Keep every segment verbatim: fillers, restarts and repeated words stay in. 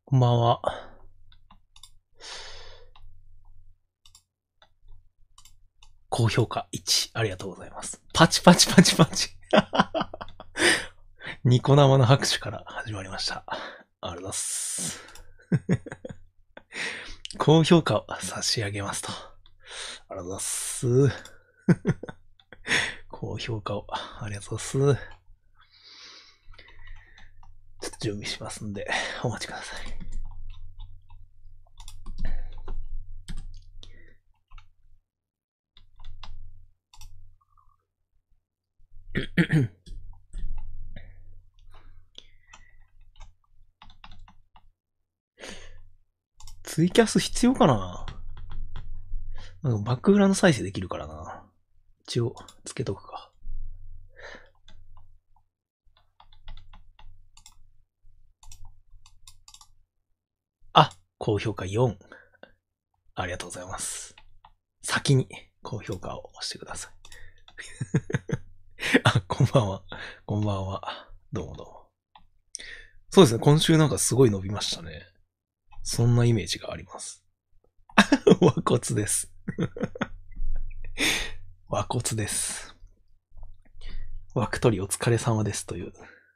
こんばんは。高評価いち、ありがとうございます。パチパチパチパチ。ニコ生の拍手から始まりました。ありがとうございます。高評価を差し上げますと。ありがとうございます。高評価をありがとうございます。ちょっと準備しますんで、お待ちください。ツイキャス必要かな？なんかバックグラウンド再生できるからな。一応、つけとくか。あ、高評価よん。ありがとうございます。先に高評価を押してください。あ、こんばんは。こんばんは。どうもどうも。そうですね、今週なんかすごい伸びましたね。そんなイメージがあります。和骨です。和骨です。枠取りお疲れ様ですという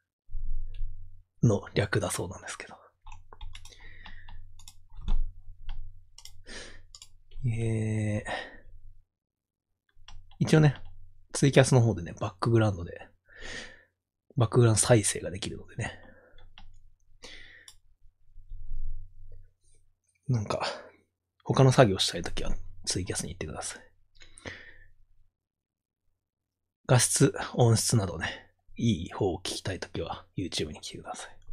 の略だそうなんですけど。えー、一応ね、ツイキャスの方でね、バックグラウンドで、バックグラウンド再生ができるのでね。なんか、他の作業したいときはツイキャスに行ってください。画質、音質などね、いい方を聞きたいときは YouTube に来てください。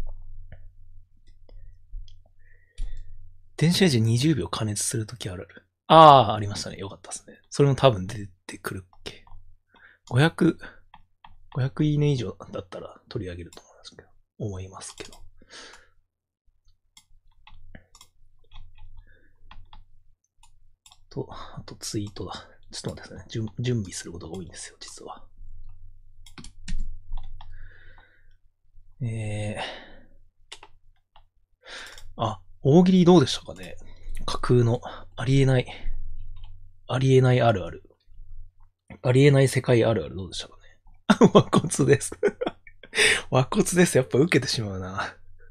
電子レンジにじゅうびょう加熱するときある。ああ、ありましたね。よかったですね。それも多分出てくるっけ。ごひゃく、ごひゃくいいね以上だったら取り上げると思いますけど、思いますけど。と、あとツイートだ。ちょっと待ってくださいね。準備することが多いんですよ、実は。えー。あ、大喜利どうでしたかね？架空のありえない、ありえないあるある。ありえない世界あるあるどうでしたかね？和骨です。和骨です。やっぱ受けてしまうな。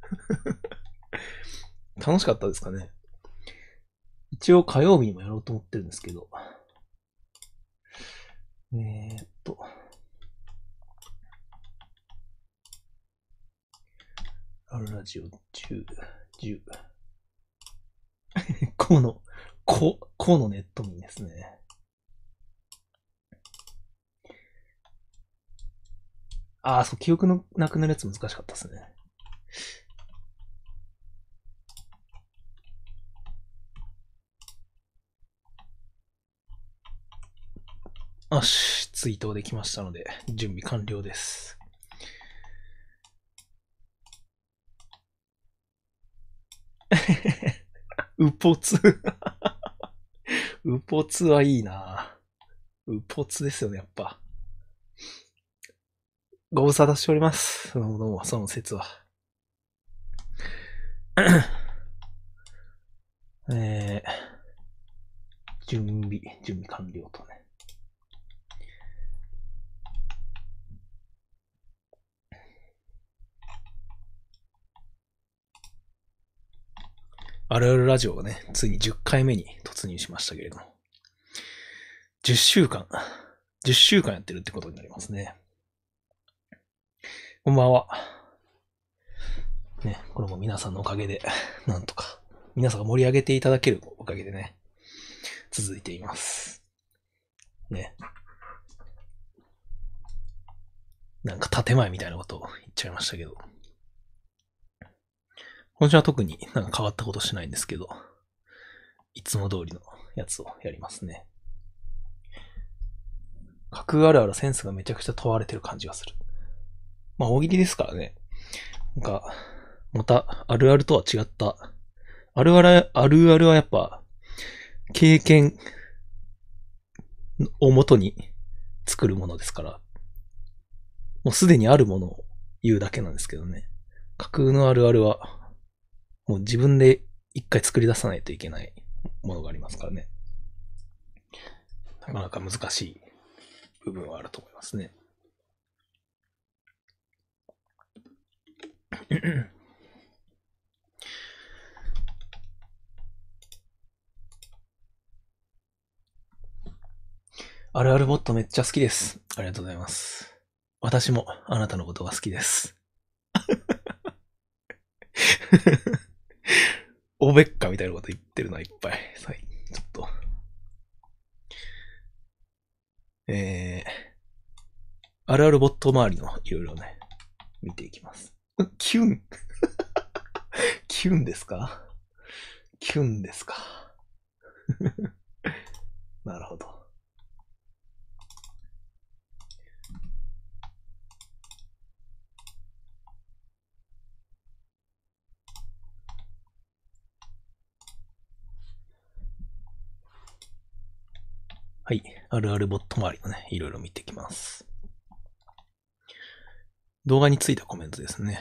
楽しかったですかね？一応火曜日にもやろうと思ってるんですけど。えーっと。あるラジオじゅう、じゅう。この、こ、このネット民ですね。ああ、そう、記憶のなくなるやつ難しかったですね。よし、ツイートできましたので、準備完了です。うぽつ。うぽつはいいな。うぽつですよね、やっぱ。ご無沙汰しております。どうもどうも、その説は。えー、準備、準備完了とね。あるあるラジオがね、ついにじゅっかいめに突入しましたけれども。じゅっしゅうかん、じゅっしゅうかんやってるってことになりますね。こんばんは。ね、これも皆さんのおかげで、なんとか、皆さんが盛り上げていただけるおかげでね、続いています。ね。なんか建前みたいなことを言っちゃいましたけど。今週は特になんか変わったことしないんですけど、いつも通りのやつをやりますね。架空あるあるセンスがめちゃくちゃ問われてる感じがする。まあ大喜利ですからね。なんか、またあるあるとは違った。あるある、あるあるはやっぱ、経験をもとに作るものですから、もうすでにあるものを言うだけなんですけどね。架空のあるあるは、 もう自分で一回作り出さないといけないものがありますからね。なかなか難しい部分はあると思いますね。あるあるボットめっちゃ好きです。ありがとうございます。私もあなたのことが好きです。おべっかみたいなこと言ってるのはいっぱい。はい、ちょっと。えー、あるあるボット周りのいろいろね、見ていきます。キュンキュンですかキュンですかなるほど。はい。あるあるボット周りのね、いろいろ見ていきます。動画についたコメントですね。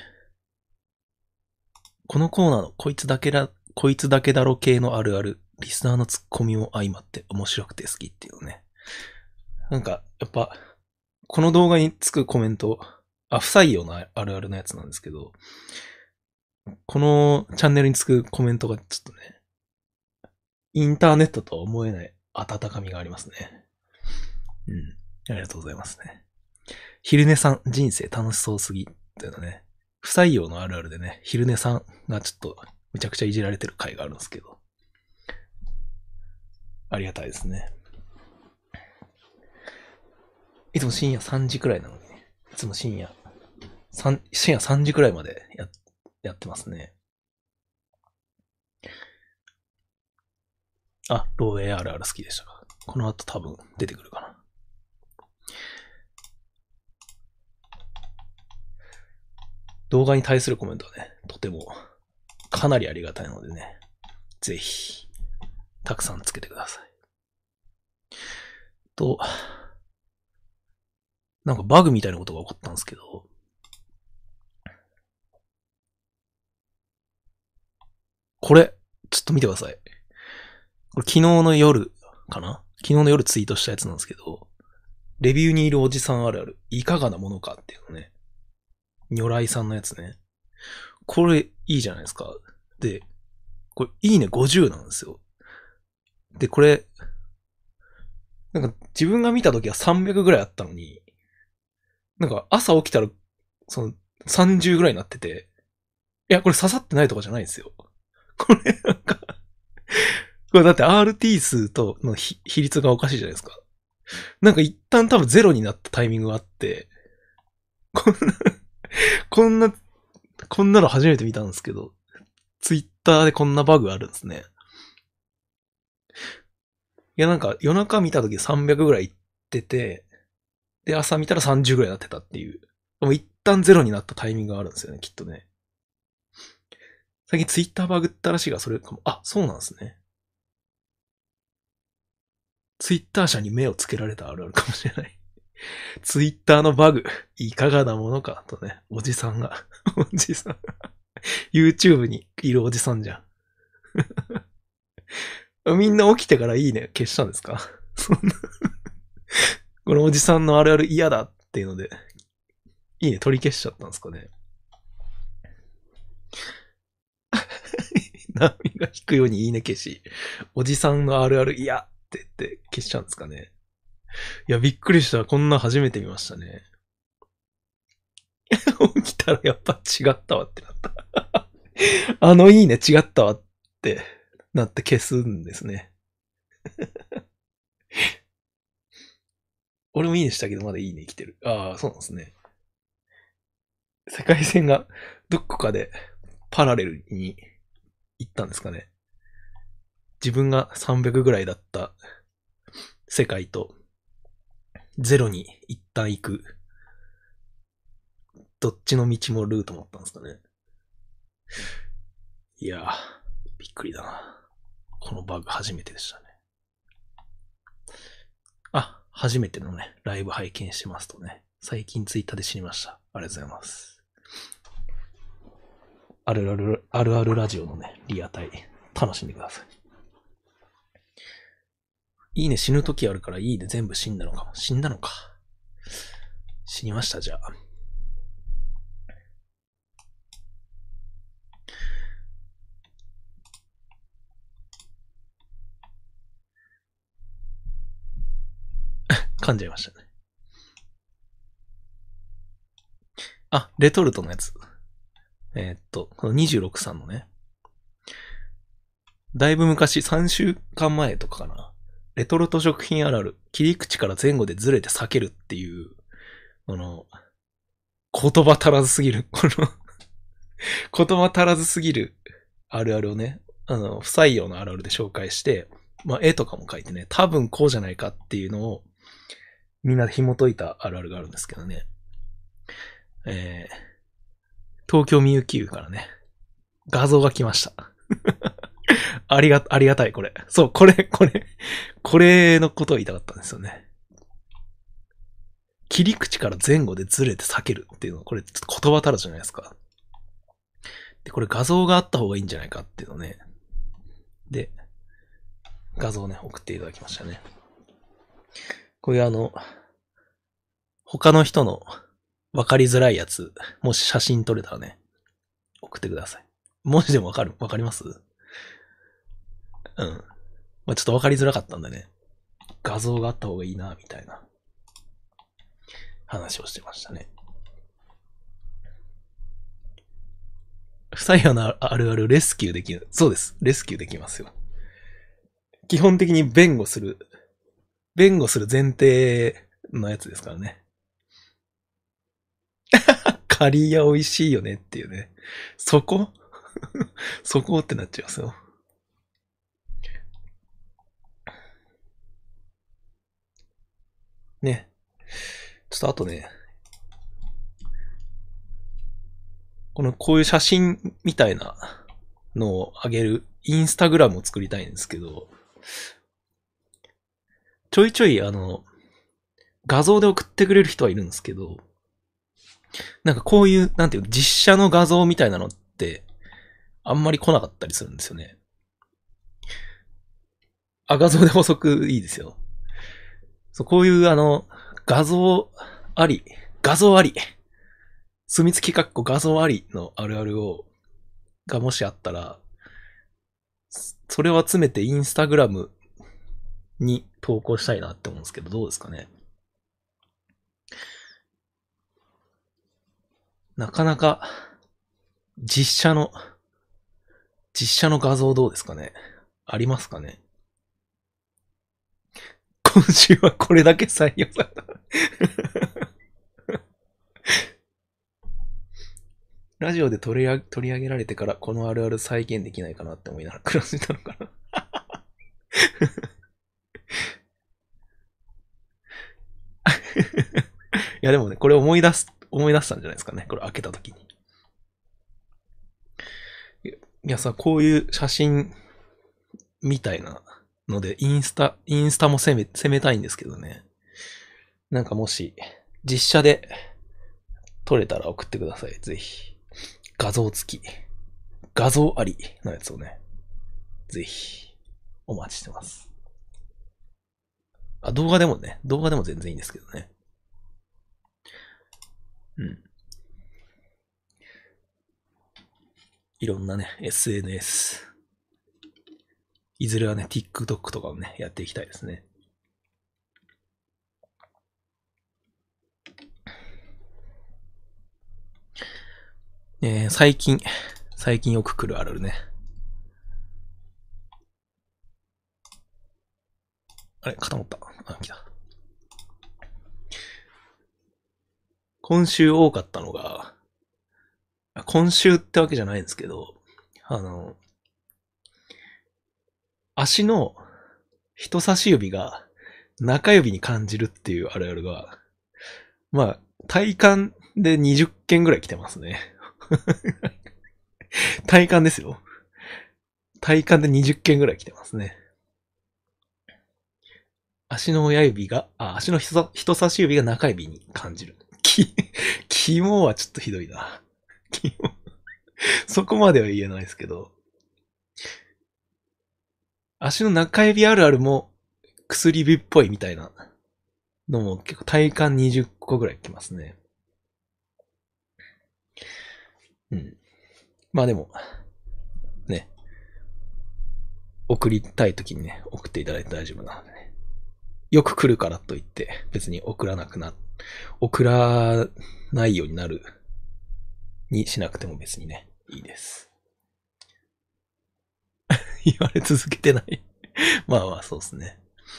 このコーナーのこいつだけだ、こいつだけだろ系のあるある、リスナーのツッコミも相まって面白くて好きっていうのね。なんか、やっぱ、この動画につくコメント、あ、不採用なあるあるのやつなんですけど、このチャンネルにつくコメントがちょっとね、インターネットとは思えない温かみがありますね。うん。ありがとうございますね。昼寝さん、人生楽しそうすぎっていうのね、不採用のあるあるでね、昼寝さんがちょっとめちゃくちゃいじられてる回があるんですけど、ありがたいですね。いつも深夜さんじくらいなのに、いつも深夜、深夜さんじくらいまでや、やってますね。あ、ローエーあるある好きでしたか。この後多分出てくるかな。動画に対するコメントはね、とてもかなりありがたいのでね、ぜひ、たくさんつけてください。と、なんかバグみたいなことが起こったんですけど、これ、ちょっと見てください。これ昨日の夜かな昨日の夜ツイートしたやつなんですけど、レビューにいるおじさんあるある、いかがなものかっていうのね。如来さんのやつね。これいいじゃないですか。で、これいいねごじゅうなんですよ。で、これ、なんか自分が見た時はさんびゃくぐらいあったのに、なんか朝起きたら、そのさんじゅうぐらいになってて、いや、これ刺さってないとかじゃないんですよ。これなんか、これだって アールティー 数との比率がおかしいじゃないですか。なんか一旦多分ゼロになったタイミングがあって、こんな、こんな、こんなの初めて見たんですけど、ツイッターでこんなバグあるんですね。いやなんか夜中見た時さんびゃくぐらいいってて、で朝見たらさんじゅうぐらいになってたっていう。でも一旦ゼロになったタイミングがあるんですよね、きっとね。最近ツイッターバグったらしいが、それかも。あ、そうなんですね。ツイッター社に目をつけられたあるあるかもしれない。ツイッターのバグ、いかがなものかとね、おじさんが、おじさん。YouTube にいるおじさんじゃん。みんな起きてからいいね消したんですかそんな。このおじさんのあるある嫌だっていうので、いいね取り消しちゃったんですかね。波が引くようにいいね消し、おじさんのあるある嫌って言って消しちゃうんですかね。いや、びっくりした。こんな初めて見ましたね。起きたらやっぱ違ったわってなった。あのいいね違ったわってなって消すんですね。俺もいいねしたけどまだいいね来てる。ああ、そうなんですね。世界線がどこかでパラレルに行ったんですかね。自分がさんびゃくぐらいだった世界とゼロに一旦行く。どっちの道もルートもあったんですかね。いやー、びっくりだな。このバグ初めてでしたね。あ、初めてのね、ライブ拝見してますとね、最近ツイッターで知りました。ありがとうございます。 あるある、あるあるラジオのね、リアタイ、楽しんでください。いいね死ぬ時あるから、いいね全部死んだのかも。死んだのか。死にました、じゃあ。噛んじゃいましたね。あ、レトルトのやつ。えー、っと、このにじゅうろくさんのね。だいぶ昔、さんしゅうかんまえとかかな。レトルト食品あるある、切り口から前後でずれて避けるっていう、この、言葉足らずすぎる、この言葉足らずすぎるあるあるをね、あの、不採用のあるあるで紹介して、まあ、絵とかも描いてね、多分こうじゃないかっていうのを、みんなで紐解いたあるあるがあるんですけどね。えー、東京みゆき湯からね、画像が来ました。ありが、ありがたい、これ。そう、これ、これ、これのことを言いたかったんですよね。切り口から前後でずれて避けるっていうのは、これちょっと言葉足らずじゃないですか。で、これ画像があった方がいいんじゃないかっていうのね。で、画像をね、送っていただきましたね。こういうあの、他の人の分かりづらいやつ、もし写真撮れたらね、送ってください。文字でもわかる、わかります？うん。まあ、ちょっとわかりづらかったんでね、画像があった方がいいな、みたいな話をしてましたね。不採用なあるあるレスキューできる。そうです。レスキューできますよ。基本的に弁護する、弁護する前提のやつですからね。カリーヤ美味しいよねっていうね。そこそこってなっちゃいますよ。ね。ちょっとあとね、このこういう写真みたいなのを上げるインスタグラムを作りたいんですけど、ちょいちょいあの、画像で送ってくれる人はいるんですけど、なんかこういう、なんていう実写の画像みたいなのって、あんまり来なかったりするんですよね。あ、画像で補足いいですよ。そう、こういうあの、画像あり、画像あり、墨付き括弧画像ありのあるあるを、がもしあったら、それを集めてインスタグラムに投稿したいなって思うんですけど、どうですかね。なかなか、実写の、実写の画像どうですかね。ありますかね。今週はこれだけ採用された。ラジオで取り上げ取り上げられてからこのあるある再現できないかなって思いながら暮らしてたのかな。いやでもね、これ思い出す、思い出したんじゃないですかね。これ開けた時に。いやさ、こういう写真みたいなので、インスタ、インスタも攻め、攻めたいんですけどね。なんかもし、実写で撮れたら送ってください。ぜひ。画像付き。画像ありのやつをね。ぜひ、お待ちしてます。あ、動画でもね、動画でも全然いいんですけどね。うん。いろんなね、エスエヌエス。いずれはね、TikTok とかをね、やっていきたいですね。えー、最近、最近よく来るあるあるね。あれ、固まった。あ、来た。今週多かったのが、今週ってわけじゃないんですけど、あの、足の人差し指が中指に感じるっていうあるあるが、まあ、体感でにじゅっけんぐらい来てますね。体感ですよ。体感でにじゅっけんぐらい来てますね。足の親指が、あ、足の人差し指が中指に感じる。き、肝はちょっとひどいな。肝。 そこまでは言えないですけど、足の中指あるあるも薬指っぽいみたいなのも結構体感にじゅっこぐらいきますね。うん。まあでも、ね。送りたいときにね、送っていただいて大丈夫なのでね。よく来るからといって別に送らなくな、送らないようになるにしなくても別にね、いいです。言われ続けてないまあまあそうですね。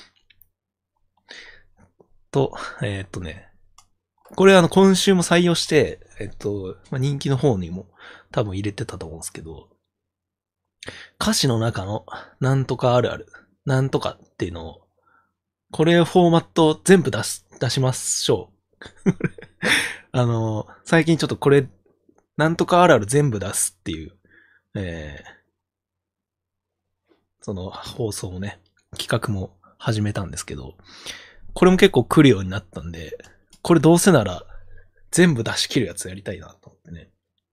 と、えー、っとね、これあの今週も採用して、えっと、まあ、人気の方にも多分入れてたと思うんですけど、歌詞の中のなんとかあるある、なんとかっていうのを、これフォーマット全部出す、出しましょう。あの、最近ちょっとこれ、なんとかあるある全部出すっていう、えー、その放送もね、企画も始めたんですけど、これも結構来るようになったんで、これどうせなら全部出し切るやつやりたいなと思ってね。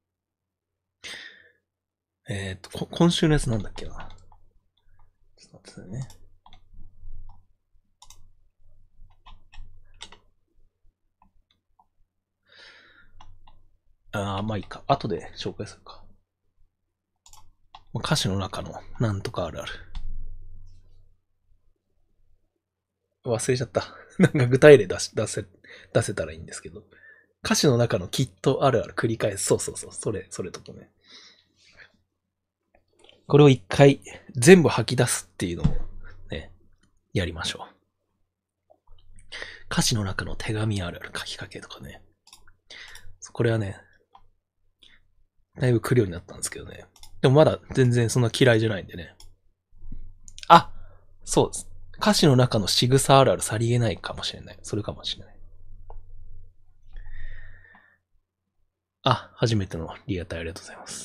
えっ、ー、と、今週のやつなんだっけな。ちょっと待ってくださいね。ああ、まあいいか。後で紹介するか。歌詞の中のなんとかあるある。忘れちゃった。なんか具体例出し、出せ、出せたらいいんですけど。歌詞の中のきっとあるある繰り返す。そうそうそう。それ、それとかね。これを一回全部吐き出すっていうのをね、やりましょう。歌詞の中の手紙あるある書きかけとかね。これはね、だいぶ来るようになったんですけどね。でもまだ全然そんな嫌いじゃないんでね。あ、そうです。歌詞の中の仕草あるあるさりげないかもしれない。それかもしれない。あ、初めてのリアタイありがとうございます。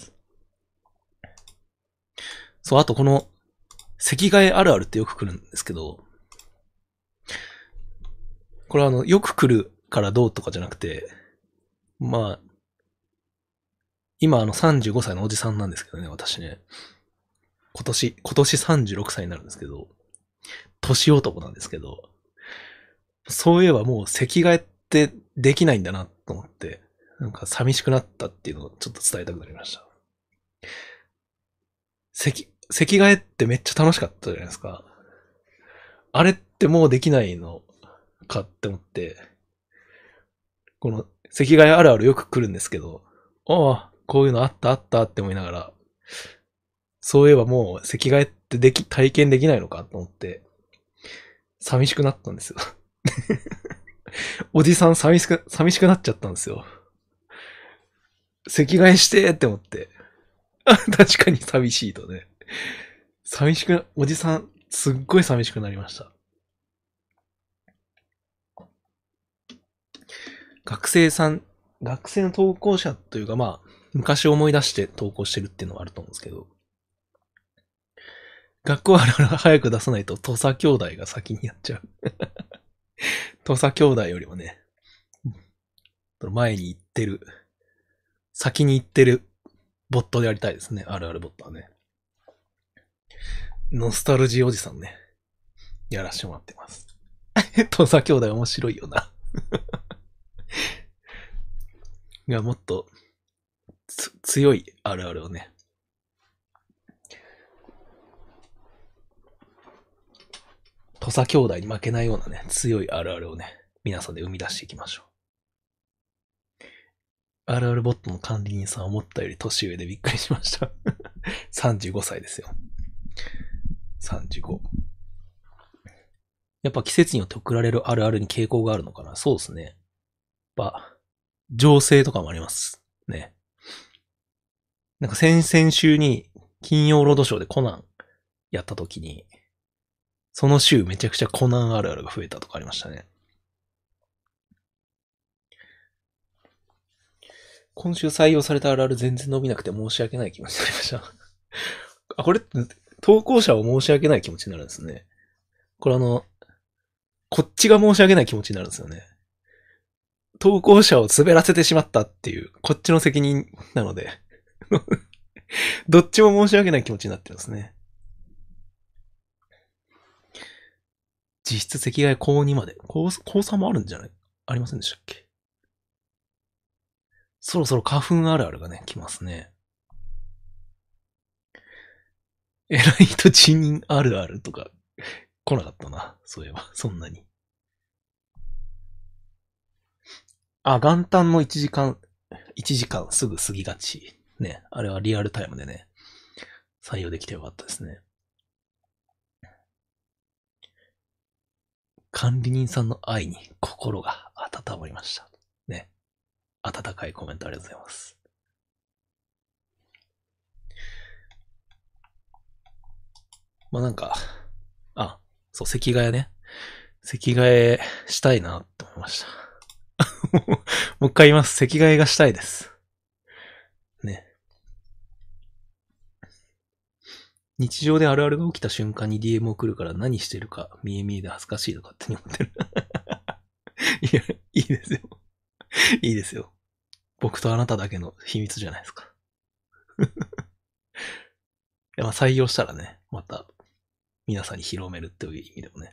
そう、あとこの、席替えあるあるってよく来るんですけど、これはあの、よく来るからどうとかじゃなくて、まあ、今あのさんじゅうごさいのおじさんなんですけどね、私ね。今年、今年さんじゅうろくさいになるんですけど、年男なんですけど、そういえばもう席替えってできないんだなと思って、なんか寂しくなったっていうのをちょっと伝えたくなりました。席、席替えってめっちゃ楽しかったじゃないですか。あれってもうできないのかって思って、この席替えあるあるよく来るんですけど、ああ、こういうのあったあったって思いながら、そういえばもう席替えってでき、体験できないのかと思って、寂しくなったんですよ。おじさん寂しく、寂しくなっちゃったんですよ。席替えしてって思って。確かに寂しいとね。寂しく、おじさん、すっごい寂しくなりました。学生さん、学生の投稿者というかまあ、昔思い出して投稿してるっていうのはあると思うんですけど、学校あるある早く出さないと土佐兄弟が先にやっちゃう。土佐兄弟よりもね、前に行ってる、先に行ってるボットでやりたいですね。あるあるボットはね。ノスタルジーおじさんね。やらしてもらってます。土佐兄弟面白いよな。いや、もっと、強いあるあるをね。土佐兄弟に負けないようなね、強いあるあるをね、皆さんで生み出していきましょう。あるあるボットの管理人さん思ったより年上でびっくりしました。さんじゅうごさいですよ。さんじゅうご。やっぱ季節によって送られるあるあるに傾向があるのかな。そうですね。やっぱ、情勢とかもありますね。なんか先々週に金曜ロードショーでコナンやった時に、その週めちゃくちゃコナンあるあるが増えたとかありましたね。今週採用されたあるある全然伸びなくて申し訳ない気持ちになりました。あ、これって投稿者を申し訳ない気持ちになるんですね。これあの、こっちが申し訳ない気持ちになるんですよね。投稿者を滑らせてしまったっていう、こっちの責任なので、 どっちも申し訳ない気持ちになってるんですね。実質赤外高にまで。高、高さんもあるんじゃないありませんでしたっけ？そろそろ花粉あるあるがね、来ますね。偉い人辞任あるあるとか来なかったな。そういえば、そんなに。あ、元旦のいちじかん、いちじかんすぐ過ぎがち。ね。あれはリアルタイムでね、採用できてよかったですね。管理人さんの愛に心が温まりました。ね。温かいコメントありがとうございます。まあなんか、あ、そう、席替えね。席替えしたいなって思いました。もう一回言います。席替えがしたいです。ね。日常であるあるが起きた瞬間に ディーエム 送るから何してるか見え見えで恥ずかしいとかって思ってる。いや、いいですよ。いいですよ。僕とあなただけの秘密じゃないですか。いやまあ採用したらね、また皆さんに広めるっていう意味でもね。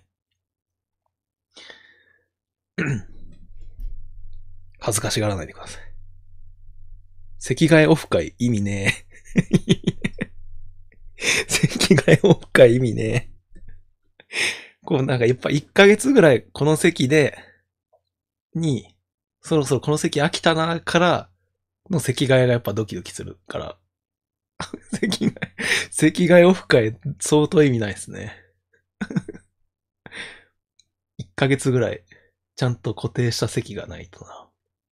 恥ずかしがらないでください。席替えオフ会意味ねえ。席替えオフ会意味ねえ。こうなんかやっぱいっかげつぐらいこの席で、に、そろそろこの席飽きたなからの席替えがやっぱドキドキするから。席替え、席替えオフ会相当意味ないですね。いっかげつぐらいちゃんと固定した席がないとな。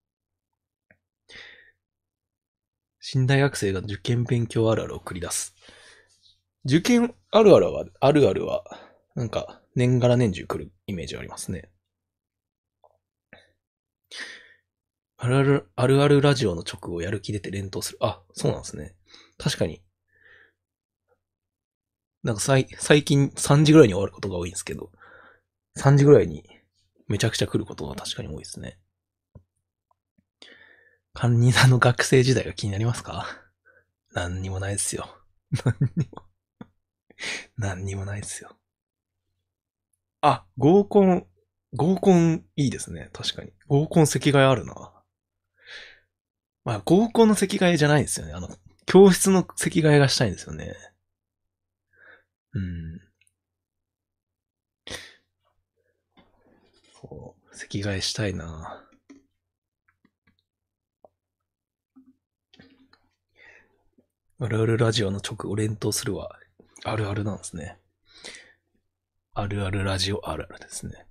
新大学生が受験勉強あるあるを繰り出す。受験あるあるは、あるあるは、なんか、年がら年中来るイメージありますね。あるある、あるあるラジオの直後やる気出て連投する。あ、そうなんですね。確かに。なんか最、最近さんじぐらいに終わることが多いんですけど、さんじぐらいにめちゃくちゃ来ることが確かに多いですね。管理人の学生時代が気になりますか？何にもないですよ。何にも。何にもないですよ。あ、合コン、合コンいいですね。確かに。合コン席替えあるな。まあ、合コンの席替えじゃないですよね。あの、教室の席替えがしたいんですよね。うん。そう、席替えしたいな。あるあるラジオの直後連投するは、あるあるなんですね。あるあるラジオあるあるですね。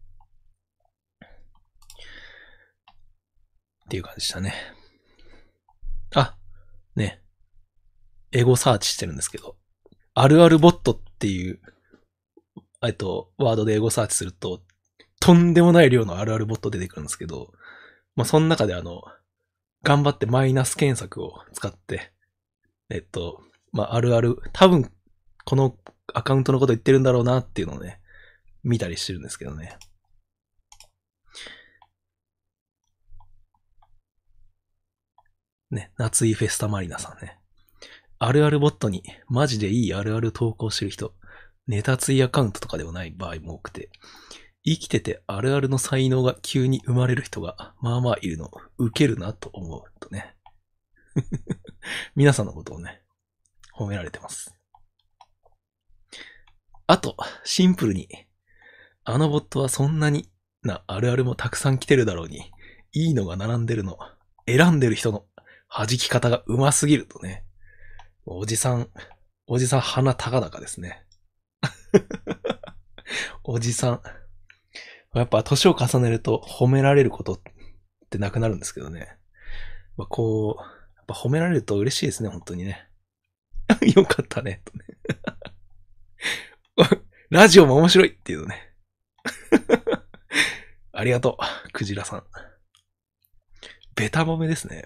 っていう感じでしたね。あ、ね。エゴサーチしてるんですけど、あるあるボットっていう、えっと、ワードでエゴサーチすると、とんでもない量のあるあるボット出てくるんですけど、まあ、その中であの、頑張ってマイナス検索を使って、えっと、まあ、あるある、多分、このアカウントのこと言ってるんだろうなっていうのをね、見たりしてるんですけどね。ね、夏井フェスタマリナさんね。あるあるボットにマジでいいあるある投稿してる人、ネタツイアカウントとかではない場合も多くて、生きててあるあるの才能が急に生まれる人がまあまあいるの、ウケるなと思うとね。皆さんのことをね、褒められてます。あと、シンプルに、あのボットはそんなになあるあるもたくさん来てるだろうに、いいのが並んでるの、選んでる人の弾き方が上手すぎるとね。おじさん、おじさん鼻高々ですね。おじさん。やっぱ年を重ねると褒められることってなくなるんですけどね。まあ、こう、やっぱ褒められると嬉しいですね、本当にね。よかったね、とね。ラジオも面白いっていうのね。ありがとう、クジラさん。ベタ褒めですね。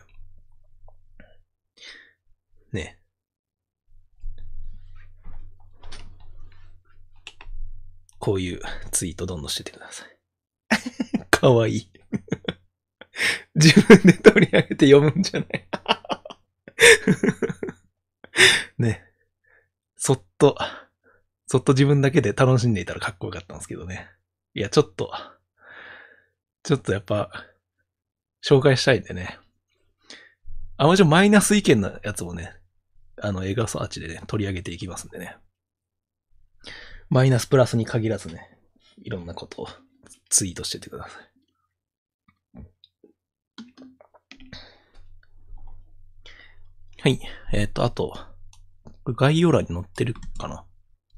ね。こういうツイートどんどんしててください。かわいい。自分で取り上げて読むんじゃないそっと、そっと自分だけで楽しんでいたらかっこよかったんですけどね。いや、ちょっと、ちょっとやっぱ、紹介したいんでね。あ、もちろんマイナス意見のやつもね、あの、映画サーチでね、取り上げていきますんでね。マイナスプラスに限らずね、いろんなことをツイートしててください。はい。えっと、あと、これ概要欄に載ってるかな。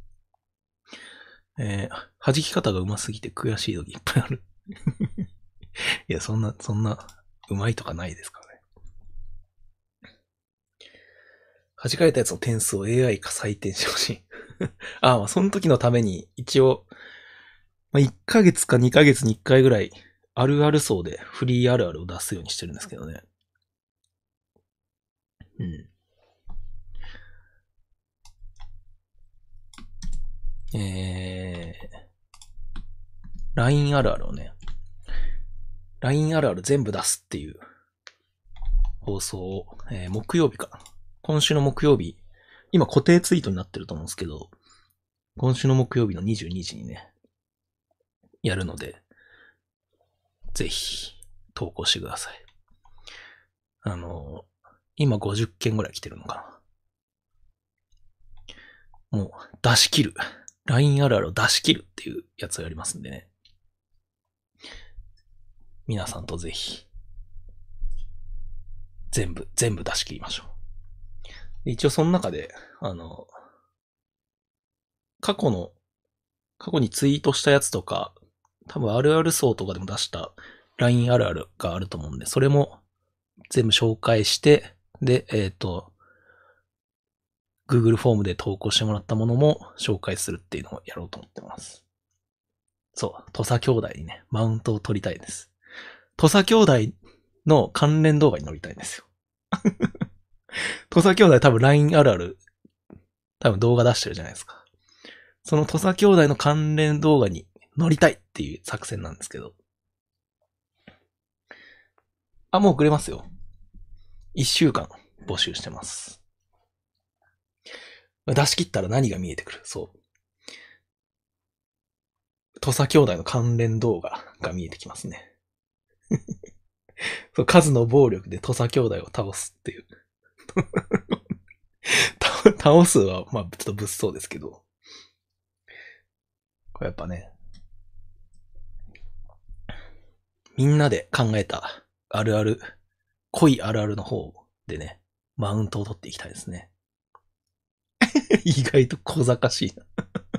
えー、弾き方が上手すぎて悔しい時いっぱいある。いや、そんな、そんな、上手いとかないですからね。弾かれたやつの点数を エーアイ か採点してほしい。ああ、まあ、その時のために、一応、まあ、いっかげつかにかげつにいっかいぐらい、あるある層でフリーあるあるを出すようにしてるんですけどね。うん。えー、ライン あるあるをね、ライン あるある全部出すっていう放送を、えー、木曜日かな。今週の木曜日、今固定ツイートになってると思うんですけど、今週の木曜日のにじゅうにじにね、やるので、ぜひ投稿してください。あの、今ごじゅっけんぐらい来てるのかな。もう出し切る。ライン あるあるを出し切るっていうやつをやりますんでね。皆さんとぜひ、全部、全部出し切りましょう。一応その中で、あの、過去の、過去にツイートしたやつとか、多分あるある層とかでも出した ライン あるあるがあると思うんで、それも全部紹介して、で、えっと、Google フォームで投稿してもらったものも紹介するっていうのをやろうと思ってます。そう、土佐兄弟にね、マウントを取りたいです。土佐兄弟の関連動画に乗りたいんですよ。土佐兄弟多分 ライン あるある、多分動画出してるじゃないですか。その土佐兄弟の関連動画に乗りたいっていう作戦なんですけど。あ、もうくれますよ。一週間募集してます。出し切ったら何が見えてくる？そう。土佐兄弟の関連動画が見えてきますね。そう、数の暴力で土佐兄弟を倒すっていう。倒すは、まあ、ちょっと物騒ですけど。これやっぱね、みんなで考えたあるある、濃いあるあるの方でね、マウントを取っていきたいですね。意外と小賢しいな。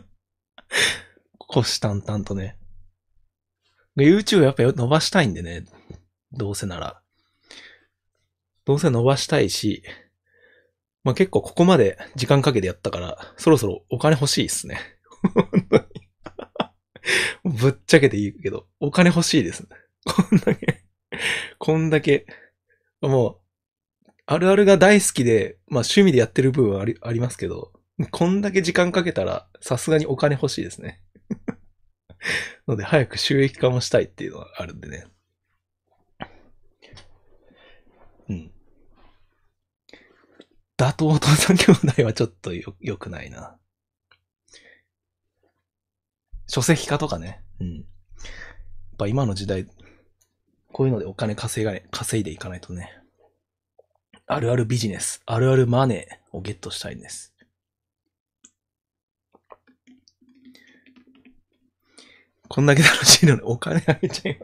虎視眈々とね。YouTube やっぱ伸ばしたいんでね、どうせなら。どうせ伸ばしたいし、まあ、結構ここまで時間かけてやったから、そろそろお金欲しいっすね。ぶっちゃけて言うけど、お金欲しいですね。こんだけ、こんだけ、もう、あるあるが大好きで、まあ趣味でやってる部分はありありますけど、こんだけ時間かけたら、さすがにお金欲しいですね。ので、早く収益化もしたいっていうのはあるんでね。うん。打倒お父さん兄弟はちょっとよ、良くないな。書籍化とかね。うん。やっぱ今の時代、こういうのでお金稼が、稼いでいかないとね。あるあるビジネス、あるあるマネーをゲットしたいんです。こんだけ楽しいのにお金あげちゃいます。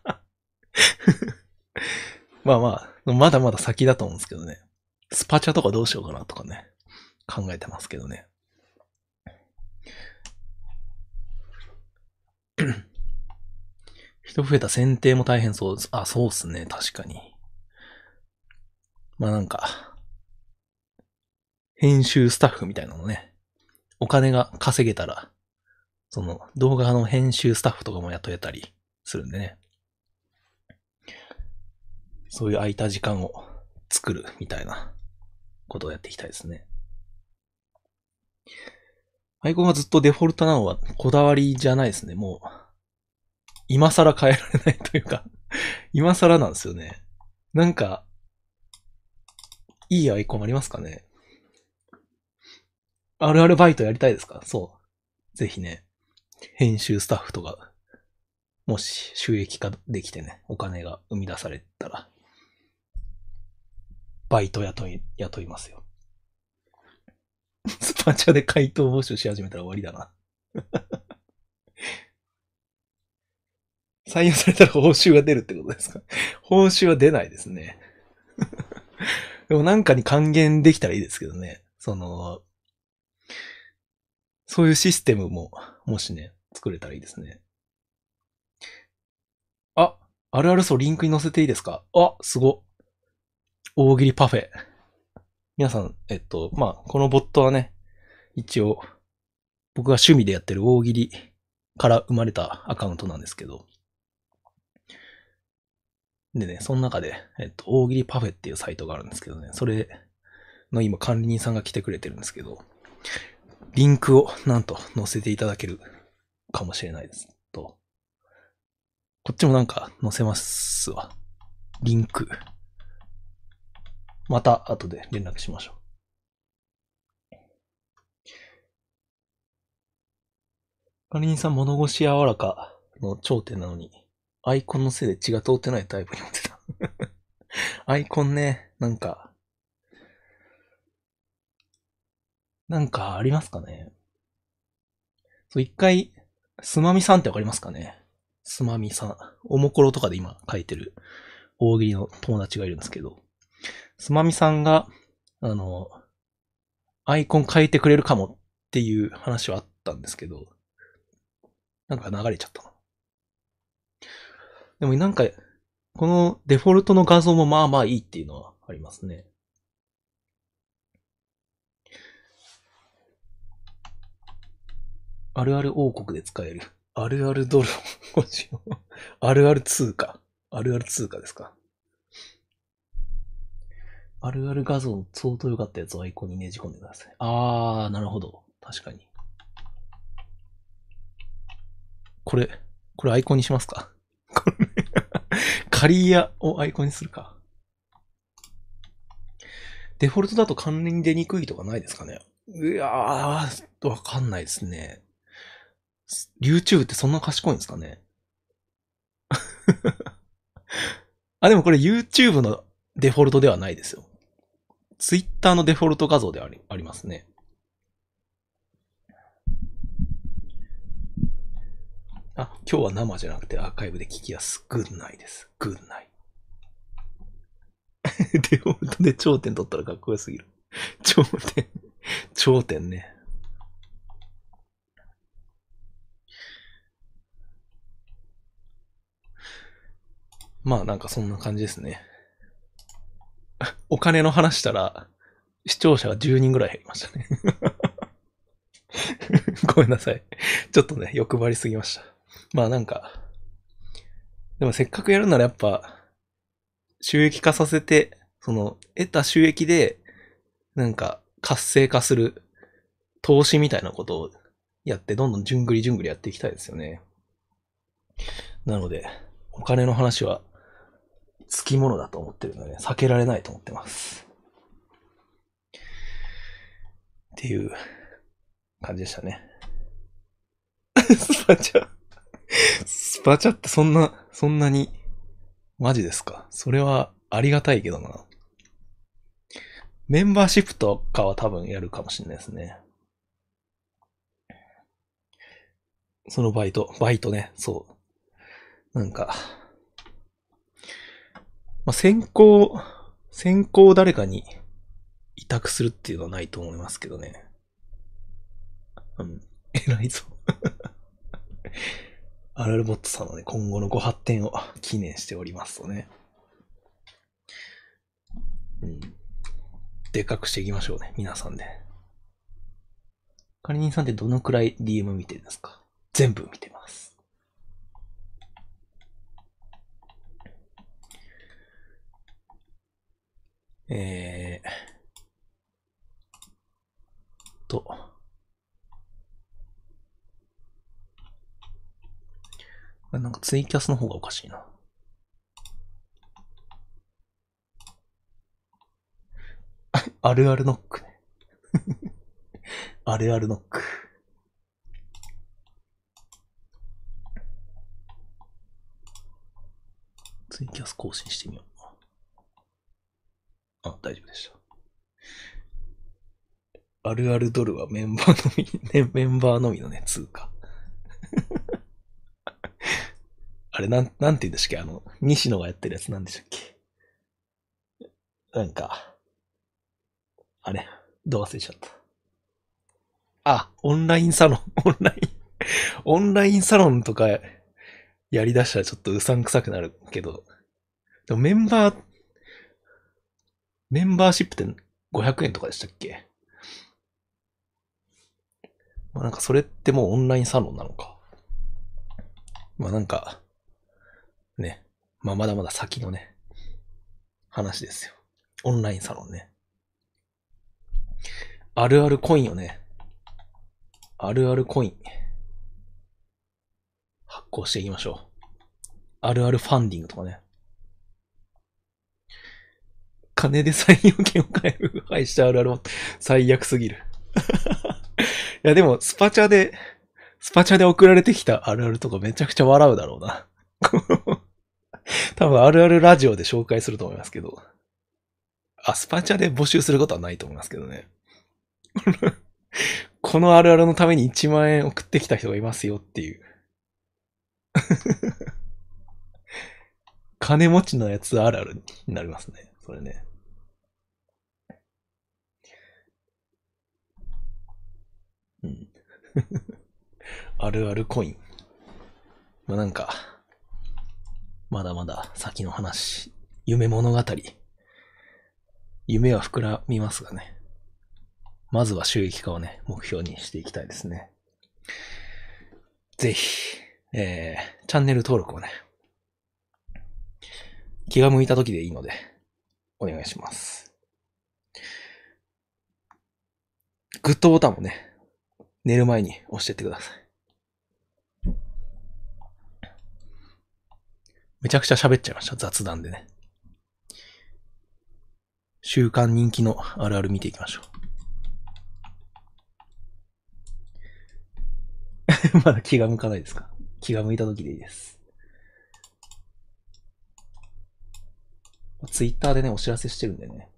まあまあ、まだまだ先だと思うんですけどね。スパチャとかどうしようかなとかね。考えてますけどね。人増えた選定も大変そうです。あ、そうっすね。確かに。まあなんか、編集スタッフみたいなのね。お金が稼げたら、その動画の編集スタッフとかも雇えたりするんでね。そういう空いた時間を作るみたいなことをやっていきたいですね。アイコンがずっとデフォルトなのはこだわりじゃないですね。もう、今更変えられないというか、今更なんですよね。なんか、いいアイコンありますかね？ あるあるバイトやりたいですか？そう。ぜひね、編集スタッフとか、もし収益化できてね、お金が生み出されたら、バイト雇い、雇いますよ。スパチャで回答募集し始めたら終わりだな。採用されたら報酬が出るってことですか？報酬は出ないですね。でもなんかに還元できたらいいですけどね。その、そういうシステムも、もしね、作れたらいいですね。あ、あるあるそうリンクに載せていいですか？あ、すご。大喜利パフェ。皆さん、えっと、まあ、このボットはね、一応、僕が趣味でやってる大喜利から生まれたアカウントなんですけど。でね、その中で、えっと、大喜利パフェっていうサイトがあるんですけどね、それの今管理人さんが来てくれてるんですけど、リンクをなんと載せていただけるかもしれないです。と。こっちもなんか載せますわ。リンク。また後で連絡しましょう。管理人さん物腰柔らかの頂点なのに、アイコンのせいで血が通ってないタイプに持ってた。アイコンね、なんか、なんかありますかね。そう、一回、すまみさんってわかりますかね？すまみさん。おもころとかで今書いてる大喜利の友達がいるんですけど、すまみさんが、あの、アイコン変えてくれるかもっていう話はあったんですけど、なんか流れちゃったな。でもなんか、このデフォルトの画像もまあまあいいっていうのはありますね。あるある王国で使える。あるあるドルをしよう。あるある通貨。あるある通貨ですか。あるある画像相当良かったやつをアイコンにねじ込んでください。あー、なるほど。確かに。これ、これアイコンにしますか？これ、カリーヤをアイコンにするか。デフォルトだと関連出にくいとかないですかね？いやー、わかんないですね。YouTube ってそんな賢いんですかね？あ、でもこれ YouTube のデフォルトではないですよ。Twitter のデフォルト画像でありありますね。あ、今日は生じゃなくてアーカイブで聞きやす。グッナイです。グッナイ。デフォルトで頂点取ったらかっこよすぎる。頂点。頂点ね。まあなんかそんな感じですね。お金の話したら、視聴者がじゅうにんぐらい減りましたね。ごめんなさい。ちょっとね、欲張りすぎました。まあなんか、でもせっかくやるならやっぱ、収益化させて、その、得た収益で、なんか、活性化する投資みたいなことをやって、どんどんじゅんぐりじゅんぐりやっていきたいですよね。なので、お金の話は、つきものだと思ってるので、避けられないと思ってます。っていう感じでしたね。スパチャ。スパチャってそんな、そんなに、マジですか？それはありがたいけどな。メンバーシップとかは多分やるかもしれないですね。そのバイト、バイトね、そう。なんか、まあ、先行、先行誰かに委託するっていうのはないと思いますけどね。うん。偉いぞ。アラルボットさんのね、今後のご発展を記念しておりますとね。うん。でかくしていきましょうね、皆さんで。管理人さんってどのくらい ディーエム 見てるんですか？全部見てます。えーと。なんかツイキャスの方がおかしいな。あるあるノックね。 あるあるノック。ツイキャス更新してみよう。あ、大丈夫でした。あるあるドルはメンバーのみ、ね、メンバーのみのね、通貨。あれ、なん、なんて言うんでしたっけあの、西野がやってるやつなんでしたっけなんか、あれ、どう忘れちゃった。あ、オンラインサロン、オンライン、オンラインサロンとかやり出したらちょっとうさんくさくなるけど、でもメンバー、メンバーシップってごひゃくえんとかでしたっけ？まあなんかそれってもうオンラインサロンなのか。まあなんか、ね。まあまだまだ先のね、話ですよ。オンラインサロンね。あるあるコインをね、あるあるコイン、発行していきましょう。あるあるファンディングとかね。金で採用権を買える配したあるあるも最悪すぎる。いやでも、スパチャで、スパチャで送られてきたあるあるとかめちゃくちゃ笑うだろうな。多分あるあるラジオで紹介すると思いますけど。あ、スパチャで募集することはないと思いますけどね。このあるあるのためにいちまんえん送ってきた人がいますよっていう。金持ちのやつあるあるになりますね。それね。うん。あるあるコイン。まあ、なんか、まだまだ先の話。夢物語。夢は膨らみますがね。まずは収益化をね、目標にしていきたいですね。ぜひ、えー、チャンネル登録をね、気が向いた時でいいので、お願いします。グッドボタンもね、寝る前に押してってください。めちゃくちゃ喋っちゃいました、雑談でね。週間人気のあるある見ていきましょう。まだ気が向かないですか？気が向いた時でいいです。ツイッターでね、お知らせしてるんでね。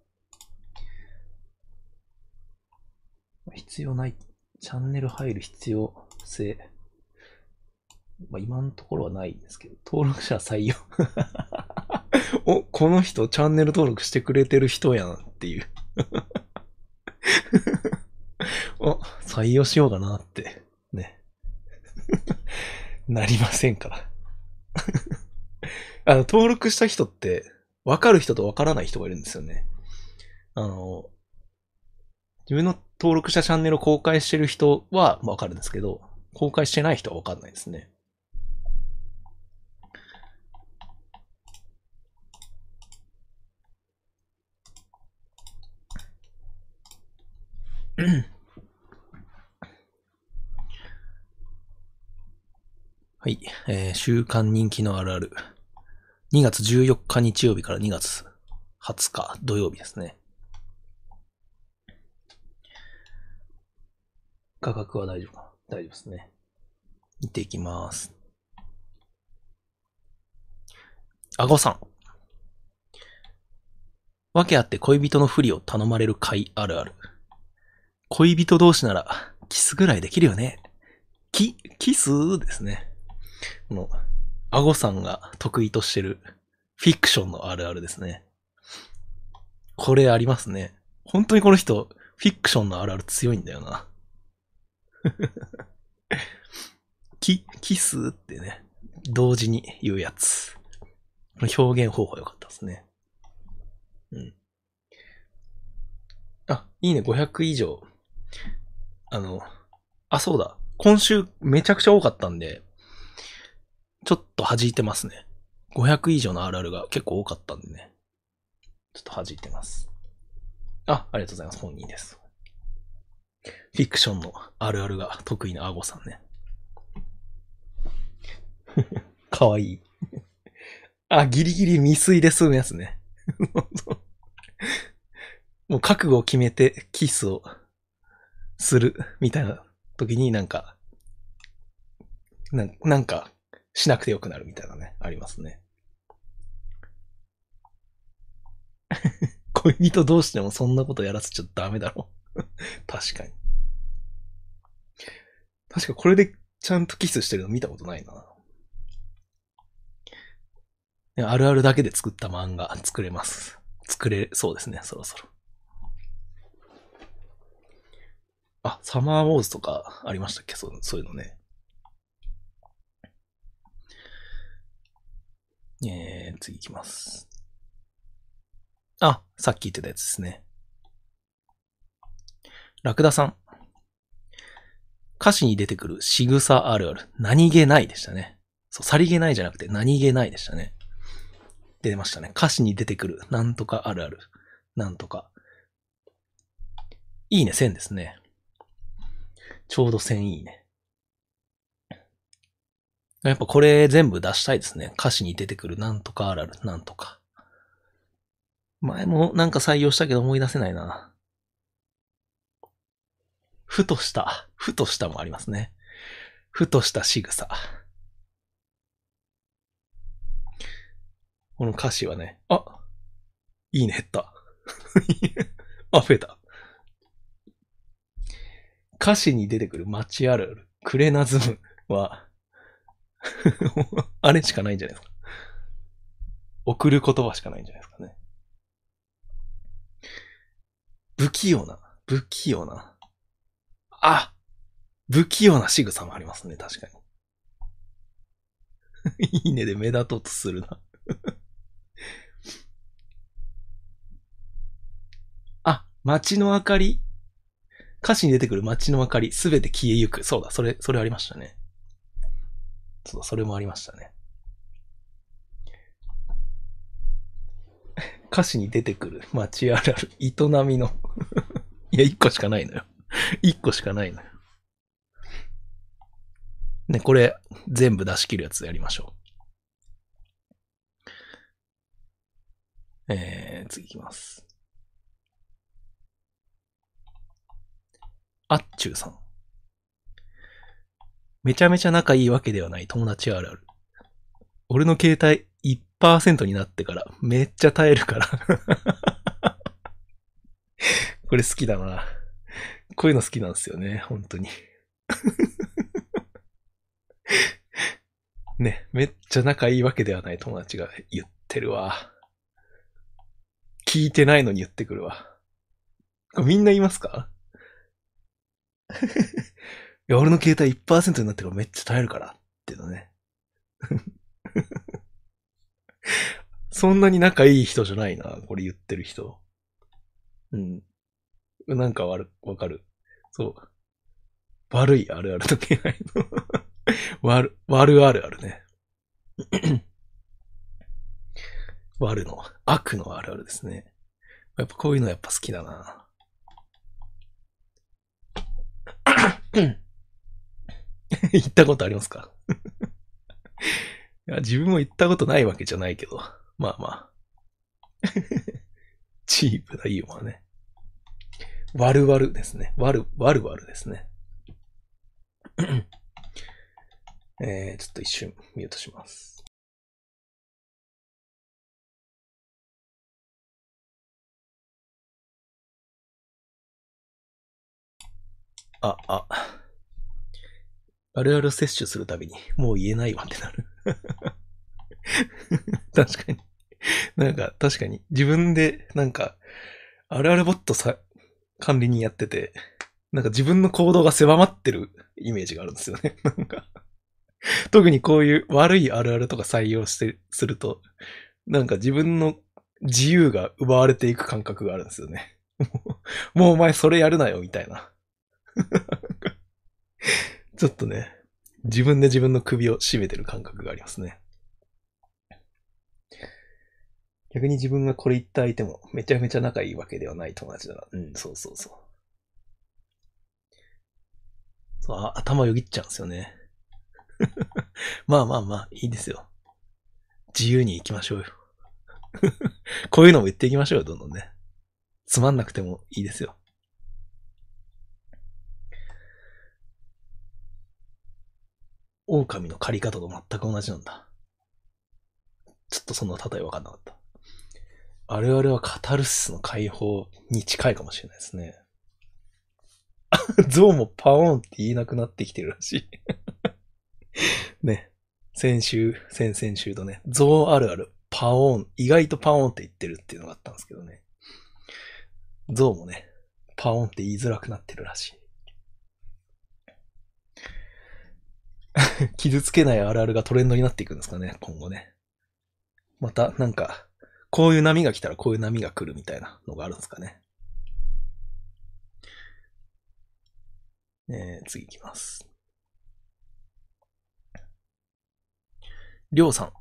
必要ない。チャンネル入る必要性。まあ、今のところはないんですけど、登録者採用。お、この人チャンネル登録してくれてる人やなっていう。お、採用しようかなって、ね。なりませんから。あの、登録した人って、わかる人とわからない人がいるんですよね。あの、自分の登録したチャンネルを公開してる人はわかるんですけど、公開してない人はわかんないですね。はい、えー、週間人気のあるある。にがつじゅうよっか日曜日からにがつはつか土曜日ですね。価格は大丈夫かな？大丈夫ですね。見ていきます。あごさん。わけあって恋人のふりを頼まれる回あるある。恋人同士ならキスぐらいできるよね。キ、キスですね。この、あごさんが得意としてるフィクションのあるあるですね。これありますね。本当にこの人、フィクションのあるある強いんだよな。キ、キスってね、同時に言うやつ。表現方法良かったですね。うん。あ、いいね、ごひゃく以上。あの、あ、そうだ。今週めちゃくちゃ多かったんで、ちょっと弾いてますね。ごひゃく以上のあるあるが結構多かったんでね。ちょっと弾いてます。あ、ありがとうございます。本人です。フィクションのあるあるが得意なアゴさんね。かわいい。あ、ギリギリ未遂で済むやつね。もう覚悟を決めてキスをするみたいな時になんか、ななんかしなくてよくなるみたいなね、ありますね。恋人同士でもそんなことやらせちゃダメだろ。確かに。確かこれでちゃんとキスしてるの見たことないな。あるあるだけで作った漫画作れます。作れそうですね、そろそろ。あ、サマーウォーズとかありましたっけ？そう、そういうのね。えー、次行きます。あ、さっき言ってたやつですね。ラクダさん。歌詞に出てくる仕草あるある。何気ないでしたね。そう、さりげないじゃなくて何気ないでしたね。出ましたね。歌詞に出てくるなんとかあるある。なんとか。いいね、せんですね。ちょうどせんいいね。やっぱこれ全部出したいですね。歌詞に出てくるなんとかあるある。なんとか。前もなんか採用したけど思い出せないな。ふとした、ふとしたもありますね。ふとした仕草。この歌詞はね、あ、いいね減った。あ、増えた。歌詞に出てくる街あるある。クレナズムは、あれしかないんじゃないですか。送る言葉しかないんじゃないですかね。不器用な、不器用な。あ、不器用な仕草もありますね、確かに。いいねで目立とうとするな。あ、街の明かり。歌詞に出てくる街の明かり、すべて消えゆく。そうだ、それ、それありましたね。そうだ、それもありましたね。歌詞に出てくる街あるある、営みの。いや、一個しかないのよ。一個しかないのよ。ね、これ、全部出し切るやつやりましょう。えー、次いきます。あっちゅうさん。めちゃめちゃ仲いいわけではない友達あるある。俺の携帯 いちパーセント になってからめっちゃ耐えるから。これ好きだな。こういうの好きなんですよね、本当に。ね、めっちゃ仲いいわけではない友達が言ってるわ。聞いてないのに言ってくるわ。これみんな言いますか？いや、俺の携帯 いちパーセント になってからめっちゃ耐えるからっていうのね。そんなに仲いい人じゃないな、これ言ってる人。うん。なんかわる、わかる。そう。悪いあるあるとけないの。悪、悪あるあるね。悪の、悪のあるあるですね。やっぱこういうのやっぱ好きだな。言ったことありますか？いや、自分も言ったことないわけじゃないけど。まあまあ。チープなユーモアね。悪々ですね。悪、悪々ですね。えー、ちょっと一瞬ミュートします。あ、あ。あるある摂取するたびに、もう言えないわってなる。確かに。なんか、確かに。自分で、なんか、あるあるボットさ、管理人やってて、なんか自分の行動が狭まってるイメージがあるんですよね。なんか、特にこういう悪いあるあるとか採用して、すると、なんか自分の自由が奪われていく感覚があるんですよね。もうお前それやるなよ、みたいな。ちょっとね、自分で自分の首を絞めてる感覚がありますね。逆に自分がこれ言った相手もめちゃめちゃ仲いいわけではない友達だな。うん、そうそうそう。そう、頭よぎっちゃうんですよね。まあまあまあ、いいですよ。自由に行きましょうよ。こういうのも言っていきましょうよ、どんどんね。つまんなくてもいいですよ。 狼の狩り方と全く同じなんだ。ちょっとそんな例え分かんなかった。あれあれはカタルシスの解放に近いかもしれないですね。ゾウもパオーンって言いなくなってきてるらしい。ね。先週、先々週とね、ゾウあるある、パオーン、意外とパオーンって言ってるっていうのがあったんですけどね。ゾウもね、パオーンって言いづらくなってるらしい。傷つけないあるあるがトレンドになっていくんですかね、今後ね。また、なんか、こういう波が来たらこういう波が来るみたいなのがあるんですかね。えー、次行きます。りょうさん。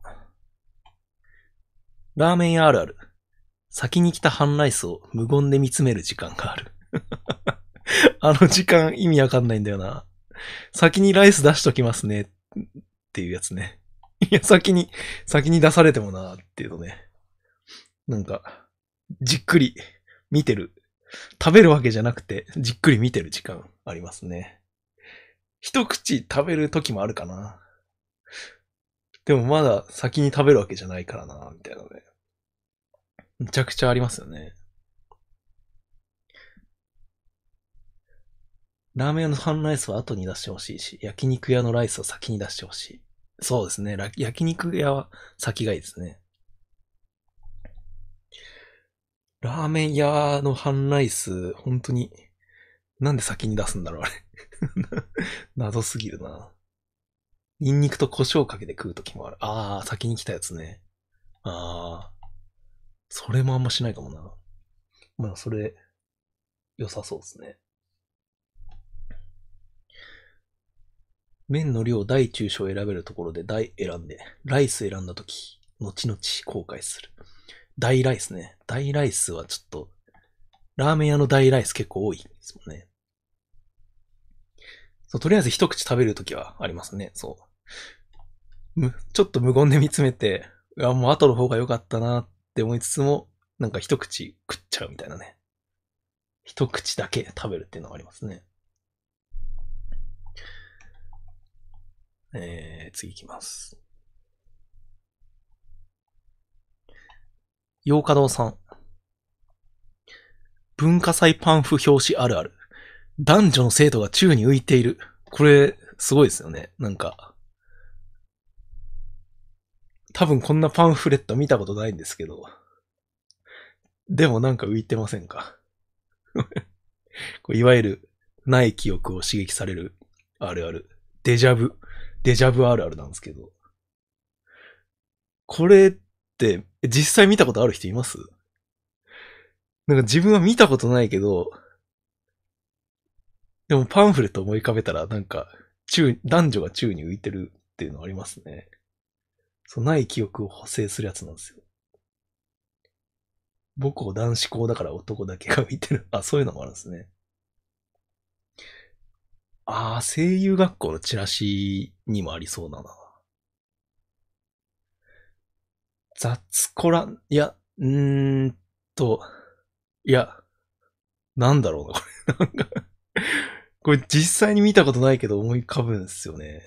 ラーメン屋あるある。先に来た半ライスを無言で見つめる時間がある。あの時間意味わかんないんだよな。先にライス出しときますねっていうやつね。いや、先に、先に出されてもなーっていうのね。なんか、じっくり見てる。食べるわけじゃなくて、じっくり見てる時間ありますね。一口食べる時もあるかな。でもまだ先に食べるわけじゃないからな、みたいなね。めちゃくちゃありますよね。ラーメン屋の半ライスは後に出してほしいし、焼肉屋のライスは先に出してほしい。そうですね。焼肉屋は先がいいですね。ラーメン屋の半ライス、本当に、なんで先に出すんだろう、あれ。謎すぎるな。ニンニクと胡椒かけて食うときもある。あー、先に来たやつね。あー。それもあんましないかもな。まあ、それ、良さそうですね。麺の量、大中小選べるところで大選んで、ライス選んだとき、後々後悔する。大ライスね。大ライスはちょっと、ラーメン屋の大ライス結構多いですもんね。そう、とりあえず一口食べるときはありますね。そう。む、ちょっと無言で見つめて、あ、もう後の方が良かったなって思いつつも、なんか一口食っちゃうみたいなね。一口だけ食べるっていうのがありますね。えー、次行きます。洋華堂さん。文化祭パンフ表紙あるある。男女の生徒が宙に浮いている。これ、すごいですよね。なんか、多分こんなパンフレット見たことないんですけど。でもなんか浮いてませんか？いわゆる、ない記憶を刺激されるあるある。デジャブ。デジャブあるあるなんですけど。これって、実際見たことある人います？なんか自分は見たことないけど、でもパンフレット思い浮かべたら、なんか、宙、男女が宙に浮いてるっていうのありますね。そうない記憶を補正するやつなんですよ。母校男子校だから男だけが浮いてる。あ、そういうのもあるんですね。ああ、声優学校のチラシにもありそうだな。雑コラ、いや、うーんと、いや、なんだろうな、これ。なんか、これ実際に見たことないけど思い浮かぶんですよね。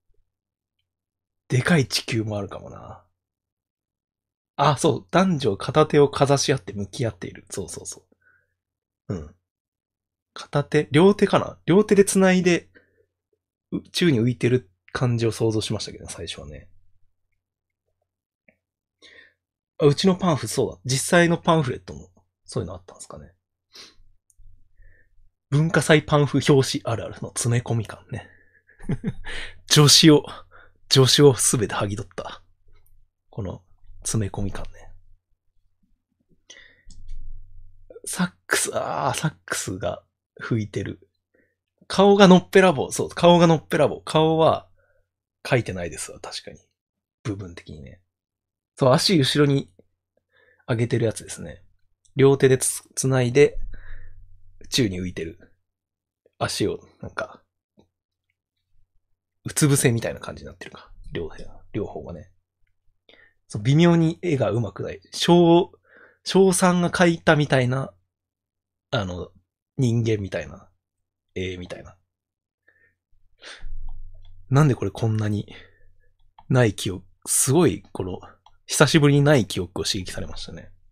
でかい地球もあるかもな。あ、そう、男女片手をかざし合って向き合っている。そうそうそう。うん。片手、両手かな両手で繋いで、宙に浮いてる感じを想像しましたけど、最初はね。あ、うちのパンフそうだ。実際のパンフレットもそういうのあったんですかね。文化祭パンフ表紙あるあるの詰め込み感ね。女子を、女子をすべて剥ぎ取った。この詰め込み感ね。サックス、ああ、サックスが吹いてる。顔がのっぺらぼう。そう、顔がのっぺらぼう。顔は書いてないですわ、確かに。部分的にね。そう、足後ろに上げてるやつですね。両手でつ、つないで、宙に浮いてる。足を、なんか、うつ伏せみたいな感じになってるか。両方、両方がね。そう、微妙に絵が上手くない。小、小さんが描いたみたいな、あの、人間みたいな、絵みたいな。 なんでこれこんなにない記憶、すごい、この、久しぶりにない記憶を刺激されましたね。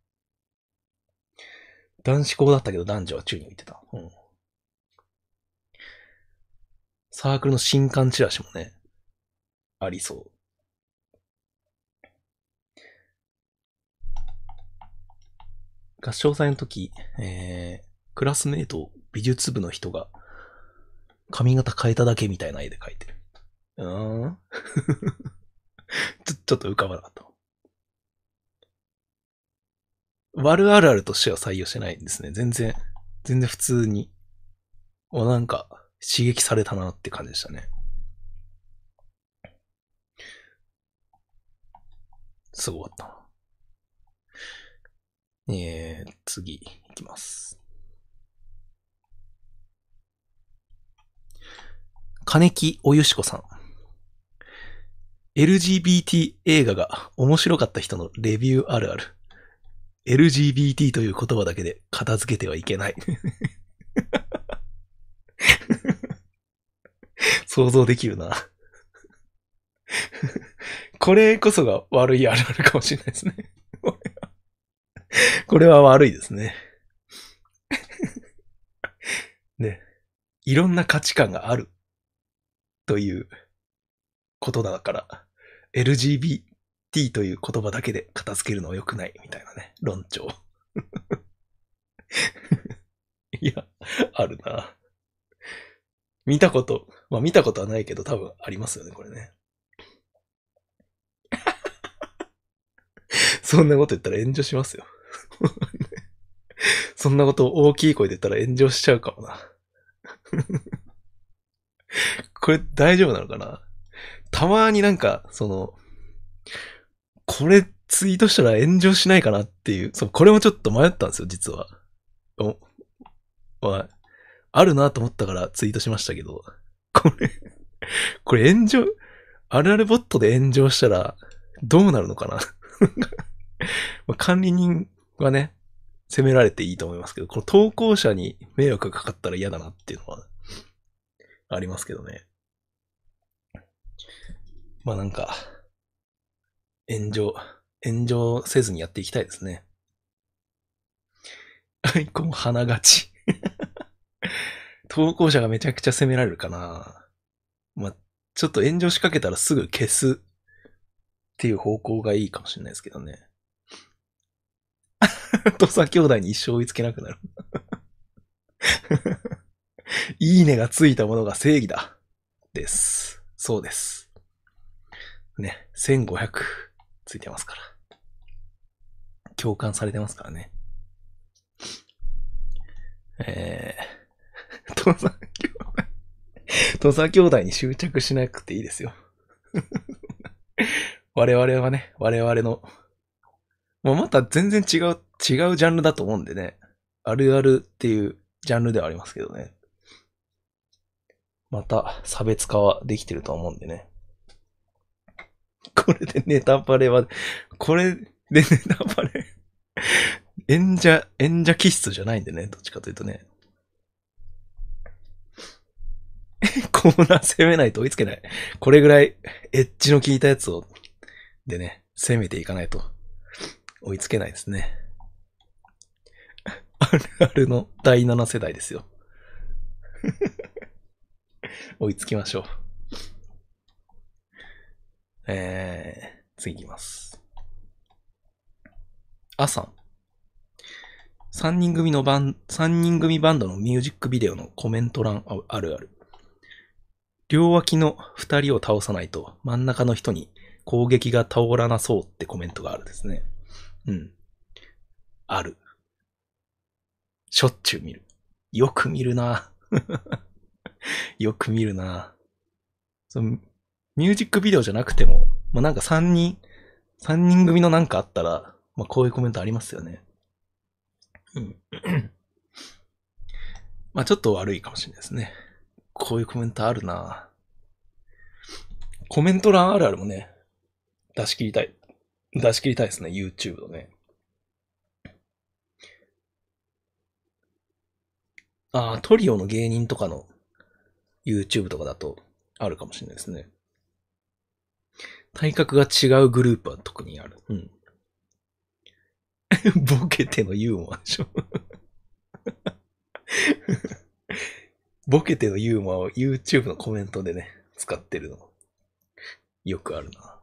男子校だったけど男女は宙に浮いてた。うん。サークルの新刊チラシもね、ありそう。合唱祭の時、えー、クラスメイト美術部の人が髪型変えただけみたいな絵で描いてる。うーんちょ、ちょっと浮かばなかった。悪あるあるとしては採用してないんですね。全然、全然普通に。お、なんか、刺激されたなって感じでしたね。すごかったな。えー、次、いきます。金木おゆしこさん。エルジービーティー 映画が面白かった人のレビューあるある。エルジービーティー という言葉だけで片付けてはいけない。想像できるな。これこそが悪いあるあるかもしれないですね。これは悪いですね。ね。いろんな価値観があるということだから、エルジービーティー という言葉だけで片付けるのは良くないみたいなね、論調。いや、あるな。見たこと、まあ見たことはないけど多分ありますよね、これね。そんなこと言ったら炎上しますよ。そんなことを大きい声で言ったら炎上しちゃうかもな。これ大丈夫なのかな。たまになんか、その、これツイートしたら炎上しないかなっていう、そう、これもちょっと迷ったんですよ、実は。お、まあ、あるなと思ったからツイートしましたけど、これ、これ炎上、あるあるボットで炎上したら、どうなるのかな。まあ、管理人はね、責められていいと思いますけど、この投稿者に迷惑がかかったら嫌だなっていうのは、ありますけどね。まあなんか、炎上、炎上せずにやっていきたいですね。アイコン花勝ち。投稿者がめちゃくちゃ責められるかな。まあ、ちょっと炎上しかけたらすぐ消すっていう方向がいいかもしれないですけどね。土佐兄弟に一生追いつけなくなる。いいねがついたものが正義だ。です。そうです。ね。せんごひゃくついてますから。共感されてますからね。えー、土佐兄弟。土佐兄弟に執着しなくていいですよ。我々はね、我々の、もうまた全然違う、違うジャンルだと思うんでね。あるあるっていうジャンルではありますけどね。また差別化はできてると思うんでね。これでネタバレは、これでネタバレ演者、演者気質じゃないんでね、どっちかというとね。コーナー攻めないと追いつけない。これぐらいエッジの効いたやつを、でね、攻めていかないと追いつけないですね。あるあるのだいなな世代ですよ。追いつきましょう。えー、次いきます。あさん。三人組のバン、三人組バンドのミュージックビデオのコメント欄あるある。両脇の二人を倒さないと真ん中の人に攻撃が倒らなそうってコメントがあるですね。うん。ある。しょっちゅう見る。よく見るなよく見るなそのミュージックビデオじゃなくても、まあ、なんか三人、三人組のなんかあったら、まあ、こういうコメントありますよね。うん。まあちょっと悪いかもしれないですね。こういうコメントあるなコメント欄あるあるもね、出し切りたい。出し切りたいですね、YouTube のね。ああ、トリオの芸人とかの YouTube とかだと、 あるかもしれないですね。体格が違うグループは特にある。うん。ボケてのユーモアでしょ。ボケてのユーモアを YouTube のコメントでね、使ってるの。よくあるな。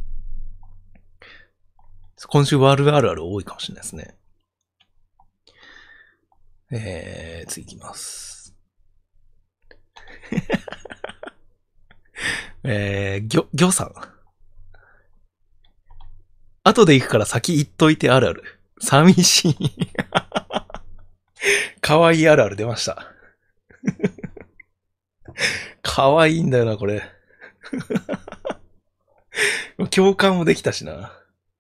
今週ワールあるある多いかもしれないですね。えー、次行きます。えー、ぎょ、ぎょさん。後で行くから先行っといてあるある。寂しい。かわいいあるある出ました。かわいいんだよな、これ。共感もできたしな。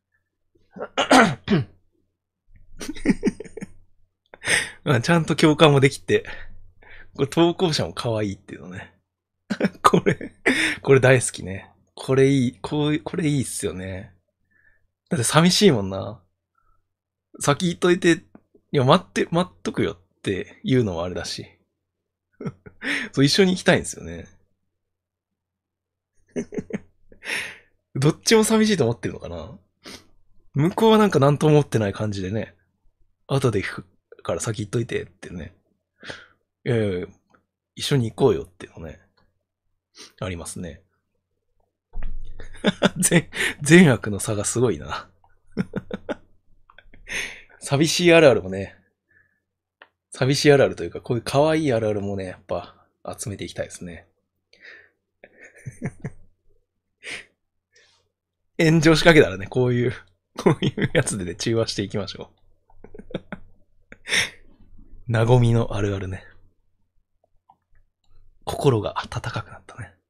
ちゃんと共感もできて、これ投稿者も可愛いっていうのね。これ、これ大好きね。これいい、こう、これいいっすよね。だって寂しいもんな。先言っといて、いや、待って、待っとくよって言うのもあれだし。そう、一緒に行きたいんですよね。どっちも寂しいと思ってるのかな。向こうはなんか何とも思ってない感じでね。後で行くから先言っといてってね。いやいやいや、一緒に行こうよっていうのね。ありますね。善、善悪の差がすごいな。寂しいあるあるもね、寂しいあるあるというか、こういう可愛いあるあるもね、やっぱ集めていきたいですね。炎上しかけたらね、こういう、こういうやつでね、中和していきましょう。なごみのあるあるね。心が温かくなったね。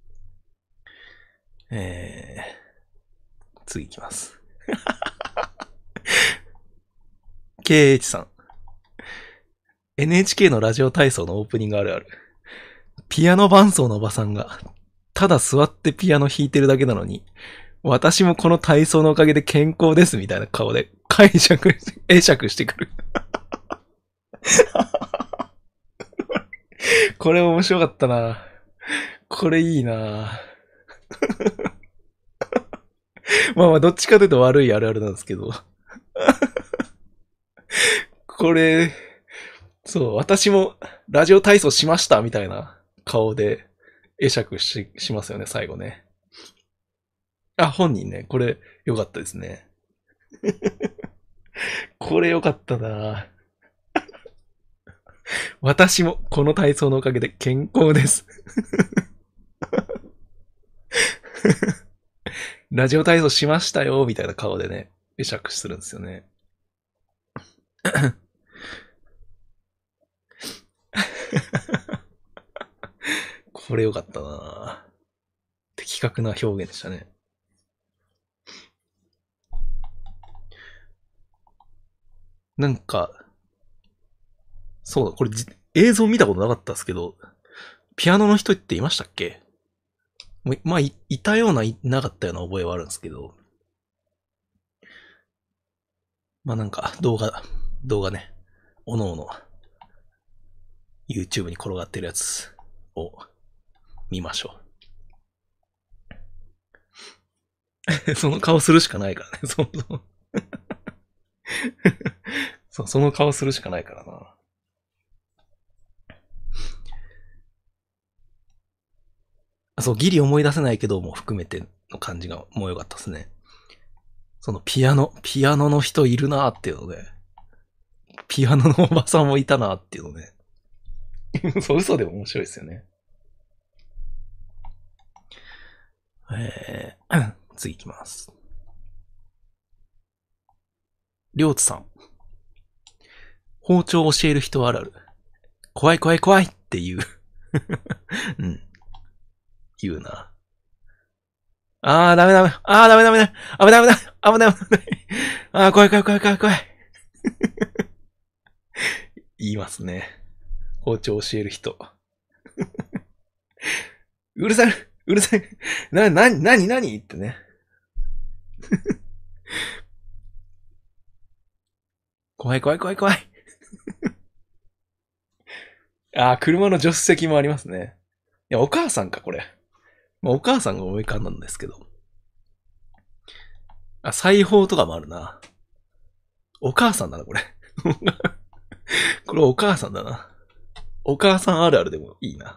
えー、次いきます。ケーエイチ さん。エヌエイチケー のラジオ体操のオープニングあるある。ピアノ伴奏のおばさんが、ただ座ってピアノ弾いてるだけなのに、私もこの体操のおかげで健康ですみたいな顔で解釈、会釈してくる。これ面白かったな。これいいな。まあまあ、どっちかというと悪いあるあるなんですけど。これ、そう、私もラジオ体操しましたみたいな顔で会釈し、しますよね、最後ね。あ、本人ね、これ良かったですね。これ良かったな。私もこの体操のおかげで健康です。ラジオ体操しましたよ、みたいな顔でね、会釈するんですよね。これ良かったな。的確な表現でしたね。なんか、そうだ、これ映像見たことなかったですけど、ピアノの人っていましたっけ？まあ、い、いたような、いなかったような覚えはあるんですけど、まあなんか、動画、動画ね、おのおの、YouTube に転がってるやつを見ましょう。その顔するしかないからね、そのそう、その顔するしかないからな。そう、ギリ思い出せないけども含めての感じがもう良かったですね。そのピアノ、ピアノの人いるなーっていうので、ピアノのおばさんもいたなーっていうので、そう、嘘でも面白いですよね。えー、次行きます。りょうつさん。包丁を教える人あるある。怖い怖い怖いって言う。うん。言うな。あー、ダメダメ。あー、ダメダメ。危ない危ない。危ない危ない。あー、怖い怖い怖い怖い怖い。言いますね。包丁を教える人。うるさい、うるさい。な、な、なになにってね。怖い怖い怖い怖い。あー、車の助手席もありますね。いや、お母さんか、これ。 まあ、お母さんが思い浮かんだんですけど。あ、裁縫とかもあるな。お母さんだな、これ。これお母さんだな。お母さんあるあるでもいいな。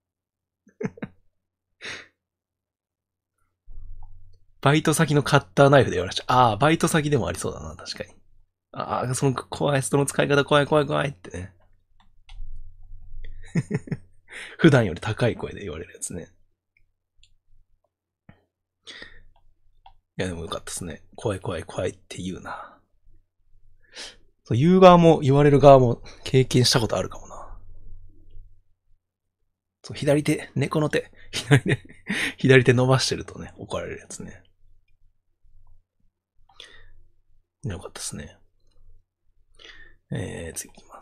バイト先のカッターナイフで言われました。ああ、バイト先でもありそうだな、確かに。ああ、その怖い、その使い方怖い怖い怖いってね。普段より高い声で言われるやつね。いや、でもよかったですね。怖い怖い怖いって言うな。そう言う側も言われる側も経験したことあるかもな。そう左手、猫の手、左手、左手伸ばしてるとね、怒られるやつね。よかったですね。えー、次いきます。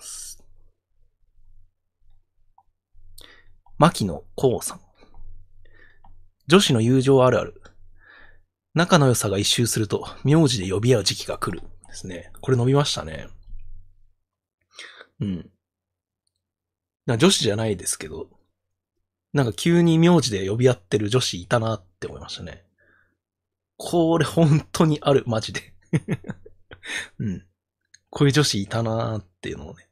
牧野幸さん。女子の友情あるある。仲の良さが一周すると、名字で呼び合う時期が来る。ですね。これ伸びましたね。うん。女子じゃないですけど、なんか急に名字で呼び合ってる女子いたなって思いましたね。これ本当にある、マジで。うん。こういう女子いたなーっていうのをね。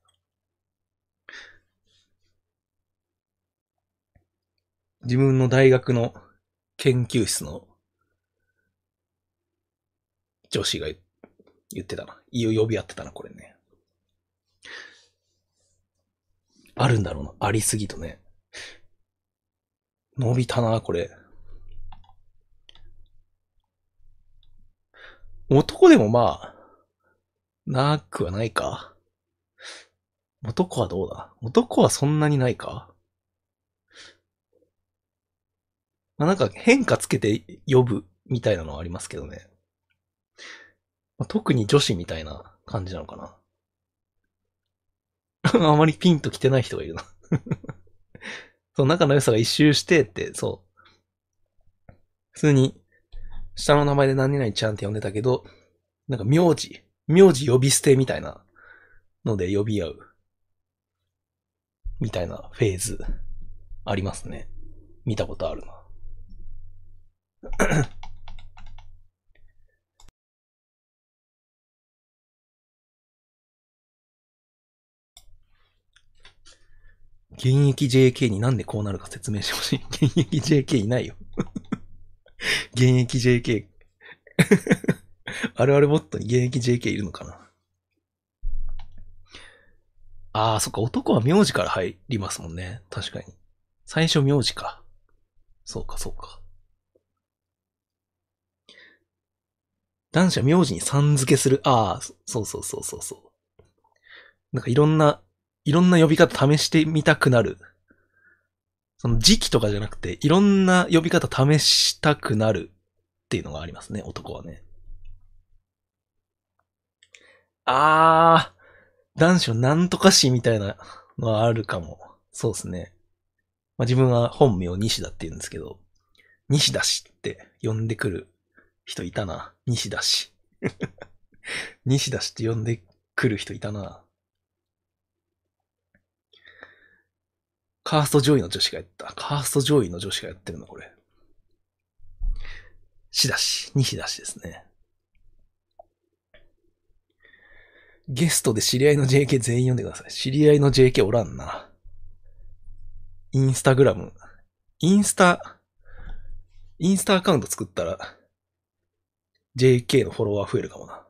自分の大学の研究室の女子が言ってたな。呼び合ってたな、これね。あるんだろうな。ありすぎとね。伸びたな、これ。男でもまあ、なくはないか。男はどうだ男はそんなにないか。まあ、なんか変化つけて呼ぶみたいなのはありますけどね。まあ、特に女子みたいな感じなのかな。あまりピンと来てない人がいるな。そう、仲の良さが一周してって、そう。普通に、下の名前で何々ちゃんって呼んでたけど、なんか名字、名字呼び捨てみたいなので呼び合う。みたいなフェーズ、ありますね。見たことあるな。現役 ジェーケー になんでこうなるか説明してほしい。現役 ジェーケー いないよ。現役 ジェーケー。あるあるボットに現役 ジェーケー いるのかな。あー、そっか、男は名字から入りますもんね。確かに。最初名字か。そうか、そうか。男子は名字にさん付けする。ああ、そうそうそうそうそう。なんかいろんな、いろんな呼び方試してみたくなる。その時期とかじゃなくて、いろんな呼び方試したくなるっていうのがありますね、男はね。あー、男子はなんとかしみたいなのはあるかも。そうですね。まあ、自分は本名西田って言うんですけど、西田氏って呼んでくる人いたな。西田氏。西田氏って呼んでくる人いたな。カースト上位の女子がやった。カースト上位の女子がやってるの、これ。しだし、西だしですね。ゲストで知り合いの ジェーケー 全員読んでください。知り合いの ジェーケー おらんな。インスタグラム。インスタ、インスタアカウント作ったら、ジェーケー のフォロワー増えるかもな。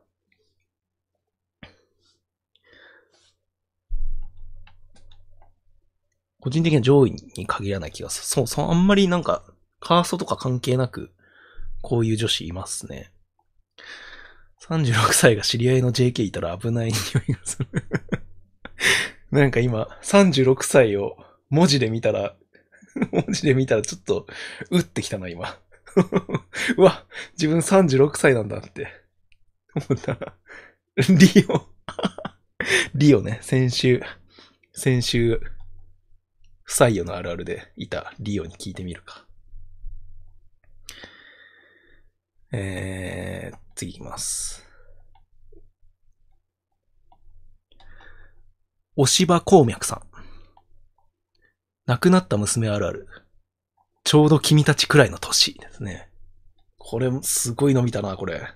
個人的には上位に限らない気がする。そう、そう、あんまりなんか、カーストとか関係なく、こういう女子いますね。さんじゅうろくさいが知り合いの ジェーケー いたら危ない匂いがする。なんか今、さんじゅうろくさいを文字で見たら、文字で見たらちょっと、うってきたな、今。うわ、自分さんじゅうろくさいなんだって思ったら。リオ。リオね、先週、先週、不採用のあるあるでいたリオに聞いてみるか。えー、次いきます。押場鉱脈さん。亡くなった娘あるある。 ちょうど君たちくらいの年ですね。これ、すごいの見たな、これ。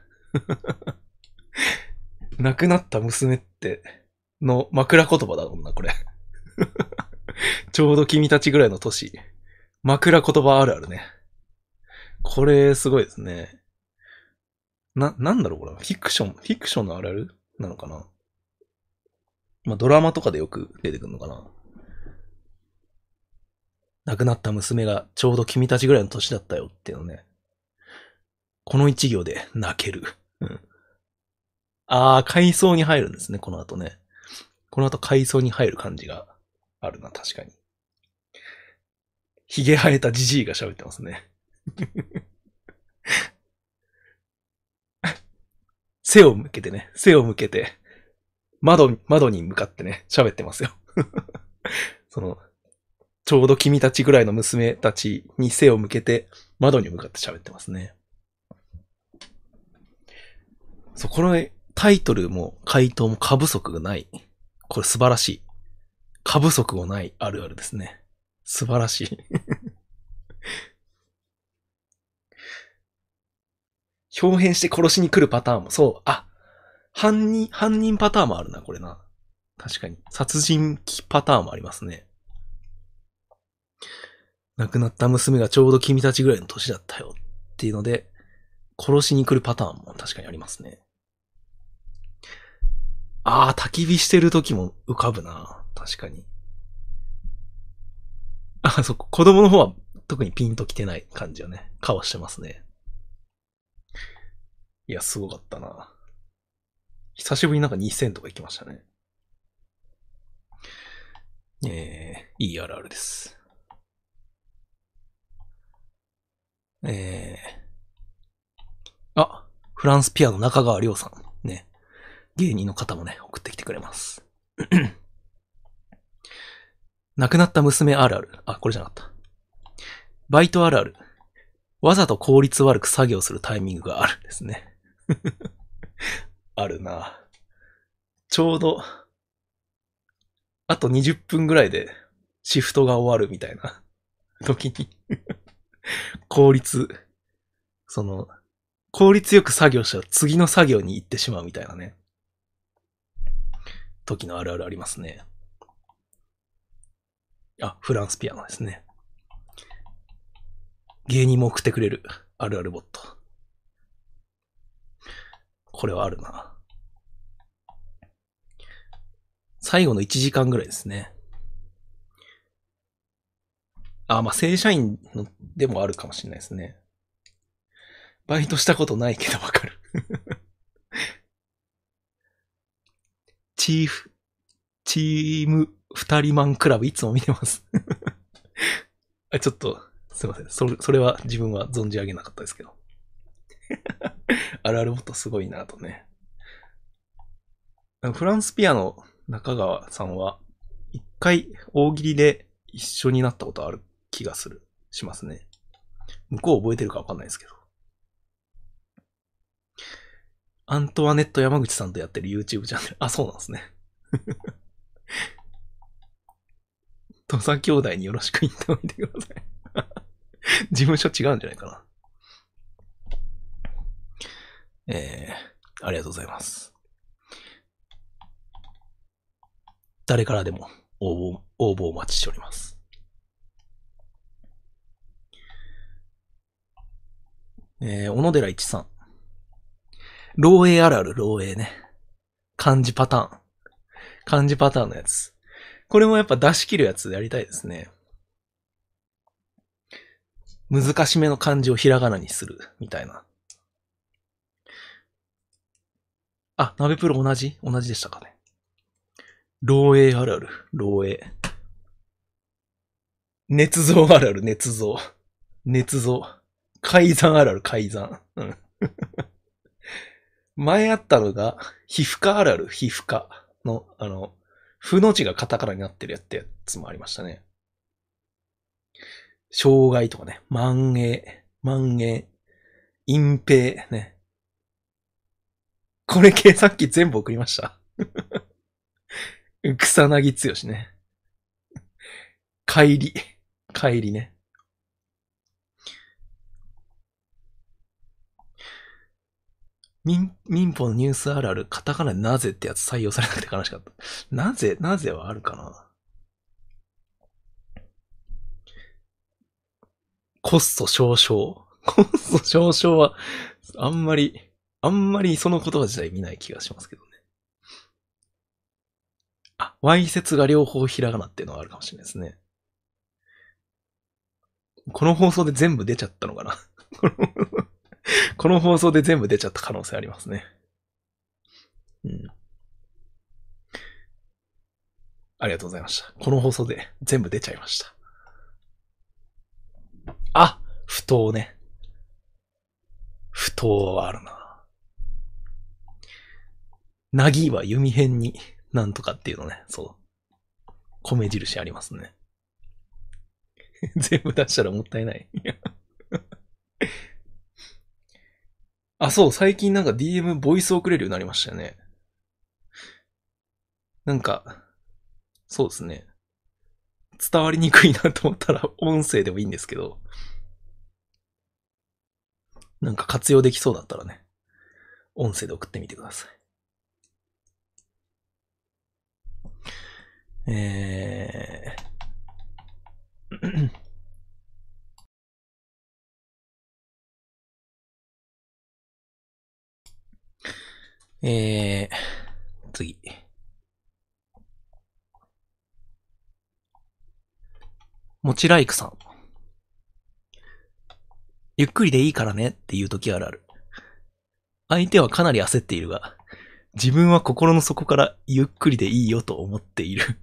亡くなった娘っての枕言葉だもんな、これ。ちょうど君たちぐらいの年。枕言葉あるあるね。これ、すごいですね。な、なんだろう、これ。フィクション、フィクションのあるあるなのかな。まあ、ドラマとかでよく出てくるのかな。亡くなった娘がちょうど君たちぐらいの年だったよっていうのね。この一行で泣ける。うん。ああ、階層に入るんですね、この後ね。この後階層に入る感じがあるな、確かに。髭生えたジジイが喋ってますね。背を向けてね、背を向けて、窓、窓に向かってね、喋ってますよ。その、ちょうど君たちぐらいの娘たちに背を向けて、窓に向かって喋ってますね。そう、このタイトルも回答も過不足がない。これ素晴らしい。過不足がないあるあるですね。素晴らしい。表変して殺しに来るパターンも、そう、あ、犯人、犯人パターンもあるな、これな。確かに。殺人鬼パターンもありますね。亡くなった娘がちょうど君たちぐらいの年だったよっていうので、殺しに来るパターンも確かにありますね。ああ、焚き火してる時も浮かぶな。確かに。あ、そこ、子供の方は特にピンと来てない感じをね、顔してますね。いや、すごかったな。久しぶりになんかにせんとか行きましたね。えー、いいあるあるです。えー、あ、フランスピアノ中川亮さん。ね。芸人の方もね、送ってきてくれます。亡くなった娘あるある。あ、これじゃなかった。バイトあるある。わざと効率悪く作業するタイミングがあるんですね。あるな。ちょうど、あとにじゅっぷんぐらいでシフトが終わるみたいな時に効率、その、効率よく作業したら次の作業に行ってしまうみたいなね。時のあるあるありますね。あ、フランスピアノですね。芸人も送ってくれるあるあるボット。これはあるな。最後のいちじかんぐらいですね。あ、まあ、正社員のでもあるかもしれないですね。バイトしたことないけどわかる。チーフ、チーム二人マンクラブいつも見てます。あ、ちょっと、すいません。それ、それは自分は存じ上げなかったですけど。あるあるボットすごいなとね。フランスピアノ中川さんは、一回大喜利で一緒になったことある気がする、しますね。向こう覚えてるかわかんないですけど。アントワネット山口さんとやってる YouTube チャンネル。あ、そうなんですね。土佐兄弟によろしく言っておいてください。事務所違うんじゃないかな。えー、ありがとうございます。誰からでも応募、応募お待ちしております。えー、小野寺一さん。漏洩あるある、漏洩ね。漢字パターン。漢字パターンのやつ。これもやっぱ出し切るやつやりたいですね。難しめの漢字をひらがなにする、みたいな。あ、鍋プロ同じ同じでしたかね。漏洩あるある、漏洩。捏造あるある、捏造。捏造。改ざんあるある、改ざん。うん。前あったのが、皮膚科あるある、皮膚科の、あの、負の字がカタカナになってるやってやつもありましたね。障害とかね、蔓延、蔓延、隠蔽ね。これ系さっき全部送りました。草薙剛ね。帰り。帰りね。 民、民法のニュースあるある、カタカナでなぜってやつ採用されなくて悲しかった。なぜ、なぜはあるかな。コスト少々。コスト少々は、あんまり、あんまりその言葉自体見ない気がしますけどね。あ、わいせつが両方ひらがなっていうのはあるかもしれないですね。この放送で全部出ちゃったのかな。この放送で全部出ちゃった可能性ありますね。うん。ありがとうございました。この放送で全部出ちゃいました。あ、不当ね。不当はあるな。なぎは弓編になんとかっていうのね、そう。米印ありますね。全部出したらもったいない。あ、そう、最近なんか ディーエム ボイス送れるようになりましたよね。なんか、そうですね。伝わりにくいなと思ったら音声でもいいんですけど、なんか活用できそうだったらね、音声で送ってみてください。えーえー、次。もちライクさん。ゆっくりでいいからねっていう時あるある。相手はかなり焦っているが、自分は心の底からゆっくりでいいよと思っている。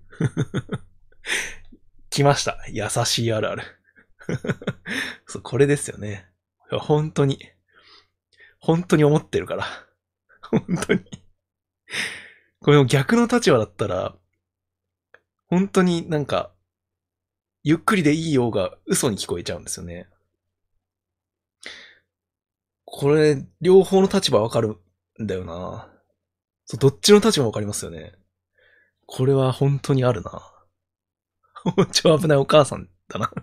来ました。優しいあるある。そう、これですよね。本当に、本当に思ってるから。本当に。これも逆の立場だったら、本当になんか、ゆっくりでいいようが嘘に聞こえちゃうんですよね。これ、両方の立場わかるんだよな。そう、どっちの立場わかりますよね。これは本当にあるな。包丁危ないお母さんだな。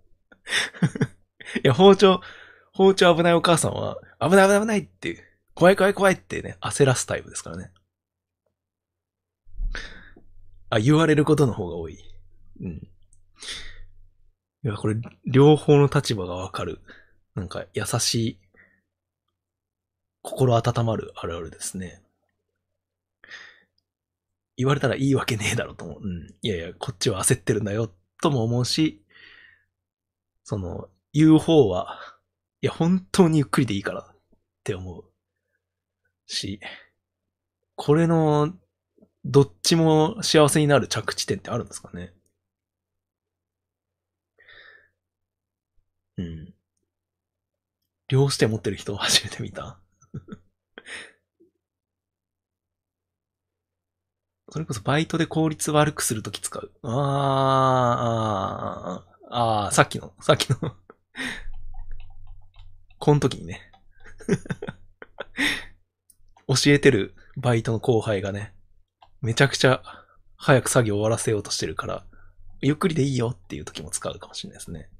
いや、包丁、包丁危ないお母さんは、危ない危ない危ないって、怖い怖い怖いってね、焦らすタイプですからね。あ、言われることの方が多い。うん。いや、これ、両方の立場がわかる。なんか、優しい、心温まるあるあるですね。言われたらいいわけねえだろと思う。うん。いやいや、こっちは焦ってるんだよ、とも思うし、その、言う方は、いや、本当にゆっくりでいいからって思うし、これの、どっちも幸せになる着地点ってあるんですかね。うん。両視点持ってる人を初めて見た。それこそバイトで効率悪くするとき使う。あー、あー、あー、さっきの、さっきのこの時にね、教えてるバイトの後輩がね、めちゃくちゃ早く作業終わらせようとしてるから、ゆっくりでいいよっていう時も使うかもしれないですね。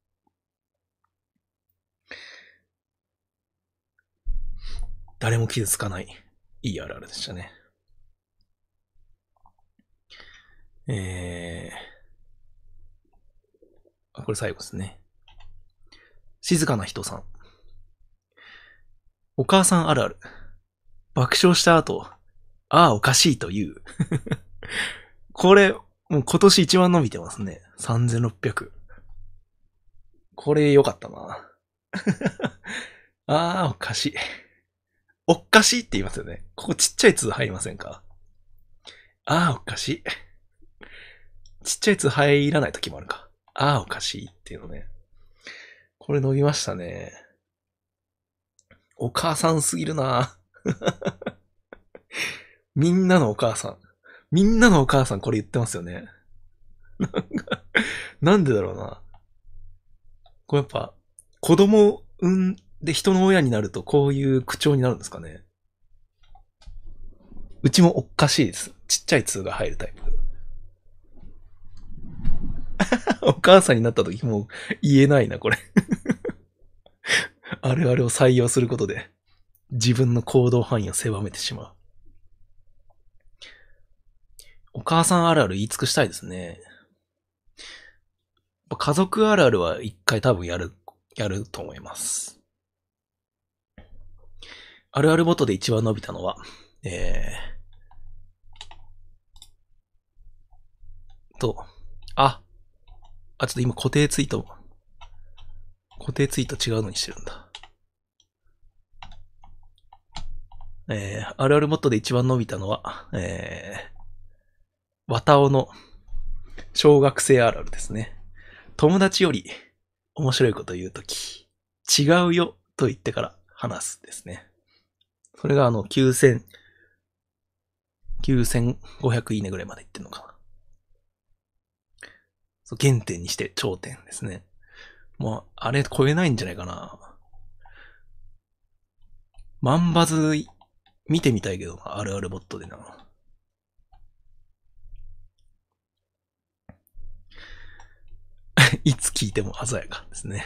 誰も傷つかない。いいあるあるでしたね。えー、あ、これ最後ですね。静かな人さん。お母さんあるある。爆笑した後、ああ、おかしいと言う。これ、もう今年一番伸びてますね。さんぜんろっぴゃく。これ良かったな。ああ、おかしい。おっかしいって言いますよね。ここちっちゃい通入りませんか？ああ、おかしい。ちっちゃい通入らない時もあるか。ああ、おかしいっていうのね。これ伸びましたね。お母さんすぎるな。みんなのお母さん。みんなのお母さんこれ言ってますよね。なんか、なんでだろうな。これやっぱ、子供産んで人の親になるとこういう口調になるんですかね。うちもおっかしいです。ちっちゃい通が入るタイプ。お母さんになった時もう言えないな、これ。あるあるを採用することで。 自分の行動範囲を狭めてしまう。お母さんあるある言い尽くしたいですね。家族あるあるは一回多分やる、やると思います。あるあるボットで一番伸びたのは、えー、と、あ、あ、ちょっと今固定ツイート、固定ツイート違うのにしてるんだ。えー、あるあるボットで一番伸びたのは、えー、わたおの小学生あるあるですね。友達より面白いこと言うとき、違うよと言ってから話すですね。それがあのきゅうせん、きゅうせんごひゃくいいねぐらいまでいってんのかな。そう、原点にして頂点ですね。もう、あれ超えないんじゃないかな。万バズ見てみたいけどな、あるあるボットでな。いつ聞いても鮮やかですね。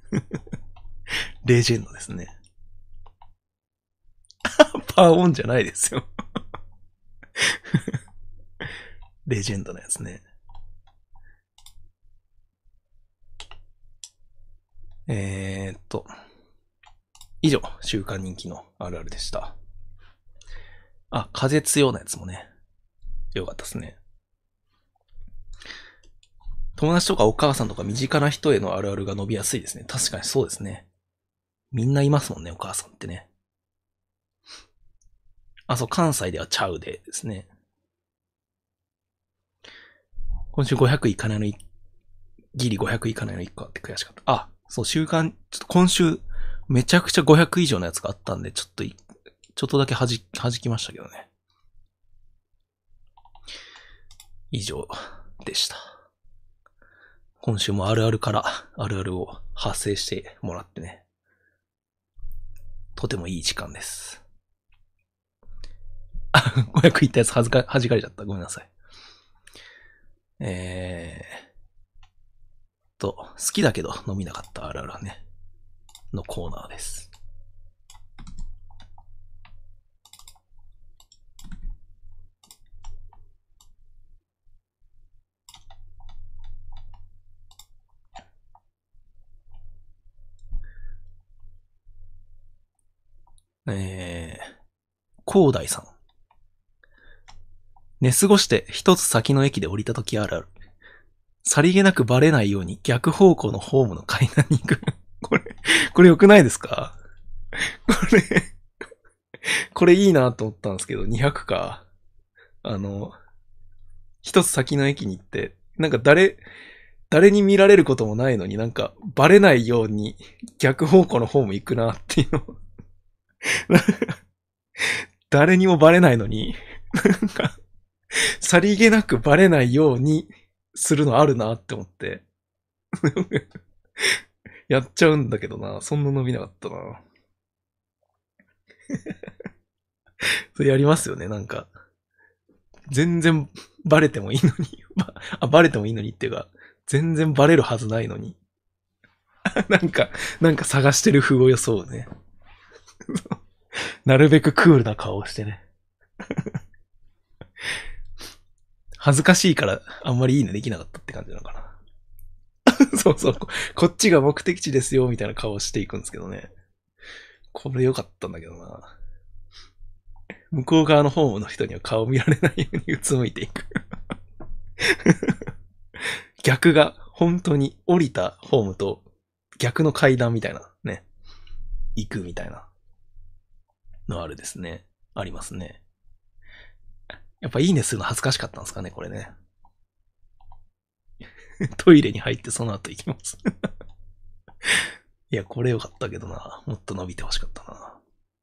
レジェンドですね。パーオンじゃないですよ。レジェンドのやつね。えーっと。以上、週刊人気のあるあるでした。あ、風強なやつもね。よかったですね。友達とかお母さんとか身近な人へのあるあるが伸びやすいですね。確かにそうですね。みんないますもんね、お母さんってね。あ、そう、関西ではちゃうでですね。今週ごひゃくいかないのい、ギリごひゃくいかないのいっこあって悔しかった。あ、そう、週間、ちょっと今週、めちゃくちゃごひゃく以上のやつがあったんで、ちょっと、ちょっとだけはじ、はじきましたけどね。以上でした。今週もあるあるからあるあるを発生してもらってね。とてもいい時間です。あ、ごひゃくいったやつはずか、はじかれちゃった。ごめんなさい。えーと、好きだけど飲みなかったあるあるね。のコーナーです。えー、広大さん。寝過ごして一つ先の駅で降りた時あるある。さりげなくバレないように逆方向のホームの階段に行く。これ、これ良くないですか？これ、これいいなと思ったんですけど、にひゃくか。あの、一つ先の駅に行って、なんか誰、誰に見られることもないのになんかバレないように逆方向のホーム行くなっていうの。誰にもバレないのに、なんか、さりげなくバレないようにするのあるなって思って。やっちゃうんだけどな。そんな伸びなかったな。それやりますよね、なんか。全然バレてもいいのに。あ、バレてもいいのにっていうか、全然バレるはずないのに。なんか、なんか探してる風を装うね。なるべくクールな顔をしてね。恥ずかしいからあんまりいいねできなかったって感じなのかな。そうそう。こっちが目的地ですよ、みたいな顔をしていくんですけどね。これ良かったんだけどな。向こう側のホームの人には顔見られないようにうつむいていく。逆が本当に降りたホームと逆の階段みたいなね。行くみたいなのあるですね。ありますね。やっぱいいねするの恥ずかしかったんですかね、これね。トイレに入ってその後行きます。いや、これ良かったけどな。もっと伸びてほしかったな。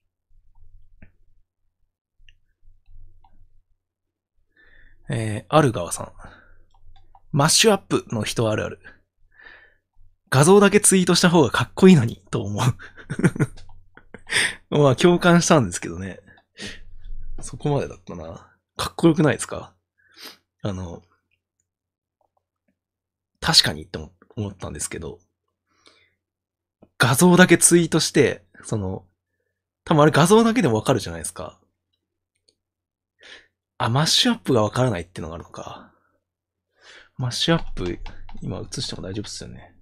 えー、ある側さん。マッシュアップの人あるある。画像だけツイートした方がかっこいいのに、と思う。まあ、共感したんですけどね。そこまでだったな。かっこよくないですか？あの、確かにって思ったんですけど、画像だけツイートして、その、 多分あれ画像だけでもわかるじゃないですか。あ、マッシュアップがわからないっていうのがあるのか。マッシュアップ、今映しても大丈夫っすよね。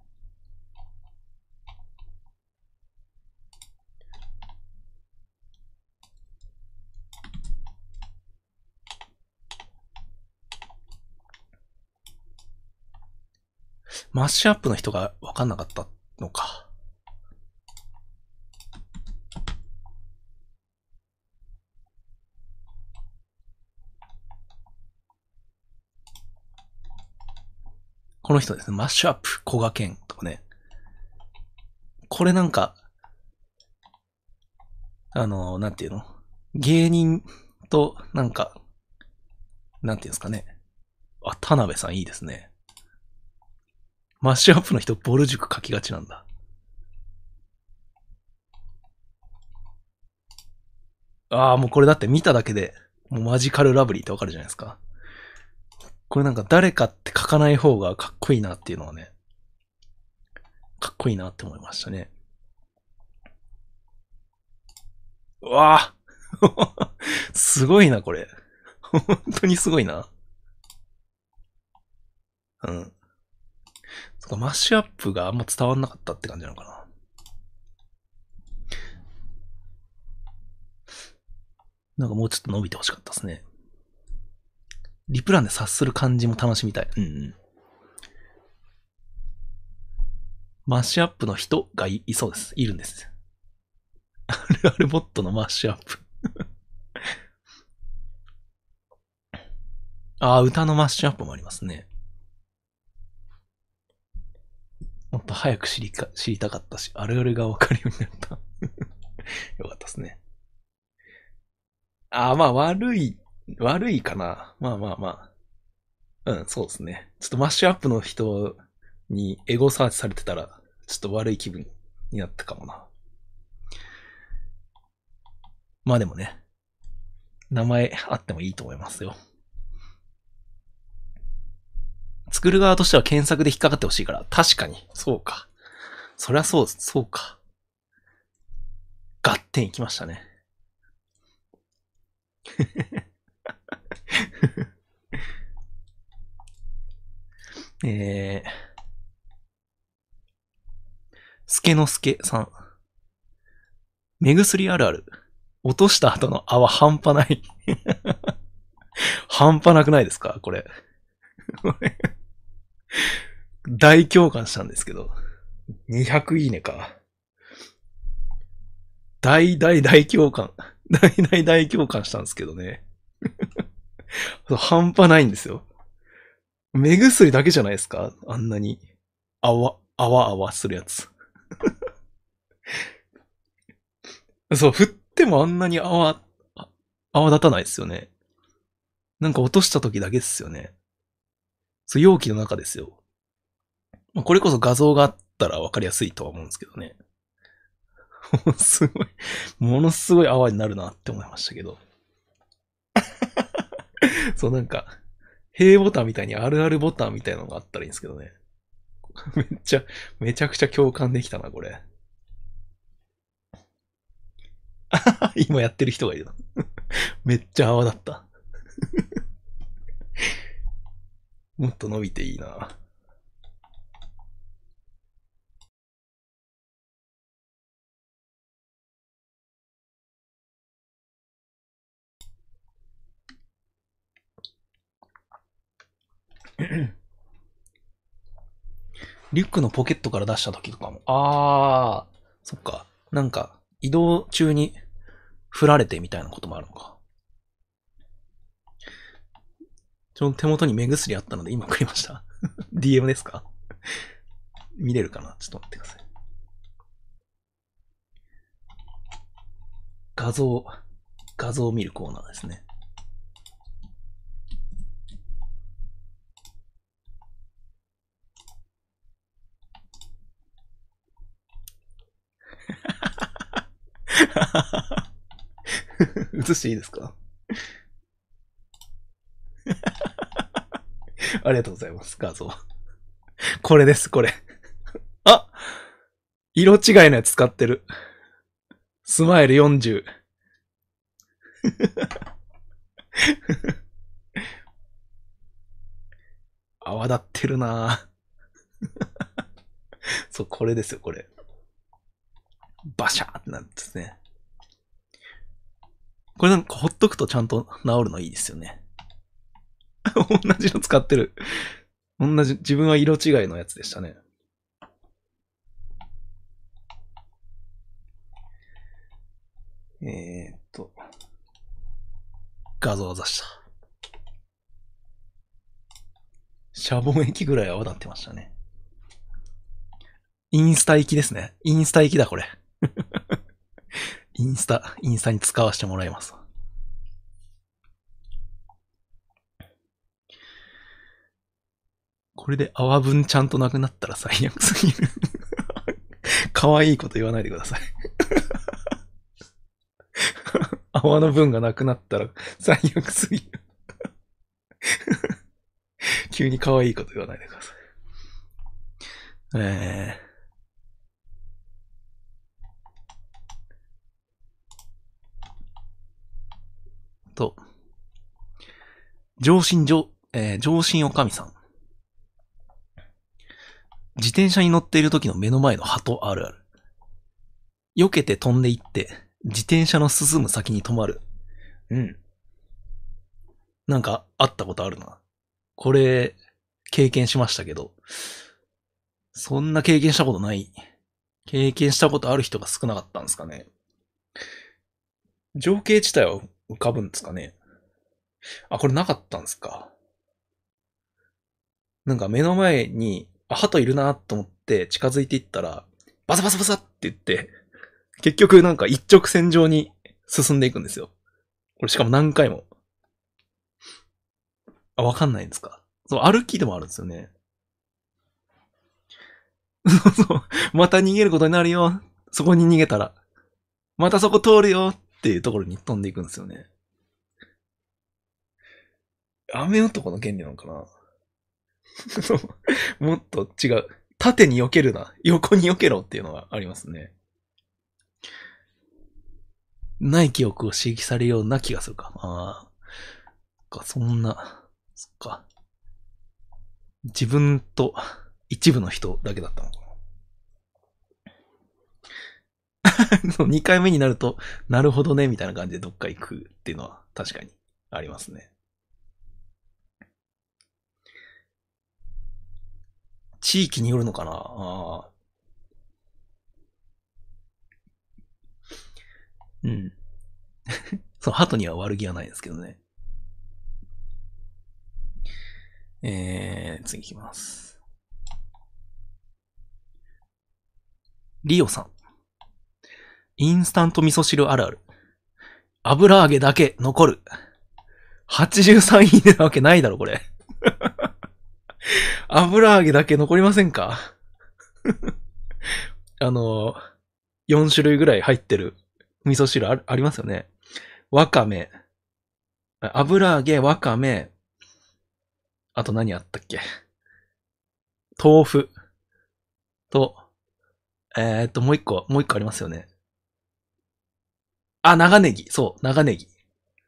マッシュアップの人がわかんなかったのか。この人ですね。マッシュアップ、小賀健とかね。これなんか、あの、なんていうの？芸人と、なんか、なんていうんですかね。あ、田辺さんいいですね。マッシュアップの人、ボル塾書きがちなんだ。ああ、もうこれだって見ただけで、もうマジカルラブリーってわかるじゃないですか。これなんか誰かって書かない方がかっこいいなっていうのはね、かっこいいなって思いましたね。うわあすごいな、これ。本当にすごいな。うん。そっか、マッシュアップがあんま伝わんなかったって感じなのかな。なんかもうちょっと伸びてほしかったですね。リプランで察する感じも楽しみたい。うんうん。マッシュアップの人が い, いそうです。いるんです。あるあるボットのマッシュアップ。ああ、歌のマッシュアップもありますね。もっと早く知りか知りたかったし、あるあるがわかるようになった。よかったですね。ああ、まあ悪い、悪いかな。まあまあまあ。うん、そうですね。ちょっとマッシュアップの人にエゴサーチされてたら、ちょっと悪い気分になったかもな。まあでもね、名前あってもいいと思いますよ。作る側としては検索で引っかかってほしいから、確かに、そうか。そりゃそう、そうか。合点いきましたね。えー、すけのすけさん。目薬あるある。落とした後の泡半端ない。半端なくないですかこれ。大共感したんですけど。にひゃくいいねか。大大大共感。大大大共感したんですけどね。半端ないんですよ。目薬だけじゃないですかあんなに。あわ、あわあわするやつ。そう、振ってもあんなに泡、泡立たないですよね。なんか落とした時だけですよね。そう、容器の中ですよ。これこそ画像があったらわかりやすいとは思うんですけどね。すごい、ものすごい泡になるなって思いましたけど。そう、なんか、平ボタンみたいにあるあるボタンみたいなのがあったらいいんですけどね。めっちゃ、めちゃくちゃ共感できたな、これ。今やってる人がいるな。めっちゃ泡だった。もっと伸びていいな。リュックのポケットから出した時とかも。あー、そっか。なんか、移動中に振られてみたいなこともあるのか。ちょ、手元に目薬あったので今送りました。ディーエム ですか見れるかなちょっと待ってください。画像、画像を見るコーナーですね。映していいですかありがとうございます。画像。これです、これ。あ色違いのやつ使ってる。 スマイルよんじゅう。泡立ってるなぁ。そう、これですよ、これ。バシャーってなるんですね。これなんかほっとくとちゃんと治るのいいですよね。同じの使ってる。同じ、自分は色違いのやつでしたね。えーっと、画像を出した。シャボン液ぐらい泡立ってましたね。インスタ行きですね。インスタ行きだ、これ。インスタ、インスタに使わせてもらいます。これで泡分ちゃんとなくなったら最悪すぎる。可愛いこと言わないでください。泡の分がなくなったら最悪すぎる。急に可愛いこと言わないでください。えーと、上心上、えー、上心おかみさん。自転車に乗っている時の目の前の鳩あるある。避けて飛んでいって、自転車の進む先に止まる。うん。なんかあったことあるな。これ、経験しましたけど、そんな経験したことない。経験したことある人が少なかったんですかね。情景地帯は浮かぶんですかね。あ、これなかったんですか。なんか目の前に、あ、鳩いるなと思って近づいていったら、バサバサバサって言って、結局なんか一直線上に進んでいくんですよ。これしかも何回も。あ、わかんないんですか。そう、歩きでもあるんですよね。そうそう。また逃げることになるよ。そこに逃げたら。またそこ通るよっていうところに飛んでいくんですよね。雨男の原理なのかな。もっと違う。縦に避けるな。横に避けろっていうのがありますね。ない記憶を刺激されるような気がするか。ああ。そんな、そっか。自分と一部の人だけだったのかな。にかいめになると、なるほどね、みたいな感じでどっか行くっていうのは確かにありますね。地域によるのかな。ああ。うん。その鳩には悪気はないですけどね。えー、次行きます。リオさん。インスタント味噌汁あるある。油揚げだけ残る。はちじゅうさんいいねなわけないだろ、これ。油揚げだけ残りませんか。あの、よん種類ぐらい入ってる味噌汁 あ, ありますよね。わかめ。油揚げ、わかめ。あと何あったっけ。豆腐。と、えーっと、もう一個、もう一個ありますよね。あ、長ネギ。そう、長ネギ。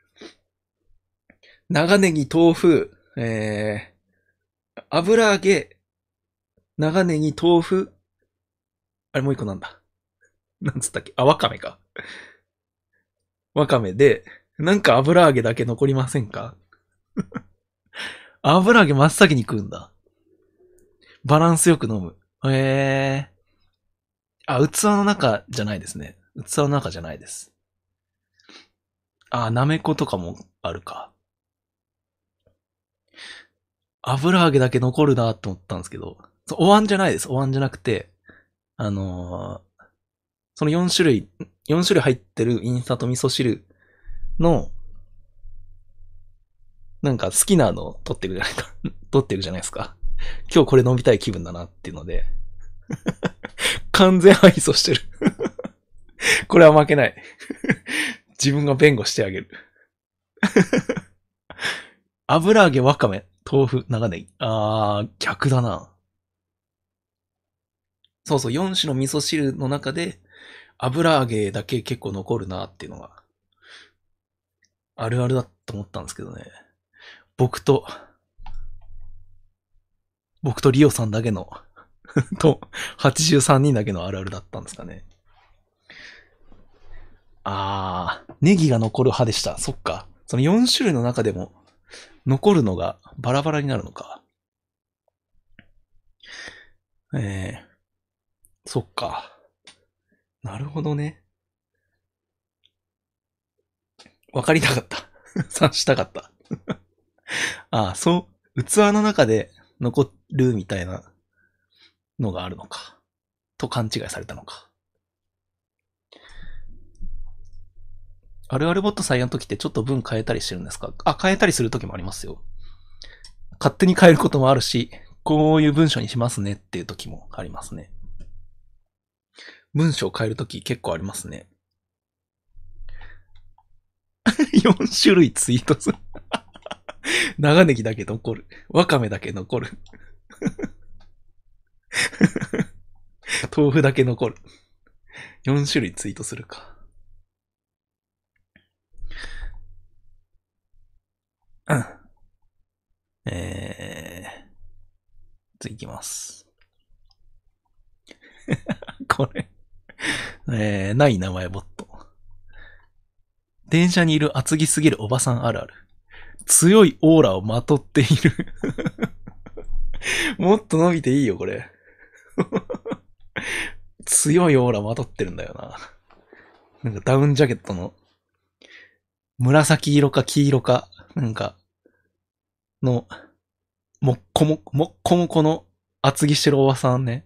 長ネギ、豆腐、えー、油揚げ、長ネギ、豆腐、あれもう一個なんだ。なんつったっけ。あ、わかめか。わかめで、なんか油揚げだけ残りませんか。油揚げ真っ先に食うんだ。バランスよく飲む。へえー。あ、器の中じゃないですね。器の中じゃないです。あ、なめことかもあるか。油揚げだけ残るなと思ったんですけど、お椀じゃないです。お椀じゃなくて、あのー、そのよん種類、よん種類入ってるインスタント味噌汁の、なんか好きなのを取っていくじゃないか。取っていくじゃないですか。今日これ飲みたい気分だなっていうので、完全敗訴してる。これは負けない。自分が弁護してあげる。油揚げ、わかめ、豆腐、長ネギ。あー、逆だな。そうそう、よん種の味噌汁の中で、 油揚げだけ結構残るなっていうのが、あるあるだと思ったんですけどね。僕と、僕とリオさんだけのと、はちじゅうさんにんだけのあるあるだったんですかね。あー、ネギが残る派でした。そっか。そのよん種類の中でも、残るのがバラバラになるのか。えー、そっか。なるほどね。わかりたかった。察したかった。ああ、そう、器の中で残るみたいなのがあるのか。と勘違いされたのか。あるあるボット採用の時ってちょっと文変えたりしてるんですか？あ、変えたりする時もありますよ。勝手に変えることもあるし、こういう文章にしますねっていう時もありますね。文章を変える時結構ありますね。よん種類ツイートする。長ネギだけ残る。わかめだけ残る。豆腐だけ残る。よん種類ツイートするか。うん。えー、次いきます。これ、えー、ない名前ボット。電車にいる厚着すぎるおばさんあるある。強いオーラをまとっている。もっと伸びていいよ、これ。強いオーラまとってるんだよな。なんかダウンジャケットの紫色か黄色か、なんか、の、もっこも、もっこもこの厚着してるおばさんね。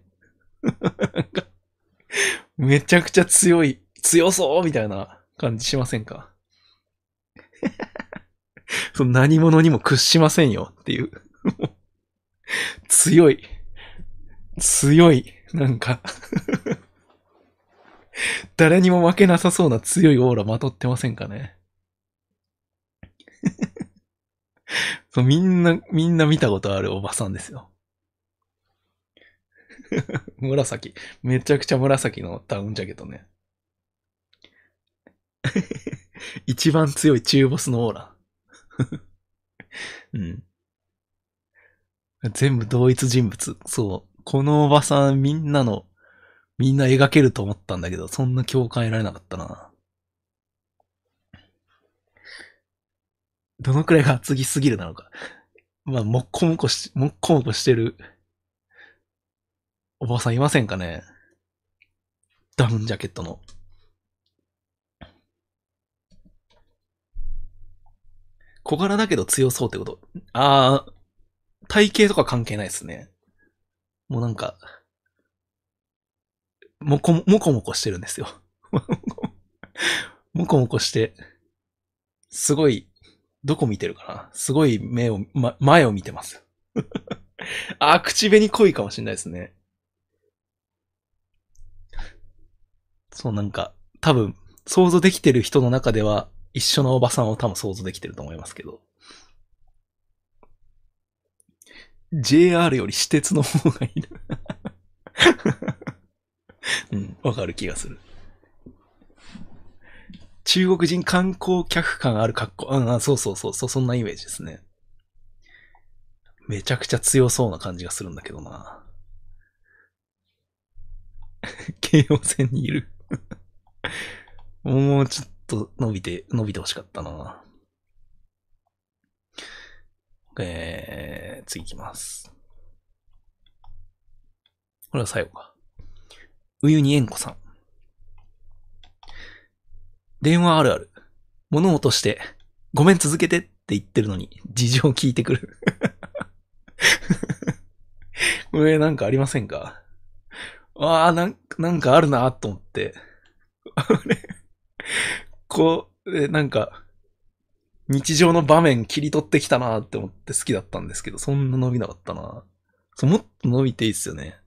めちゃくちゃ強い、強そうみたいな感じしませんか？その何者にも屈しませんよっていう。強い、強い、なんか誰にも負けなさそうな強いオーラまとってませんかね。そう、みんな、みんな見たことあるおばさんですよ。紫。めちゃくちゃ紫のダウンジャケットね。一番強い中ボスのオーラ。うん。全部同一人物。そう。このおばさんみんなの、みんな描けると思ったんだけど、そんな共感得られなかったな。どのくらいが厚着すぎるなのか。まあ、もっこもこし、もっこもこしてるおばさんいませんかね？ダウンジャケットの。小柄だけど強そうってこと。あー、体型とか関係ないですね。もうなんか、もこも、もこもこしてるんですよ。もこもこして、すごい、どこ見てるかな？すごい目を、ま、前を見てます。あー、口紅濃いかもしれないですね。そうなんか、多分、想像できてる人の中では、一緒のおばさんを多分想像できてると思いますけど。ジェイアール より私鉄の方がいいな。うん、わかる気がする。中国人観光客感ある格好。うん、そうそうそうそう、そんなイメージですね。めちゃくちゃ強そうな感じがするんだけどな。京王線にいる。もうちょっと伸びて、伸びてほしかったな。えー、次行きます。これは最後か。うゆにえんこさん。電話あるある。物落として、ごめん続けてって言ってるのに、事情聞いてくる。これなんかありませんか？ああ、なん、なんかあるなと思って。あれこう、なんか、日常の場面切り取ってきたなって思って好きだったんですけど、そんな伸びなかったな。そう、もっと伸びていいっすよね。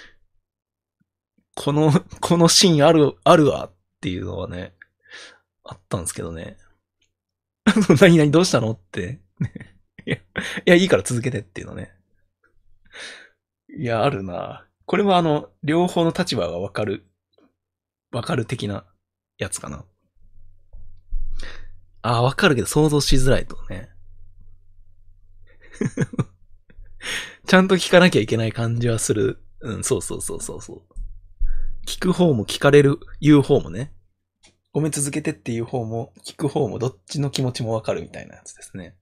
この、このシーンある、あるわっていうのはね、あったんですけどね。何々どうしたのって。いや、いや、いいから続けてっていうのね。いや、あるな。これはあの、両方の立場がわかるわかる的なやつかな。ああ、わかるけど想像しづらいとね。ちゃんと聞かなきゃいけない感じはする。うん、そうそうそうそうそう。聞く方も聞かれる、言う方もね。ごめん続けてっていう方も、聞く方もどっちの気持ちもわかるみたいなやつですね。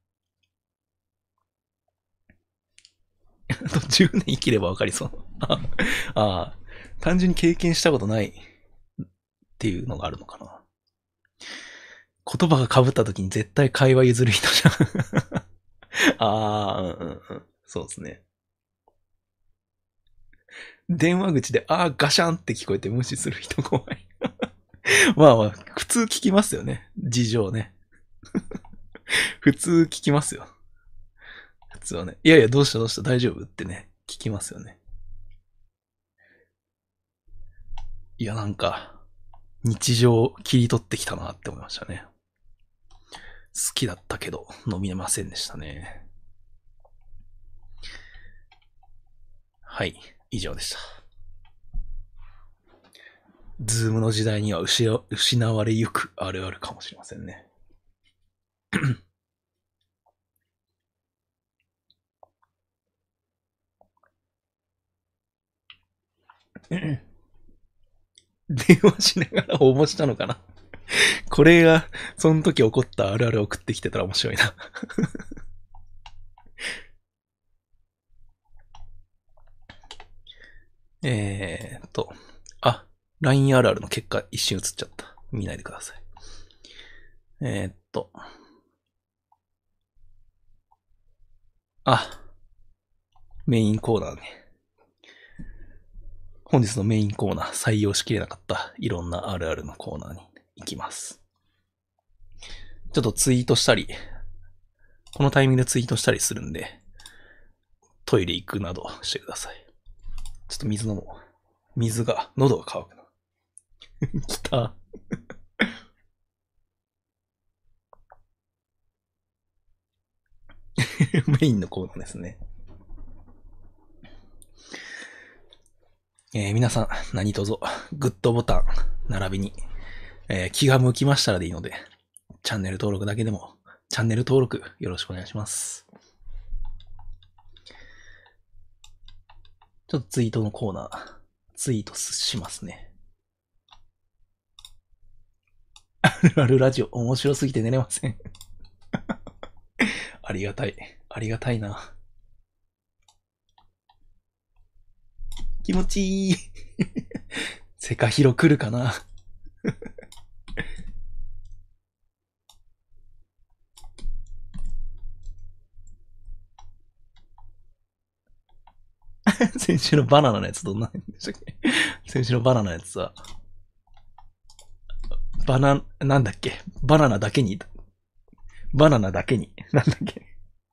あとじゅうねん生きればわかりそう。ああ、単純に経験したことないっていうのがあるのかな。言葉が被った時に絶対会話譲る人じゃん。ああ、うんうんうん。そうですね。電話口で、ああ、ガシャンって聞こえて無視する人怖い。まあまあ、普通聞きますよね。事情ね。普通聞きますよ。普通はね。いやいや、どうしたどうした大丈夫ってね、聞きますよね。いや、なんか、日常を切り取ってきたなって思いましたね。好きだったけど、飲みれませんでしたね。はい、以上でした。ズームの時代には失われゆくあるあるかもしれませんね。電話しながら応募したのかな。これが、その時起こったあるあるを送ってきてたら面白いな。えーっと、あ、ライン あるあるの結果一瞬映っちゃった。見ないでください。えーっと、あ、メインコーナーね。本日のメインコーナー、採用しきれなかったいろんなあるあるのコーナーに行きます。ちょっとツイートしたり、このタイミングでツイートしたりするんで、トイレ行くなどしてください。ちょっと水飲もう。水が、喉が渇くな。来た。メインのコーナーですね。えー、皆さん、何卒、グッドボタン、並びに、えー、気が向きましたらでいいので、チャンネル登録だけでも、チャンネル登録よろしくお願いします。ちょっとツイートのコーナー、ツイートしますね。あるあるラジオ、面白すぎて寝れません。ありがたい。ありがたいな。気持ちいい。セカヒロ来るかな。先週のバナナのやつどんなんでしたっけ。先週のバナナのやつは、バナ、なんだっけバナナだけに、バナナだけに、なんだっけ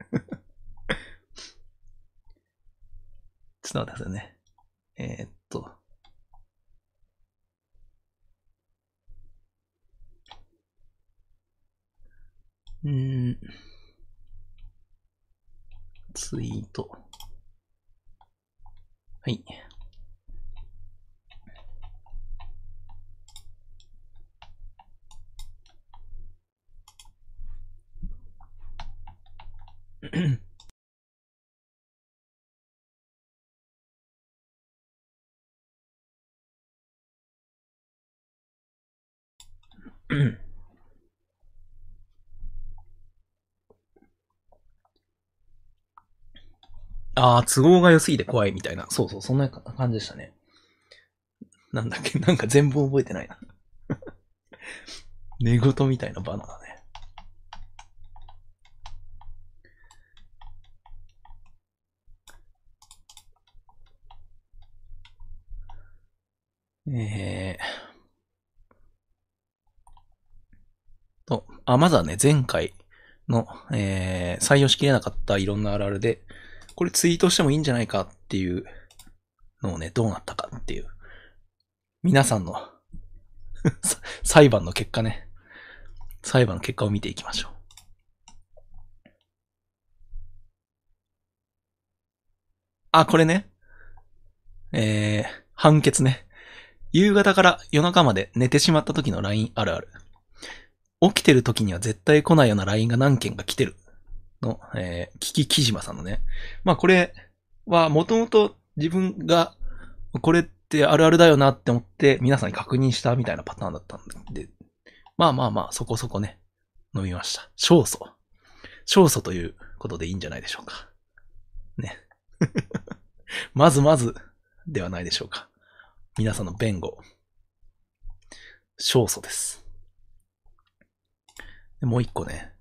ちょっと待ってくださいね。えー、っと。うーん。ツイート。はい。ああ、都合が良すぎて怖いみたいな。そうそう、そんな感じでしたね。なんだっけ、なんか全部覚えてないな。寝言みたいなバナナね。えーと、あ、まずはね、前回の、えー、採用しきれなかったいろんなあるあるで、これツイートしてもいいんじゃないかっていうのをね、どうなったかっていう。皆さんの裁判の結果ね。裁判の結果を見ていきましょう。あ、これね。えー、判決ね。 夕方から夜中まで寝てしまった時の ライン あるある。起きてる時には絶対来ないような ライン が何件か来てる。の、えー、キキキジマさんのね。まあこれはもともと自分がこれってあるあるだよなって思って皆さんに確認したみたいなパターンだったんで、まあまあまあそこそこね、飲みました。勝訴。勝訴ということでいいんじゃないでしょうか。ね。まずまずではないでしょうか。皆さんの弁護。勝訴です。でもう一個ね。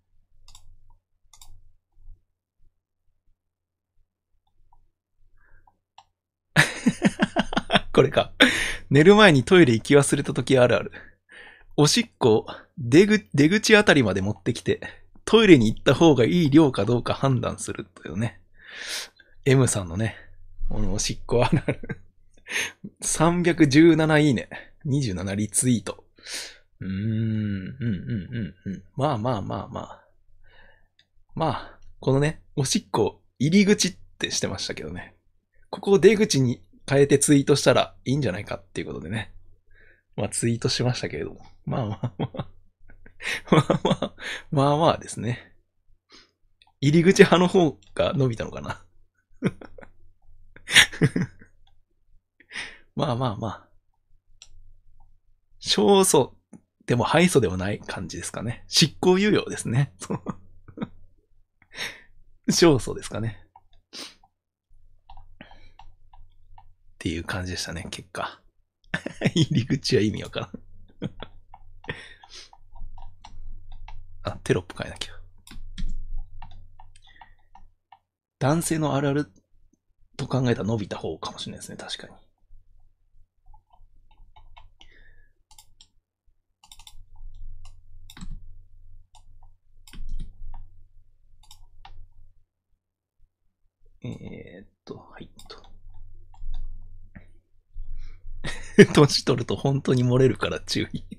これか。寝る前にトイレ行き忘れた時あるある。おしっこ出ぐ出口あたりまで持ってきて、トイレに行った方がいい量かどうか判断するというね。M さんのね、このおしっこあるある。さんびゃくじゅうなないいね。にじゅうななリツイート。うーん、うん、うん、うん、うん。まあまあまあまあ。まあ、このね、おしっこ入り口ってしてましたけどね。ここを出口に変えてツイートしたらいいんじゃないかっていうことでね。まあツイートしましたけれども。まあまあまあ。まあまあ、まあまあですね。入り口派の方が伸びたのかな。まあまあまあ。勝訴でも敗訴でもない感じですかね。執行猶予ですね。勝訴ですかね。っていう感じでしたね、結果。入り口は意味わからん。あ、テロップ変えなきゃ。男性のあるあると考えたら伸びた方かもしれないですね、確かに。えー、っと、はいと。年取ると本当に漏れるから注意。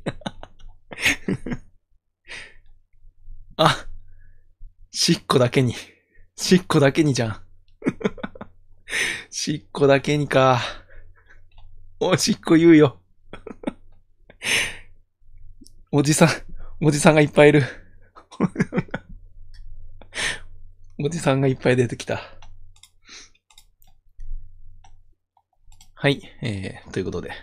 あ、しっこだけに。しっこだけにじゃん。しっこだけにか。おしっこ言うよ。おじさん、おじさんがいっぱいいる。おじさんがいっぱい出てきた。はい、えー、ということで。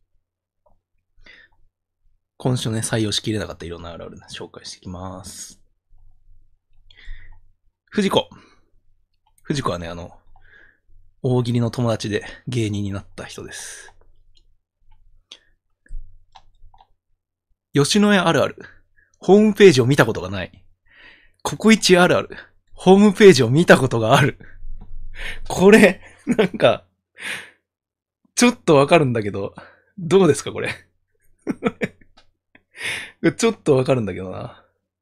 今週ね、採用しきれなかったいろんなあるある紹介していきます。藤子。藤子はね、あの、大喜利の友達で芸人になった人です。吉野家あるある。ホームページを見たことがない。ココイチあるある。ホームページを見たことがある。これ、なんか、ちょっとわかるんだけど、どうですかこれ。ちょっとわかるんだけどな。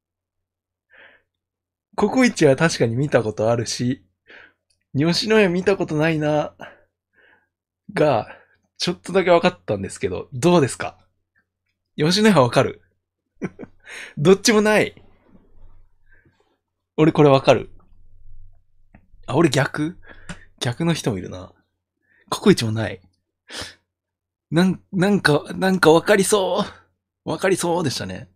ココイチは確かに見たことあるし、吉野家見たことないな、が、ちょっとだけわかったんですけど、どうですか吉野家わかるどっちもない。俺これわかる。あ、俺逆逆の人もいるな。ココイチもない。なん、なんか、なんかわかりそう。わかりそうでしたね。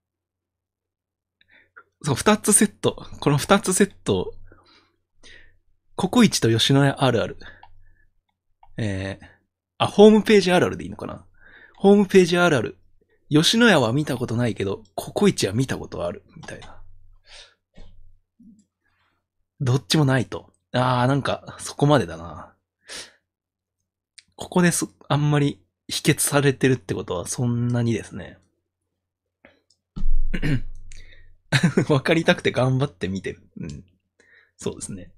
そう、二つセット。この二つセット。ココイチと吉野家あるある。えー、あ、ホームページあるあるでいいのかな。ホームページあるある。吉野家は見たことないけど、ココイチは見たことある。みたいな。どっちもないと。あー、なんか、そこまでだな。ここです、あんまり否決されてるってことはそんなにですね。わかりたくて頑張って見てる。うん。そうですね。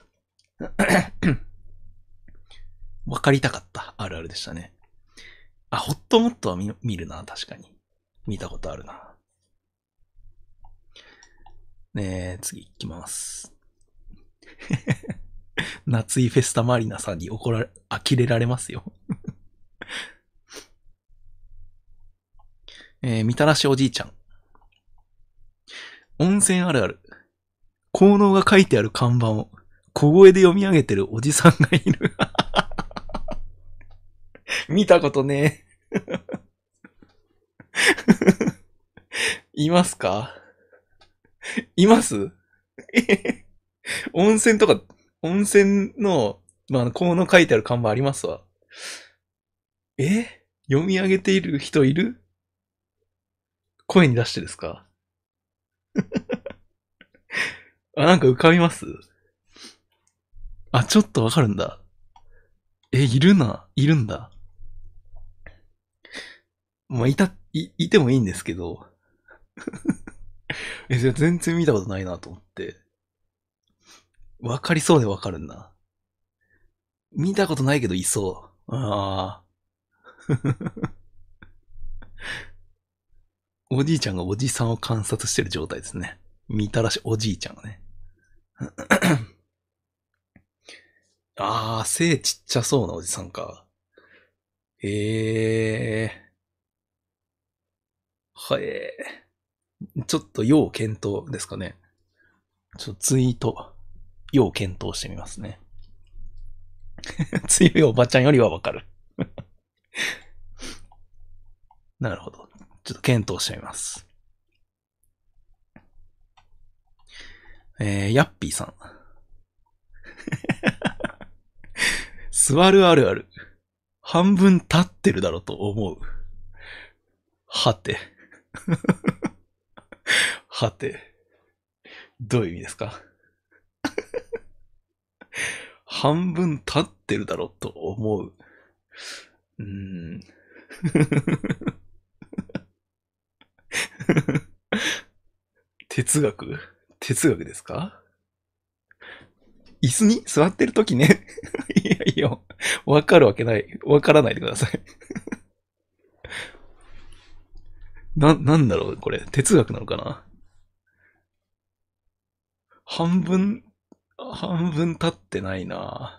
わかりたかった。あるあるでしたね。あ、ホットモットは 見, 見るな、確かに。見たことあるな。ねえ、次行きます。夏井フェスタマリナさんに怒られ、呆れられますよ。えー、みたらしおじいちゃん。温泉あるある。効能が書いてある看板を小声で読み上げてるおじさんがいる。見たことねいますか？います？温泉とか、温泉の、まあ、この書いてある看板ありますわ。え読み上げている人いる？声に出してですか？あ、なんか浮かびます？あ、ちょっとわかるんだ。え、いるな。いるんだ。まあ、いた、い、いてもいいんですけど。え、全然見たことないなと思って。わかりそうでわかるんだ。見たことないけどいそう。ああ。おじいちゃんがおじさんを観察してる状態ですね。みたらしおじいちゃんがね。ああ、背ちっちゃそうなおじさんか。ええー。はえー。ちょっと要検討ですかね。ちょっとツイート、要検討してみますね。強いおばちゃんよりはわかる。なるほど。ちょっと検討してみます。えー、ヤッピーさん。座るあるある。半分立ってるだろうと思う。はて。はて。どういう意味ですか？半分立ってるだろうと思う。うーん。哲学哲学ですか？椅子に座ってるときね。いやいや、わかるわけない。わからないでください。な、なんだろうこれ。哲学なのかな？半分、半分立ってないな。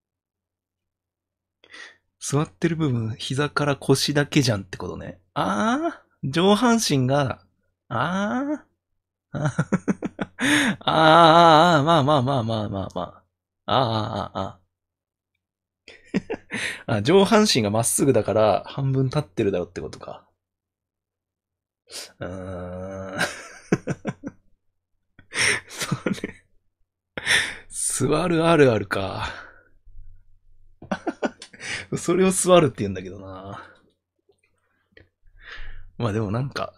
座ってる部分、膝から腰だけじゃんってことね。あー上半身が、あーああー、まあまあまあまあまあまあ。ああ、ああ、ああ。上半身がまっすぐだから半分立ってるだろってことか。うーん。それ、座るあるあるか。それを座るって言うんだけどな。まあでもなんか、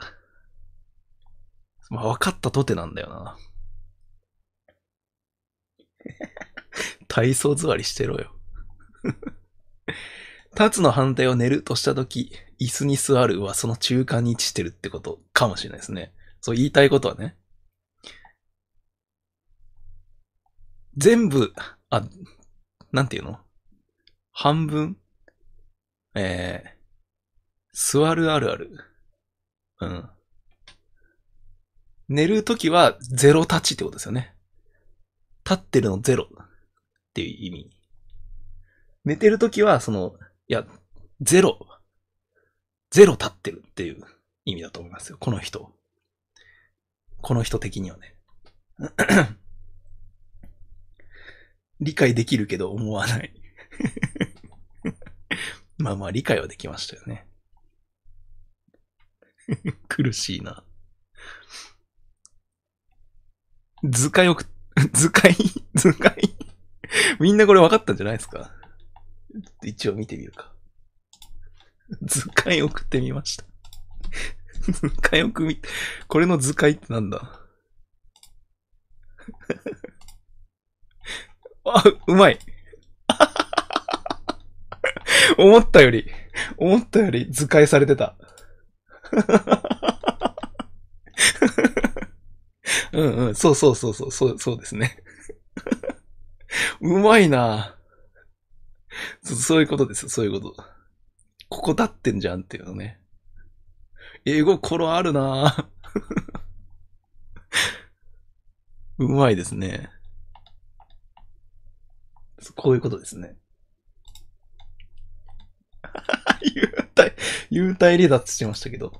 まあ分かったとてなんだよな。体操座りしてろよ。立つの反対を寝るとしたとき、椅子に座るはその中間に位置してるってことかもしれないですね。そう言いたいことはね。全部、あ、なんていうの？半分えー、座るあるある。うん。寝るときはゼロ立ちってことですよね。立ってるのゼロっていう意味。寝てるときは、その、いや、ゼロ、ゼロ立ってるっていう意味だと思いますよ。この人。この人的にはね。理解できるけど思わない。まあまあ理解はできましたよね。苦しいな。図解を、図解図解みんなこれ分かったんじゃないですか？一応見てみるか。図解送ってみました。図解送み、これの図解ってなんだ？あ、うまい。思ったより、思ったより図解されてた。うんうん、そうそうそうそう、そう、そうですね。うまいな。そそういうことです、そういうこと。ここ立ってんじゃんっていうのね。英語これあるな。うまいですね。こういうことですね。幽体、幽体離脱してましたけど。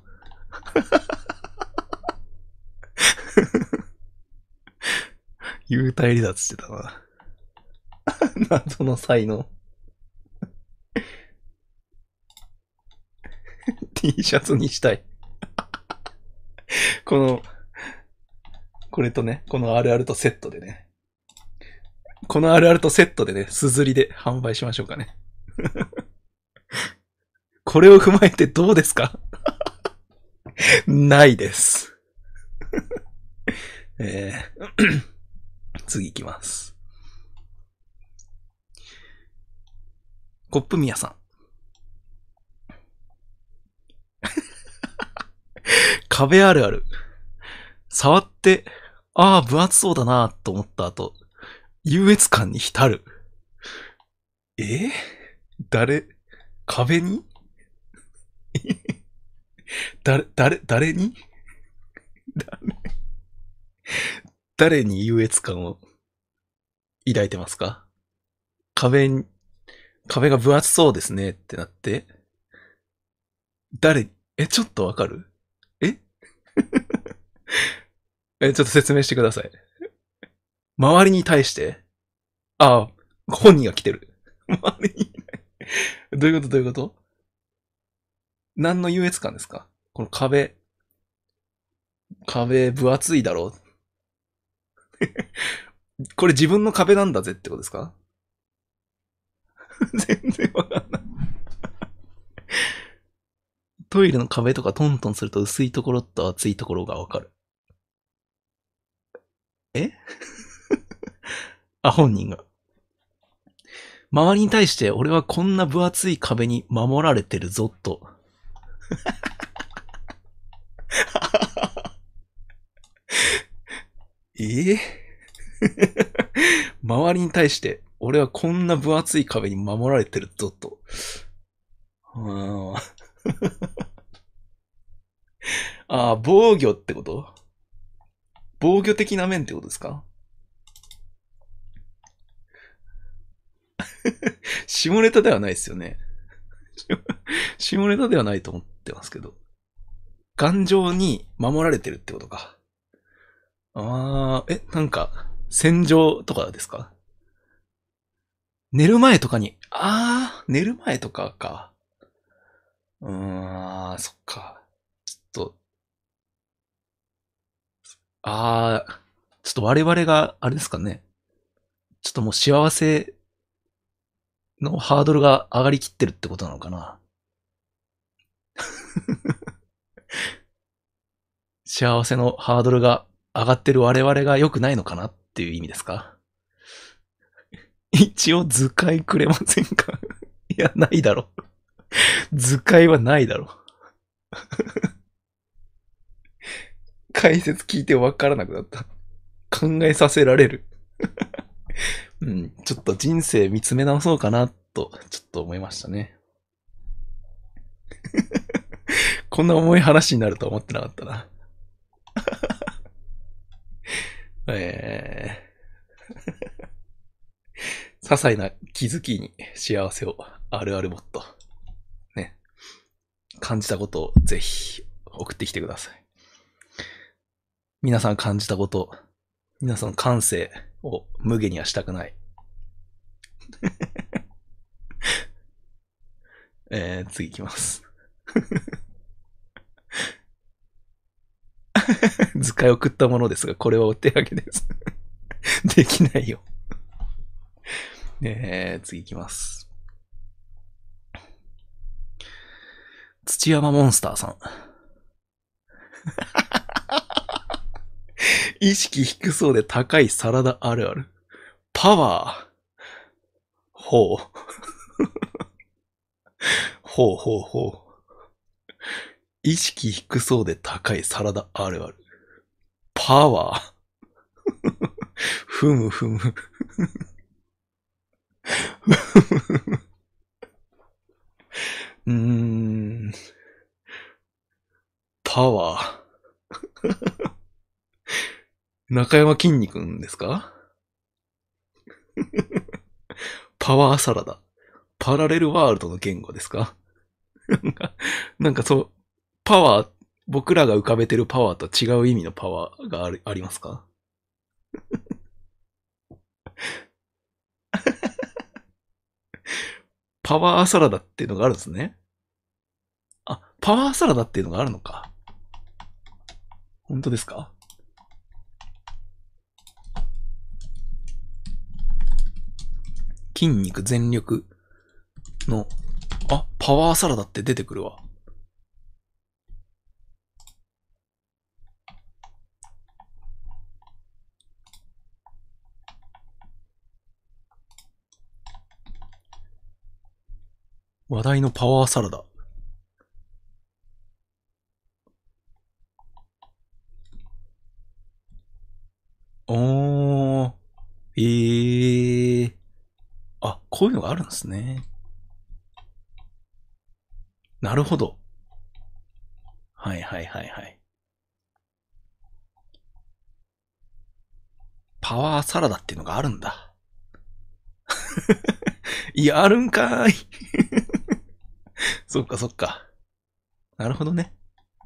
幽体離脱してたな。謎の才能。 T シャツにしたい。この、これとね、このあるあるとセットでね。このあるあるとセットでね、すずりで販売しましょうかね。これを踏まえてどうですか？ないです。えー、次行きます。コップミヤさん。壁あるある。触って、ああ、分厚そうだなと思った後、優越感に浸る。えー、誰、壁に誰、誰、誰に誰に優越感を抱いてますか？壁に、壁が分厚そうですねってなって、誰、え、ちょっとわかる？ええ、ちょっと説明してください。周りに対して、ああ、本人が来てる。周りに。どういうことどういうこと？何の優越感ですか？この壁、壁分厚いだろう。これ自分の壁なんだぜってことですか？全然わかんない。トイレの壁とかトントンすると薄いところと厚いところがわかる。えあ、本人が。周りに対して俺はこんな分厚い壁に守られてるぞと。えー、周りに対して俺はこんな分厚い壁に守られてるぞと。ああ、防御ってこと？防御的な面ってことですか？下ネタではないですよね。下ネタではないと思ってますけど。頑丈に守られてるってことか。あー、え、なんか、戦場とかですか？寝る前とかに、あー、寝る前とかか。うーん、そっか。ちょっと、あー、ちょっと我々が、あれですかね。ちょっともう幸せのハードルが上がりきってるってことなのかな。幸せのハードルが上がってる我々が良くないのかなっていう意味ですか？一応図解くれませんか？いや、ないだろ。図解はないだろ。解説聞いてわからなくなった。考えさせられる。うん、ちょっと人生見つめ直そうかなと、ちょっと思いましたね。こんな重い話になると思ってなかったな。えー、些細な気づきに幸せをあるあるもっと、ね、感じたことをぜひ送ってきてください。皆さん感じたこと、皆さんの感性を無下にはしたくない。えー、次行きます。図解を送ったものですが、これはお手上げです。できないよ。えー、次行きます。土山モンスターさん。意識低そうで高いサラダあるある。パワー。ほう。ほうほうほう。意識低そうで高いサラダあるある。パワー。ふむふむ。うーん。パワー。中山きんに君ですか？パワーサラダ。パラレルワールドの言語ですか？なんか、なんかそう、パワー、僕らが浮かべてるパワーと違う意味のパワーがあるありますか？パワーサラダっていうのがあるんですね。 あ、パワーサラダっていうのがあるのか。本当ですか？筋肉全力の、あ、パワーサラダって出てくるわ。話題のパワーサラダ。おー。えー。あ、こういうのがあるんですね。なるほど。はいはいはいはい。パワーサラダっていうのがあるんだ。いや、あるんかーい。そっかそっか。なるほどね。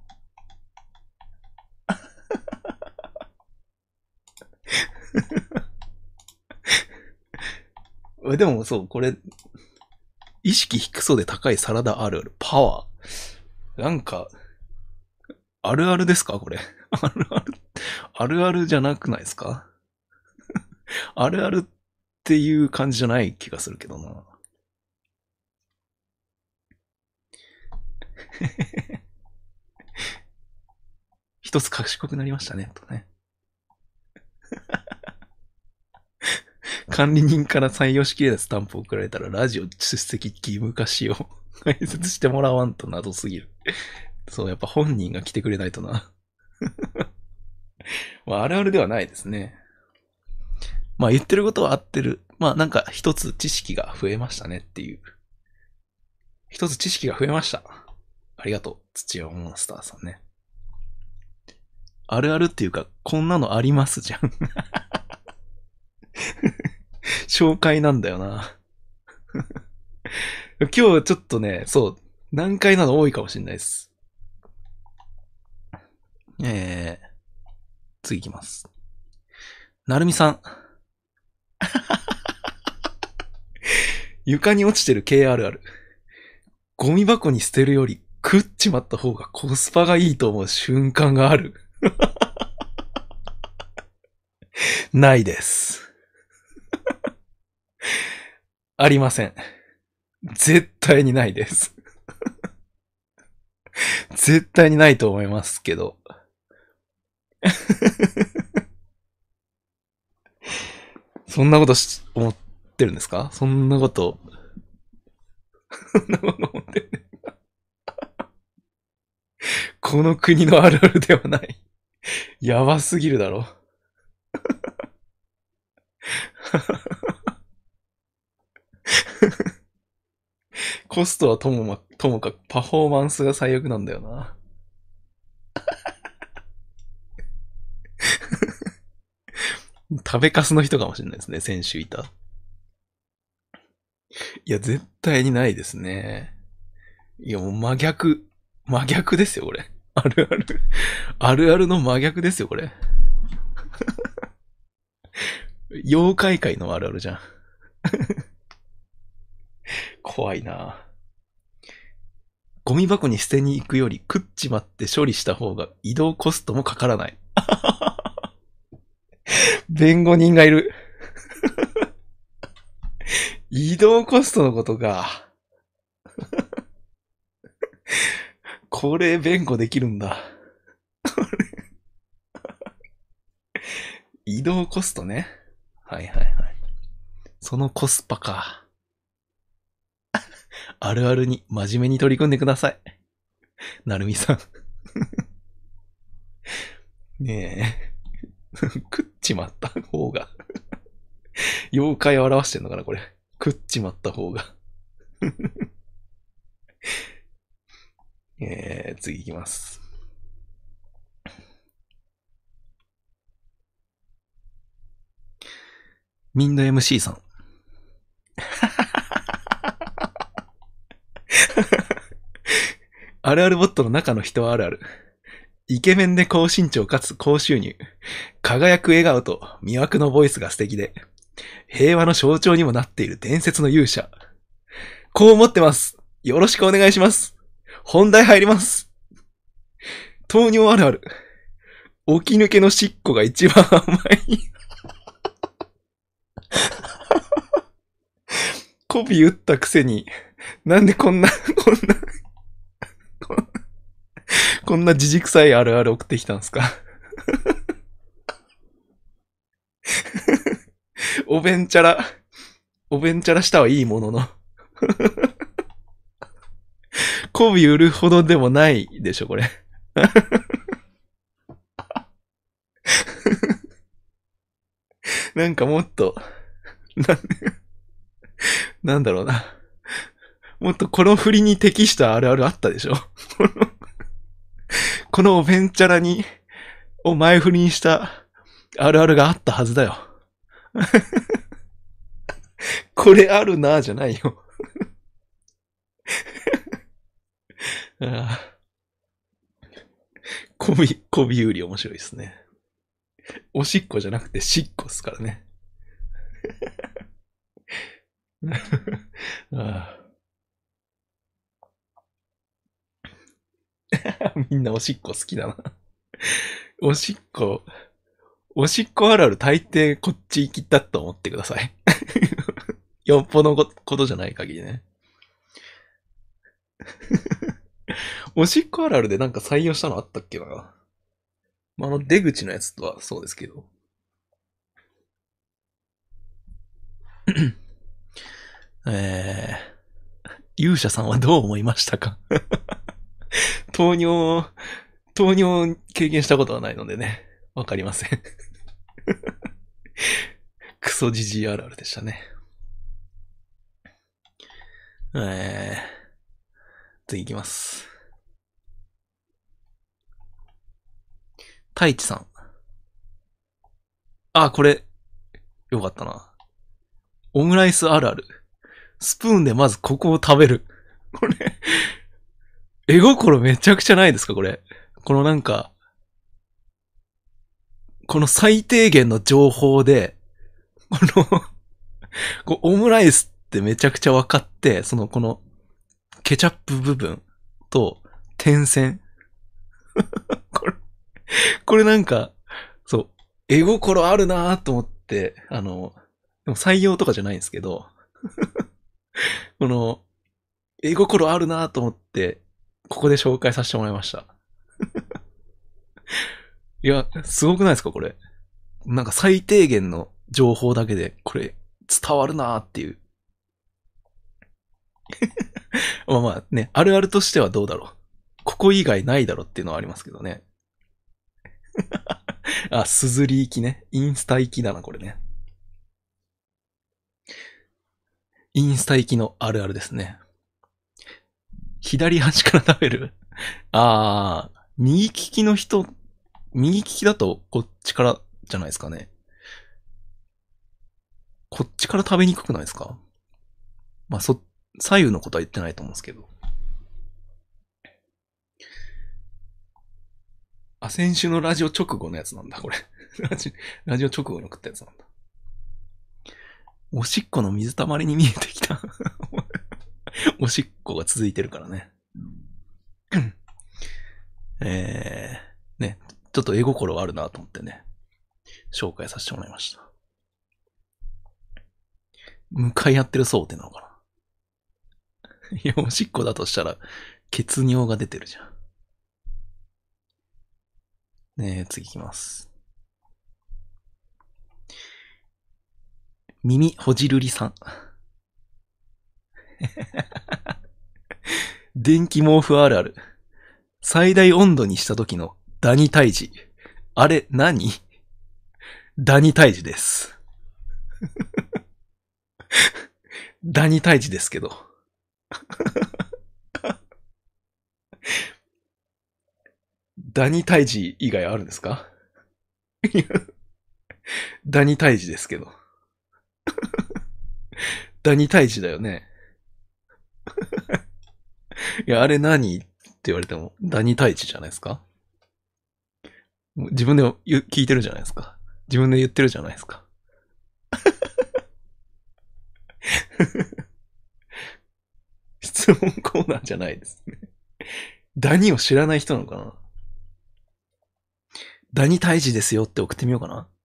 でもそう、これ、意識低そうで高いサラダあるある。パワー。なんか、あるあるですかこれ。あるある。あるあるじゃなくないですか？あるあるっていう感じじゃない気がするけどな。一つ賢くなりましたね、とね。管理人から採用しきれないスタンプを送られたらラジオ出席義務化しよう。解説してもらわんと謎すぎる。そう、やっぱ本人が来てくれないとな。まあ、あるあるではないですね。まあ、言ってることは合ってる。まあ、なんか一つ知識が増えましたねっていう。一つ知識が増えました。ありがとう。土屋モンスターさんね。あるあるっていうか、こんなのありますじゃん。紹介なんだよな。今日ちょっとね、そう、難解なの多いかもしれないです。えー、次行きます。なるみさん。床に落ちてる ケーアール ある。ゴミ箱に捨てるより食っちまった方がコスパがいいと思う瞬間がある。ないです。ありません。絶対にないです。絶対にないと思いますけど。そんなことし思ってるんですか？そんなこと。そんなこと思ってる。この国のあるあるではない。やばすぎるだろ。コストはともま、ともかくパフォーマンスが最悪なんだよな。食べかすの人かもしれないですね、先週いた。いや、絶対にないですね。いや、もう真逆。真逆ですよ、これ。あるある。あるあるの真逆ですよ、これ。妖怪界のあるあるじゃん。怖いな。ゴミ箱に捨てに行くより食っちまって処理した方が移動コストもかからない。弁護人がいる。移動コストのことか。これ弁護できるんだ。移動コストね。はいはいはい。そのコスパか。あるあるに真面目に取り組んでください。なるみさん。ねえ。食っちまった方が。妖怪を表してんのかな、これ。食っちまった方が。えー、次行きます。ミンド エムシー さん。あるあるボットの中の人はあるある。イケメンで高身長かつ高収入。輝く笑顔と魅惑のボイスが素敵で、平和の象徴にもなっている伝説の勇者。こう思ってます。よろしくお願いします。 本題入ります。糖尿あるある。起き抜けのしっこが一番甘い。媚び打ったくせに、なんでこんな、こんな、こんなじじくさいあるある送ってきたんすか。おべんちゃら、おべんちゃらしたはいいものの。媚び売るほどでもないでしょ、これ。なんかもっと、な、なんだろうな。もっとこの振りに適したあるあるあったでしょ。このおべんちゃらに、を前振りにしたあるあるがあったはずだよ。これあるなぁじゃないよ。ああ、こび、こび売り面白いですね。おしっこじゃなくてしっこっすからね。ああみんなおしっこ好きだな。おしっこ、おしっこあるある大抵こっち行きだと思ってください。よっぽどのことじゃない限りね。おしっこあるあるでなんか採用したのあったっけな。まあ、あの出口のやつとはそうですけど。えー、勇者さんはどう思いましたか。糖尿、糖尿経験したことはないのでね、わかりません。クソジジイあるあるでしたね。えー、次いきます。太一さん。あ、これ、よかったな。オムライスあるある。スプーンでまずここを食べる。これ、絵心めちゃくちゃないですかこれ。このなんか、この最低限の情報で、このこうオムライスってめちゃくちゃ分かって、そのこのケチャップ部分と点線。これ、これなんか、そう、絵心あるなーと思って、あの、でも採用とかじゃないんですけど、この、絵心あるなーと思って、ここで紹介させてもらいました。いや、すごくないですかこれ。なんか最低限の情報だけで、これ、伝わるなーっていう。まあまあね、あるあるとしてはどうだろう。ここ以外ないだろっていうのはありますけどね。あ、すずり行きね。インスタ行きだな、これね。インスタ行きのあるあるですね。左端から食べる。あー、右利きの人、右利きだとこっちからじゃないですかね。こっちから食べにくくないですか。まあ、そ、左右のことは言ってないと思うんですけど。あ、先週のラジオ直後のやつなんだ、これ。ラジラジオ直後に送ったやつなんだ。おしっこの水たまりに見えてきた。おしっこが続いてるからね。えー、ね、ちょっと絵心あるなと思ってね、紹介させてもらいました。向かい合ってる想定なのかな。いや、おしっこだとしたら、血尿が出てるじゃん。ねえ、次いきます。耳ほじるりさん。電気毛布あるある。最大温度にした時のダニ退治。あれ何？ダニ退治です。ダニ退治ですけど。ダニ退治以外あるんですか？ダニ退治ですけど。ダニ退治だよね。いや、あれ何って言われても、ダニ退治じゃないですか。自分でも聞いてるじゃないですか。自分で言ってるじゃないですか。質問コーナーじゃないですね。 ダニを知らない人なのかな。ダニ退治ですよって送ってみようかな。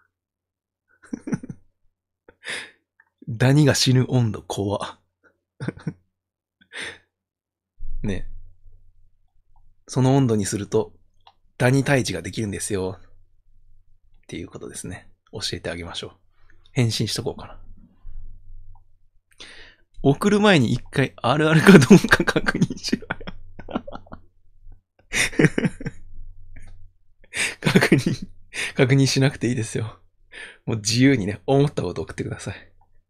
ダニが死ぬ温度怖。ね。その温度にすると、ダニ退治ができるんですよ。っていうことですね。教えてあげましょう。返信しとこうかな。送る前に一回あるあるかどうか確認しろよ。確認、確認しなくていいですよ。もう自由にね、思ったこと送ってください。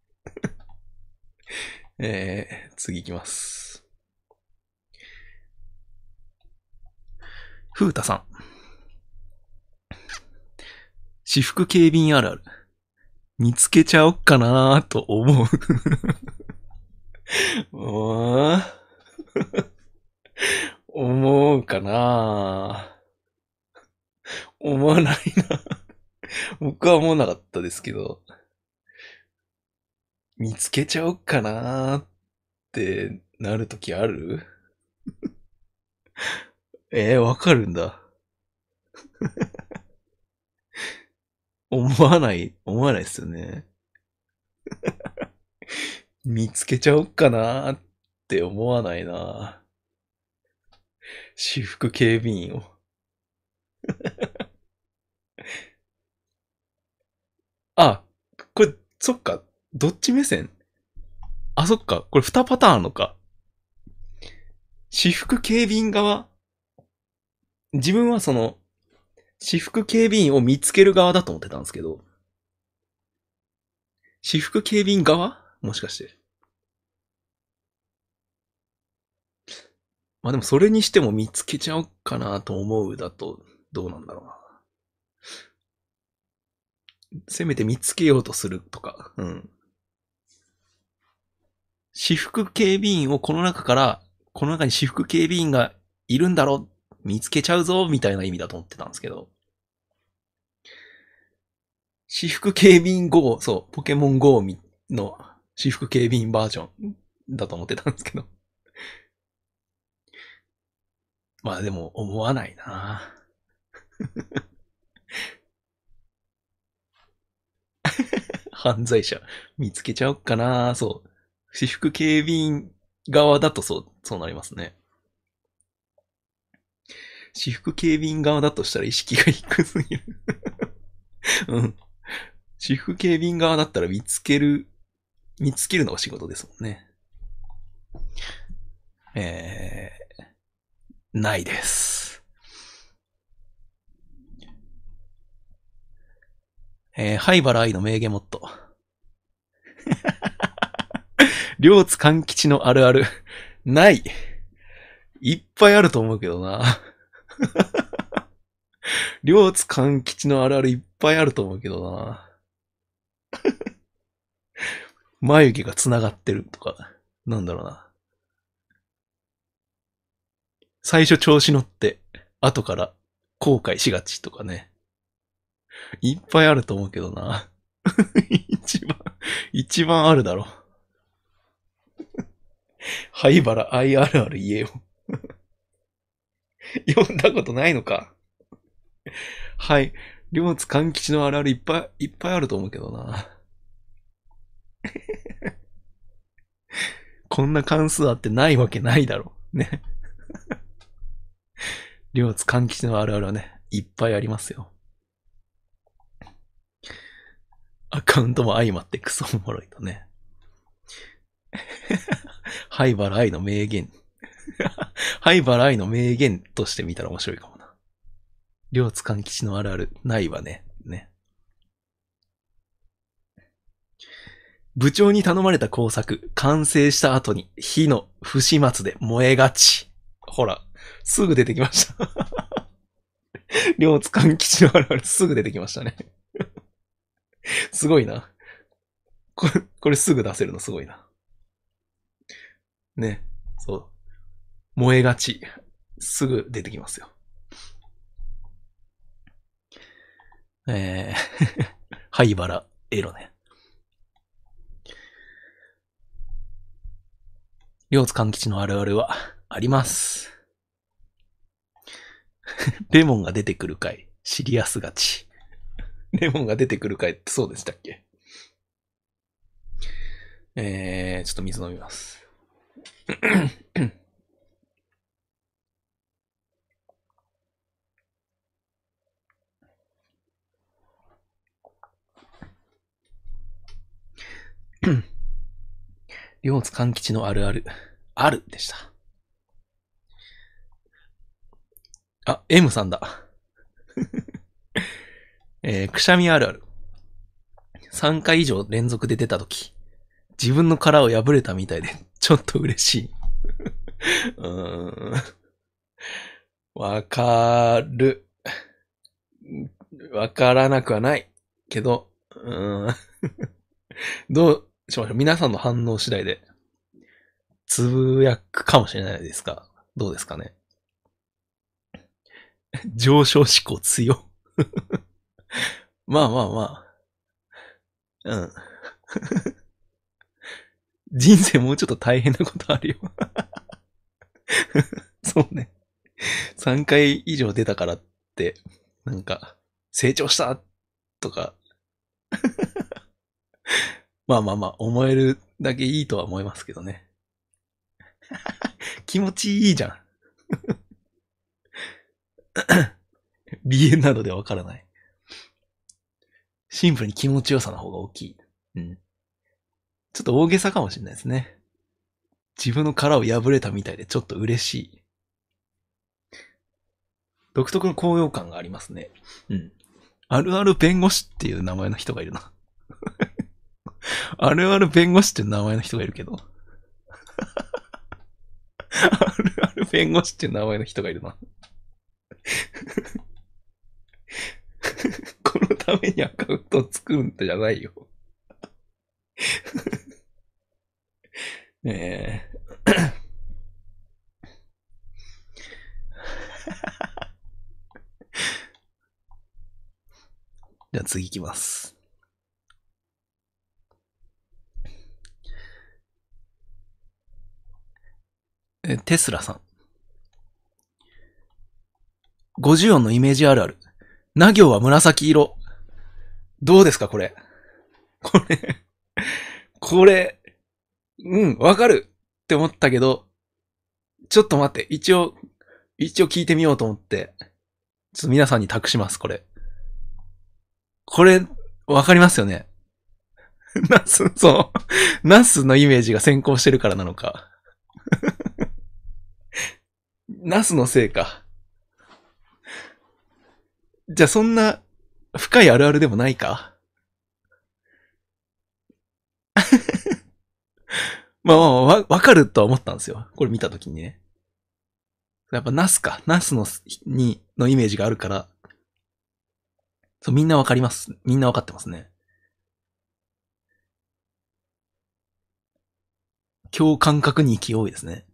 えー、次行きます。ふうたさん。私服警備員あるある。見つけちゃおっかなーと思う。思うかな思わないな。僕は思わなかったですけど。見つけちゃおっかなってなるときある？えー、わかるんだ。思わない、思わないですよね。見つけちゃおっかなって思わないな。私服警備員を。あ、これ、そっか。どっち目線？あ、そっか。これ二パターンあるのか。私服警備員側？自分はその、私服警備員を見つける側だと思ってたんですけど。私服警備員側？もしかして。まあでもそれにしても見つけちゃおうかなと思うだと、どうなんだろうな。せめて見つけようとするとか。うん。私服警備員をこの中から、この中に私服警備員がいるんだろ、見つけちゃうぞ、みたいな意味だと思ってたんですけど。私服警備員 ゴー、そう、ポケモン ゴー の私服警備員バージョンだと思ってたんですけど。まあでも思わないな犯罪者見つけちゃおっかなそう。私服警備員側だとそう、そうなりますね。私服警備員側だとしたら意識が低すぎる。うん。私服警備員側だったら見つける、見つけるのが仕事ですもんね。えー、ないです。えー、灰原愛の名言モット。両津勘吉のあるある。ない。いっぱいあると思うけどな。両津勘吉のあるあるいっぱいあると思うけどな。眉毛が繋がってるとか。なんだろうな。最初調子乗って、後から後悔しがちとかね。いっぱいあると思うけどな。一番、一番あるだろ。灰原アイアールアール言えよ。読んだことないのか。はい。両津勘吉のあるあるいっぱいいっぱいあると思うけどな。こんな関数あってないわけないだろ。ね。両津勘吉のあるあるはね、いっぱいありますよ。アカウントも相まってクソおもろいとね。灰原愛の名言。灰原愛の名言として見たら面白いかもな。両津勘吉のあるある、ないわね。ね。部長に頼まれた工作、完成した後に火の不始末で燃えがち。ほら、すぐ出てきました。両津勘吉のあるあるすぐ出てきましたね。すごいな。これ、これすぐ出せるのすごいな。ね。そう。燃えがち。すぐ出てきますよ。えー、灰原エロね。両津勘吉のあるあるはあります。 レモンが出てくる回。シリアスがち。レモンが出てくる回ってそうでしたっけ？えー、ちょっと水飲みます。両津勘吉のあるある。あるでした。あ、M さんだ。えー、くしゃみあるある。さんかい以上連続で出たとき、自分の殻を破れたみたいで、ちょっと嬉しい。うーん。わかる。わからなくはない。けど、うーん。どうしましょう。皆さんの反応次第で、つぶやくかもしれないですが、どうですかね。上昇志向強。まあまあまあ。うん。人生もうちょっと大変なことあるよ。そうね。さんかい以上出たからって、なんか、成長したとか、まあまあまあ、思えるだけいいとは思いますけどね。気持ちいいじゃん。鼻炎などでわからない。シンプルに気持ちよさの方が大きい。うん。ちょっと大げさかもしれないですね。自分の殻を破れたみたいでちょっと嬉しい。独特の高揚感がありますね。うん。あるある弁護士っていう名前の人がいるな。あるある弁護士っていう名前の人がいるけど。あるある弁護士っていう名前の人がいるな。このためにアカウントを作るんじゃないよ。えー、じゃあ次行きます。えテスラさん。ごじゅう音のイメージあるある。な行は紫色。どうですかこれ。これ、これ、うん、わかるって思ったけど、ちょっと待って、一応、一応聞いてみようと思って、ちょっと皆さんに託します、これ。これ、わかりますよね。ナス、そう。ナスのイメージが先行してるからなのか。ナスのせいか。じゃあそんな深いあるあるでもないか。まあまあわ、わかるとは思ったんですよ。これ見たときにね。やっぱナスか。ナスの、に、のイメージがあるから。そう、みんなわかります。みんなわかってますね。共感覚に気多いですね。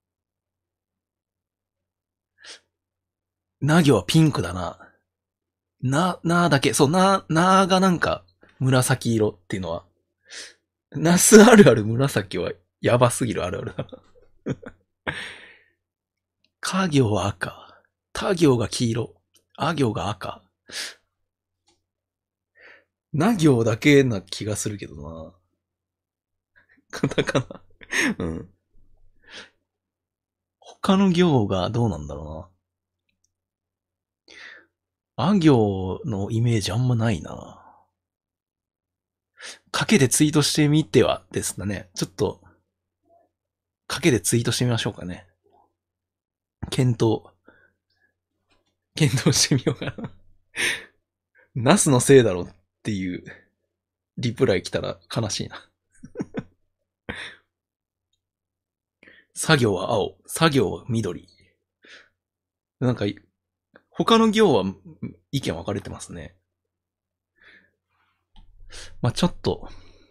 な行はピンクだな。な、なだけ、そう、な、ながなんか紫色っていうのは、ナスあるある紫はやばすぎるあるあるだな。か行は赤。た行が黄色。あ行が赤。な行だけな気がするけどな。カタカナ。うん。他の行がどうなんだろうな。あ行のイメージあんまないな。かけでツイートしてみてはですね。ちょっと、かけでツイートしてみましょうかね。検討。検討してみようかな。ナスのせいだろっていうリプライ来たら悲しいな。作業は青、作業は緑。なんか、他の行は意見分かれてますね。まあ、ちょっと、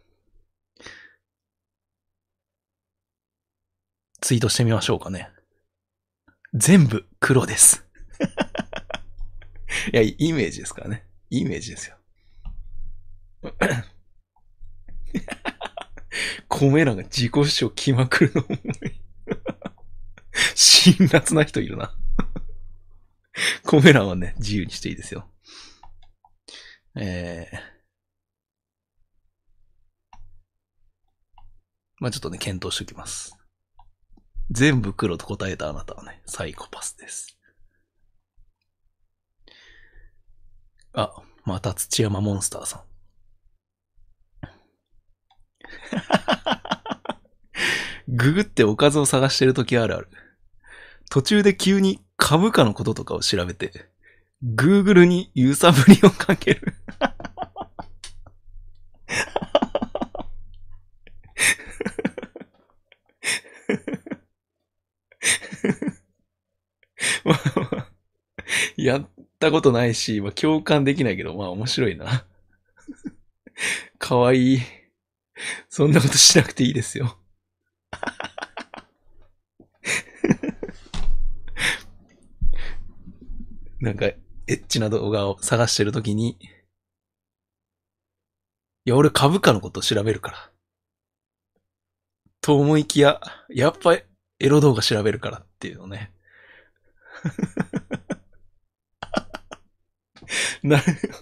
ツイートしてみましょうかね。全部黒です。いや、イメージですからね。イメージですよ。米らが自己主張来まくるの辛辣な人いるな。 コメ欄はね、自由にしていいですよ。えー、まあちょっとね、検討しておきます。全部黒と答えたあなたはね、サイコパスです。あ、また土山モンスターさん。ググっておかずを探してるときあるある。途中で急に株価のこととかを調べて、Google に揺さぶりをかける。やったことないし、まあ、共感できないけど、まあ面白いな。かわいい。そんなことしなくていいですよ。なんか、エッチな動画を探してるときに、いや、俺株価のことを調べるから。と思いきや、やっぱエロ動画調べるからっていうのね。な、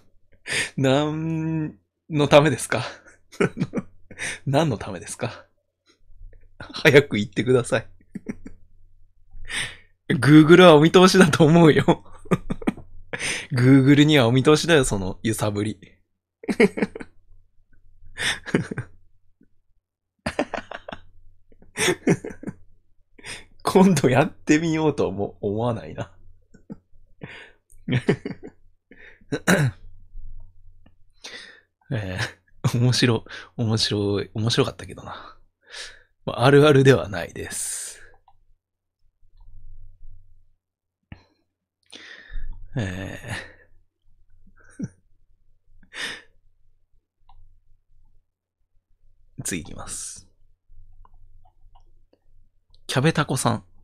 なんのためですか？何のためですか？早く言ってください。Google はお見通しだと思うよ。Google にはお見通しだよ、その揺さぶり。今度やってみようとも思わないな。えー、面白、面白い、面白かったけどな。まあ、あるあるではないです。えー、次いきます。キャベタコさん。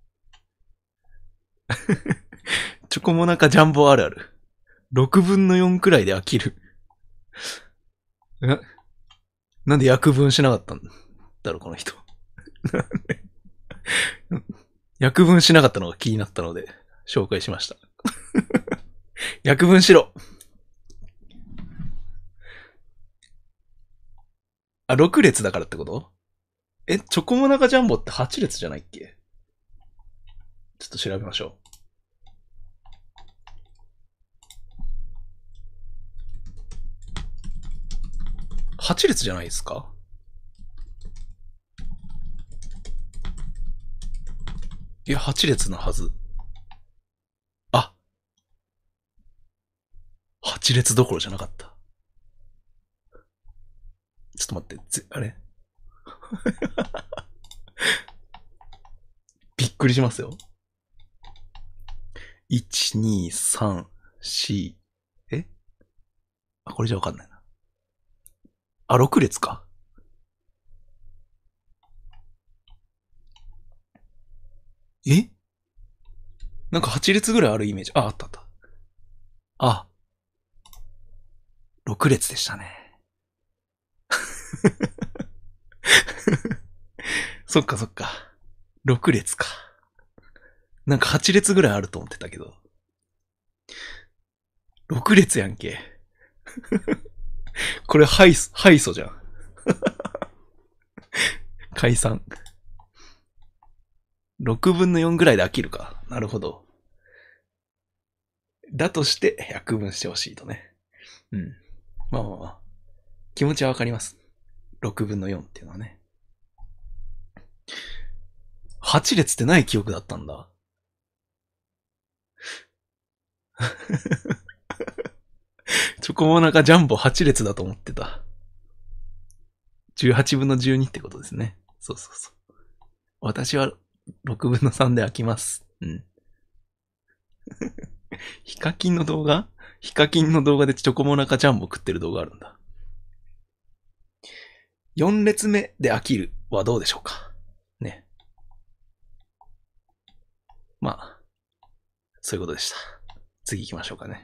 チョコモナカジャンボあるある。ろくぶんのよんくらいで飽きる。な、なんで約分しなかったんだろう、この人。約分しなかったのが気になったので、紹介しました。約分しろ。あ、ろく列だからってこと？え、チョコモナカジャンボってはち列じゃないっけ？ちょっと調べましょう。はち列じゃないですか？いや、はち列なはず。あ、はち列どころじゃなかった。ちょっと待って、あれびっくりしますよ。いち、に、さん、よん、えあ、これじゃわかんないな。あ、ろく列か。えなんかはち列ぐらいあるイメージ。あ、あったあった。あ、ろく列でしたね。そっかそっか。ろく列か。なんかはち列ぐらいあると思ってたけど。ろく列やんけ。これ敗訴、敗訴じゃん。解散。ろくぶんのよんぐらいで飽きるか。なるほど。だとして約分してほしいとね。うん。まあまあまあ。気持ちはわかります。ろくぶんのよんっていうのはね。はち列ってない記憶だったんだ。チョコモナカジャンボはち列だと思ってた。じゅうはちぶんのじゅうにってことですね。そうそうそう。私はろくぶんのさんで飽きます。うん。ヒカキンの動画ヒカキンの動画でチョコモナカジャンボ食ってる動画あるんだ。よん列目で飽きるはどうでしょうかね。まあ、そういうことでした。次行きましょうかね。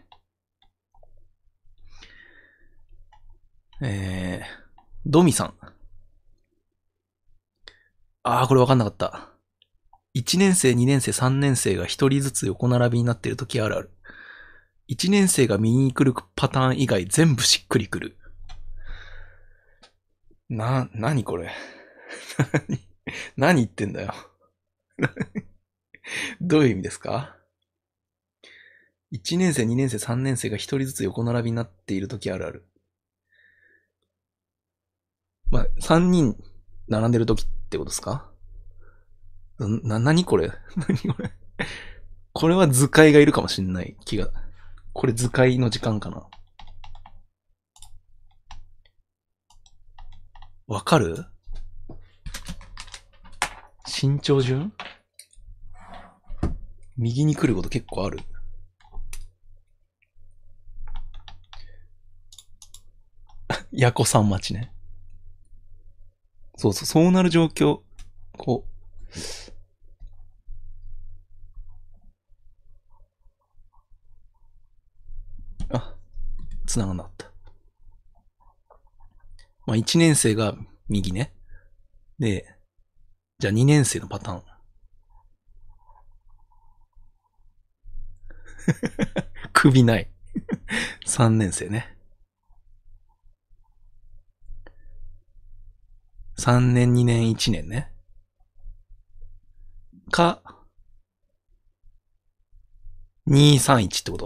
えー、ドミさん。あー、これわかんなかった。 いちねん生、にねん生、さんねん生がひとりずつ横並びになっているときあるある。いちねん生が右に来るパターン以外全部しっくりくる。な、なにこれ何、何言ってんだよ。どういう意味ですか？ いち 年生、にねん生、さんねん生がひとりずつ横並びになっているときあるある。まあ、さんにん並んでるときってことですか？な、なにこれ何これこれは図解がいるかもしんない気が。これ図解の時間かな。わかる？身長順？右に来ること結構ある。ヤコさん待ちね。そうそう、そうなる状況。こう。あ、繋がんなかった。まあ、いちねん生が右ね。で、じゃあにねん生のパターン。首ない。さんねん生ね。さんねん、にねん、いちねんね。か、にさんいちってこと？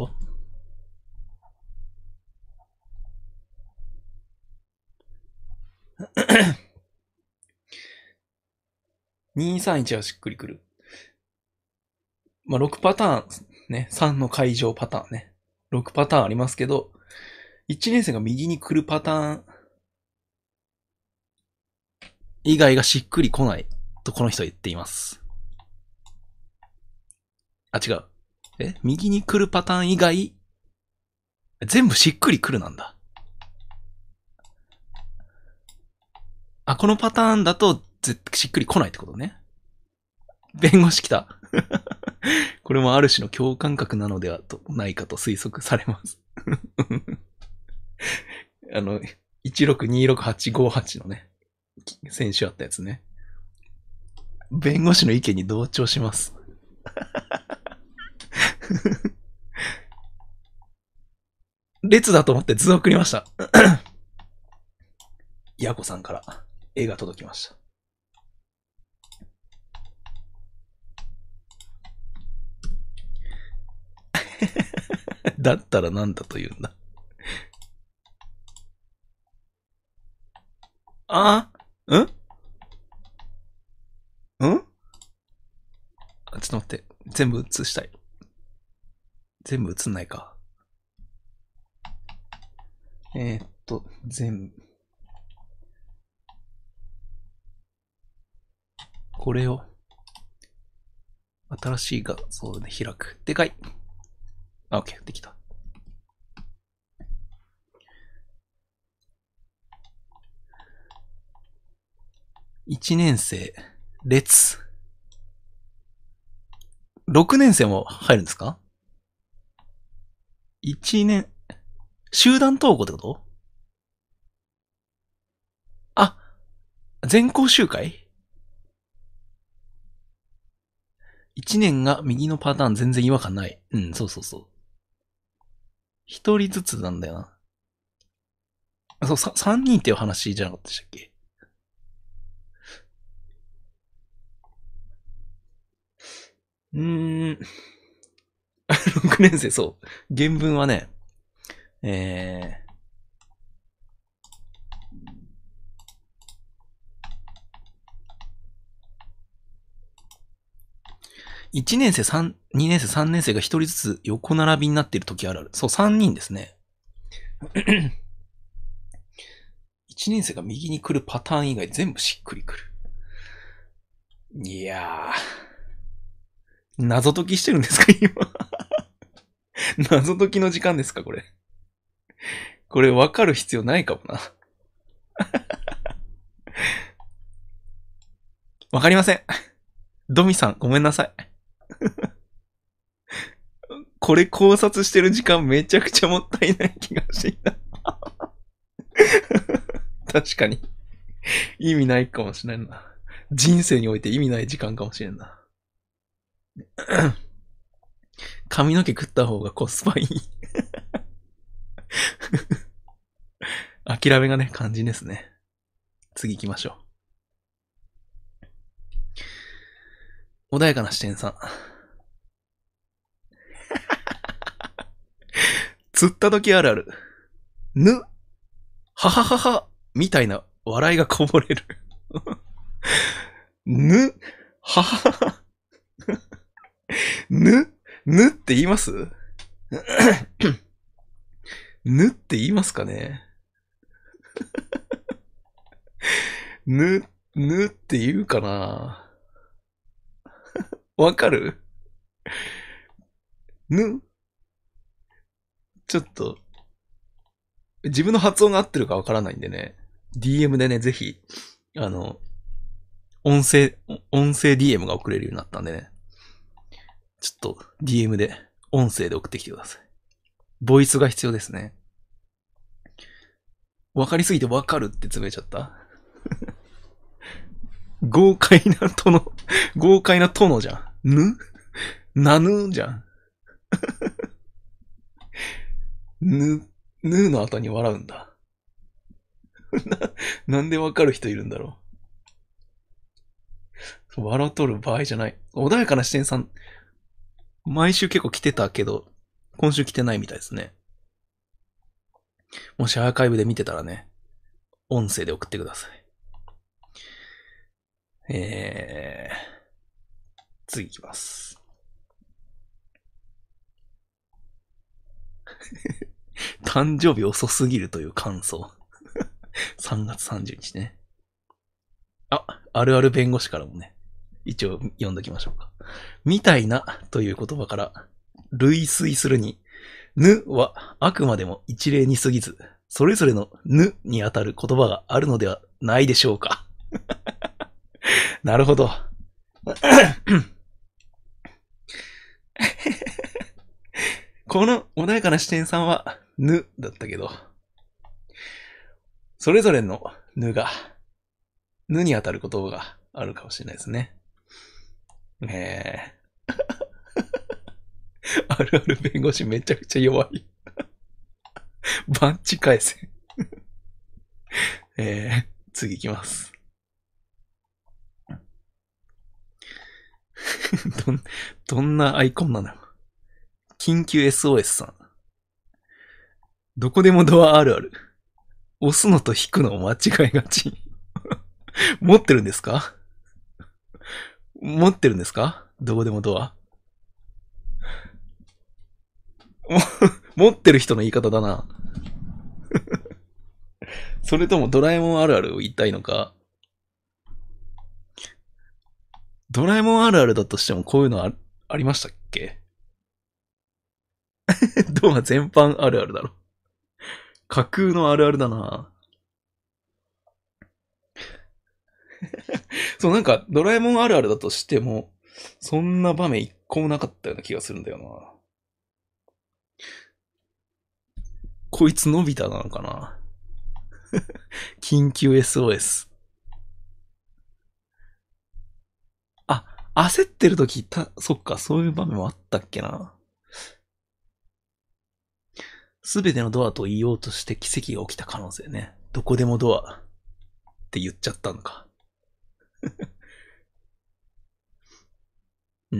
にさんいちはしっくりくる。まあ、ろくパターンね。さんの会場パターンね。ろくパターンありますけど、いちねん生が右に来るパターン以外がしっくり来ないとこの人は言っています。あ、違う。え右に来るパターン以外、全部しっくり来るなんだ。あ、このパターンだと、しっくり来ないってことね。弁護士来た。これもある種の共感覚なのではとないかと推測されます。あの、いちろくにろくはちごはちのね、先週あったやつね。弁護士の意見に同調します。列だと思って図を送りました。ヤコさんから絵が届きました。だったらなんだと言うんだ。ああんんあ、ちょっと待って。全部映したい。全部映んないか。えー、っと、全部。これを、新しい画像で開く。でかい。あ、OK。できた。いちねん生、列。ろくねん生も入るんですか？ いち 年、集団登校ってこと？あ、全校集会？ いち 年が右のパターン全然違和感ない。うん、そうそうそう。一人ずつなんだよな。そう、さ、三人っていう話じゃなかったでしたっけ？うーん。ろくねん生、そう。原文はね、えー、いちねん生、さん、にねん生、さんねん生がひとりずつ横並びになっている時あるある。そう、さんにんですね。いちねん生が右に来るパターン以外全部しっくりくる。いやー。謎解きしてるんですか、今。謎解きの時間ですか、これ。これ分かる必要ないかもな。わかりません。ドミさん、ごめんなさい。これ考察してる時間めちゃくちゃもったいない気がしていた。確かに。意味ないかもしれんな。人生において意味ない時間かもしれんな。 髪の毛食った方がコスパいい。諦めがね、肝心ですね。次行きましょう。穏やかな視点さん。釣った時あるある。ぬ、はははは、みたいな笑いがこぼれる。ぬ、ははは、ぬ、ぬって言いますぬって言いますかね。ぬ、ぬって言うかな。わかる？ぬ、ちょっと、自分の発音が合ってるかわからないんでね、ディーエム でね、ぜひ、あの、音声、音声 ディーエム が送れるようになったんでね、ちょっと ディーエム で音声で送ってきてください。ボイスが必要ですね。わかりすぎてわかるってつぶえちゃった。豪快な殿、豪快な殿じゃん。ぬなぬじゃん。ぬ、ぬの後に笑うんだ。な、なんでわかる人いるんだろう。笑っとる場合じゃない。穏やかな視点さん、毎週結構来てたけど、今週来てないみたいですね。もしアーカイブで見てたらね、音声で送ってください。えー、次行きます。誕生日遅すぎるという感想。さんがつさんじゅうにちね。あ、あるある弁護士からもね、一応読んどきましょうか。みたいなという言葉から類推するに、ぬはあくまでも一例に過ぎず、それぞれのぬにあたる言葉があるのではないでしょうか。なるほど。この穏やかな視点さんはぬだったけど、それぞれのぬが、ぬにあたる言葉があるかもしれないですね。えー、あるある弁護士めちゃくちゃ弱い。バンチ返せ。えー、次行きます。どん、どんなアイコンなのよ。緊急 エスオーエス さん。どこでもドアあるある。押すのと引くのを間違いがち。持ってるんですか？持ってるんですか？どこでもドア。持ってる人の言い方だな。それともドラえもんあるあるを言いたいのか。ドラえもんあるあるだとしてもこういうの あ, ありましたっけ？ドア全般あるあるだろ。架空のあるあるだな。そう、なんか、ドラえもんあるあるだとしても、そんな場面一個もなかったような気がするんだよな。こいつのび太なのかな。緊急 エスオーエス。あ、焦ってる時た、そっか、そういう場面もあったっけな。すべてのドアと言おうとして奇跡が起きた可能性ね。どこでもドアって言っちゃったのか。うん。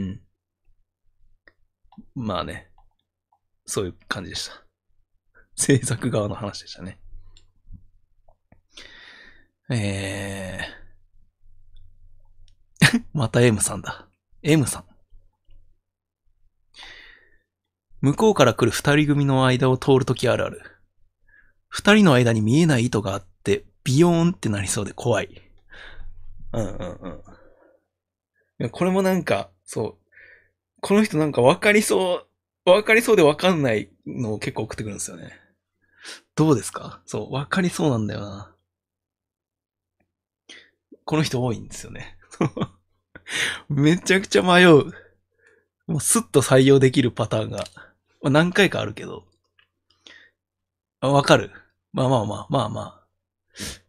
まあね。そういう感じでした。制作側の話でしたね。えー。また M さんだ。M さん。向こうから来る二人組の間を通るときあるある。二人の間に見えない糸があって、ビヨーンってなりそうで怖い。うんうんうん。これもなんか、そう。この人なんか分かりそう、分かりそうで分かんないのを結構送ってくるんですよね。どうですか？そう、分かりそうなんだよな。この人多いんですよね。めちゃくちゃ迷う。もうスッと採用できるパターンが、まあ、何回かあるけど。わかる。まあまあまあ、まあまあ。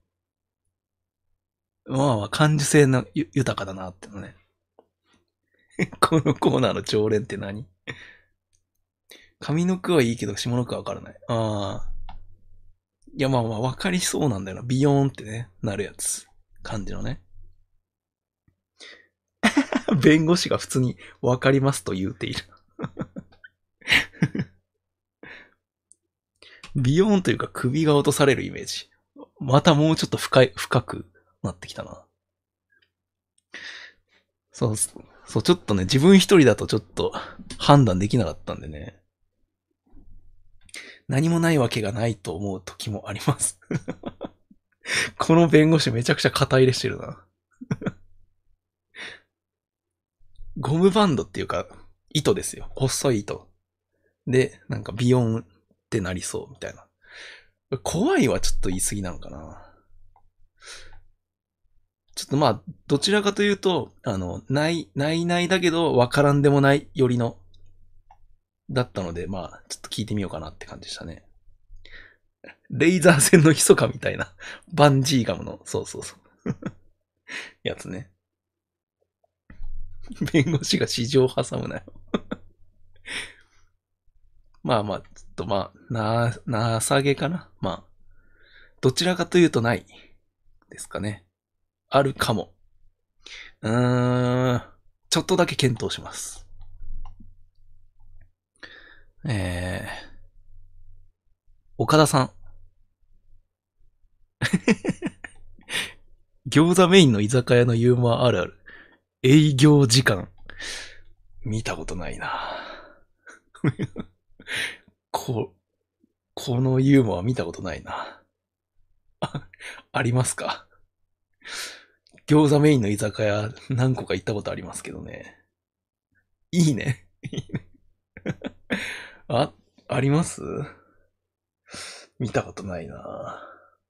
まあまあ、感受性の豊かだなってのね。 このコーナーの常連って何？上の句はいいけど下の句はわからない。ああ。いやまあまあわかりそうなんだよな。ビヨーンってね、なるやつ。感じのね。弁護士が普通にわかりますと言うている。ビヨーンというか首が落とされるイメージ。またもうちょっと深い、深くなってきたな。そう、そう、ちょっとね、自分一人だとちょっと判断できなかったんでね。何もないわけがないと思う時もあります。この弁護士めちゃくちゃ肩入れしてるな。ゴムバンドっていうか、糸ですよ。細い糸。で、なんかビヨンってなりそうみたいな。怖いはちょっと言い過ぎなのかな。ちょっとまあ、どちらかというと、あの、ない、ないないだけど、わからんでもないよりの、だったので、まあ、ちょっと聞いてみようかなって感じでしたね。レーザー線の密かみたいな。バンジーガムの、そうそうそう。やつね。弁護士が市場を挟むなよ。まあまあ、ちょっとまあ、な、なさげかな。まあ、どちらかというとないですかね。あるかも。うーん、ちょっとだけ検討します。えー、岡田さん。餃子メインの居酒屋のユーモアあるある。営業時間。見たことないなこ、このユーモア見たことないな。あ、ありますか？餃子メインの居酒屋何個か行ったことありますけどね。いいね。あ、あります？見たことないな。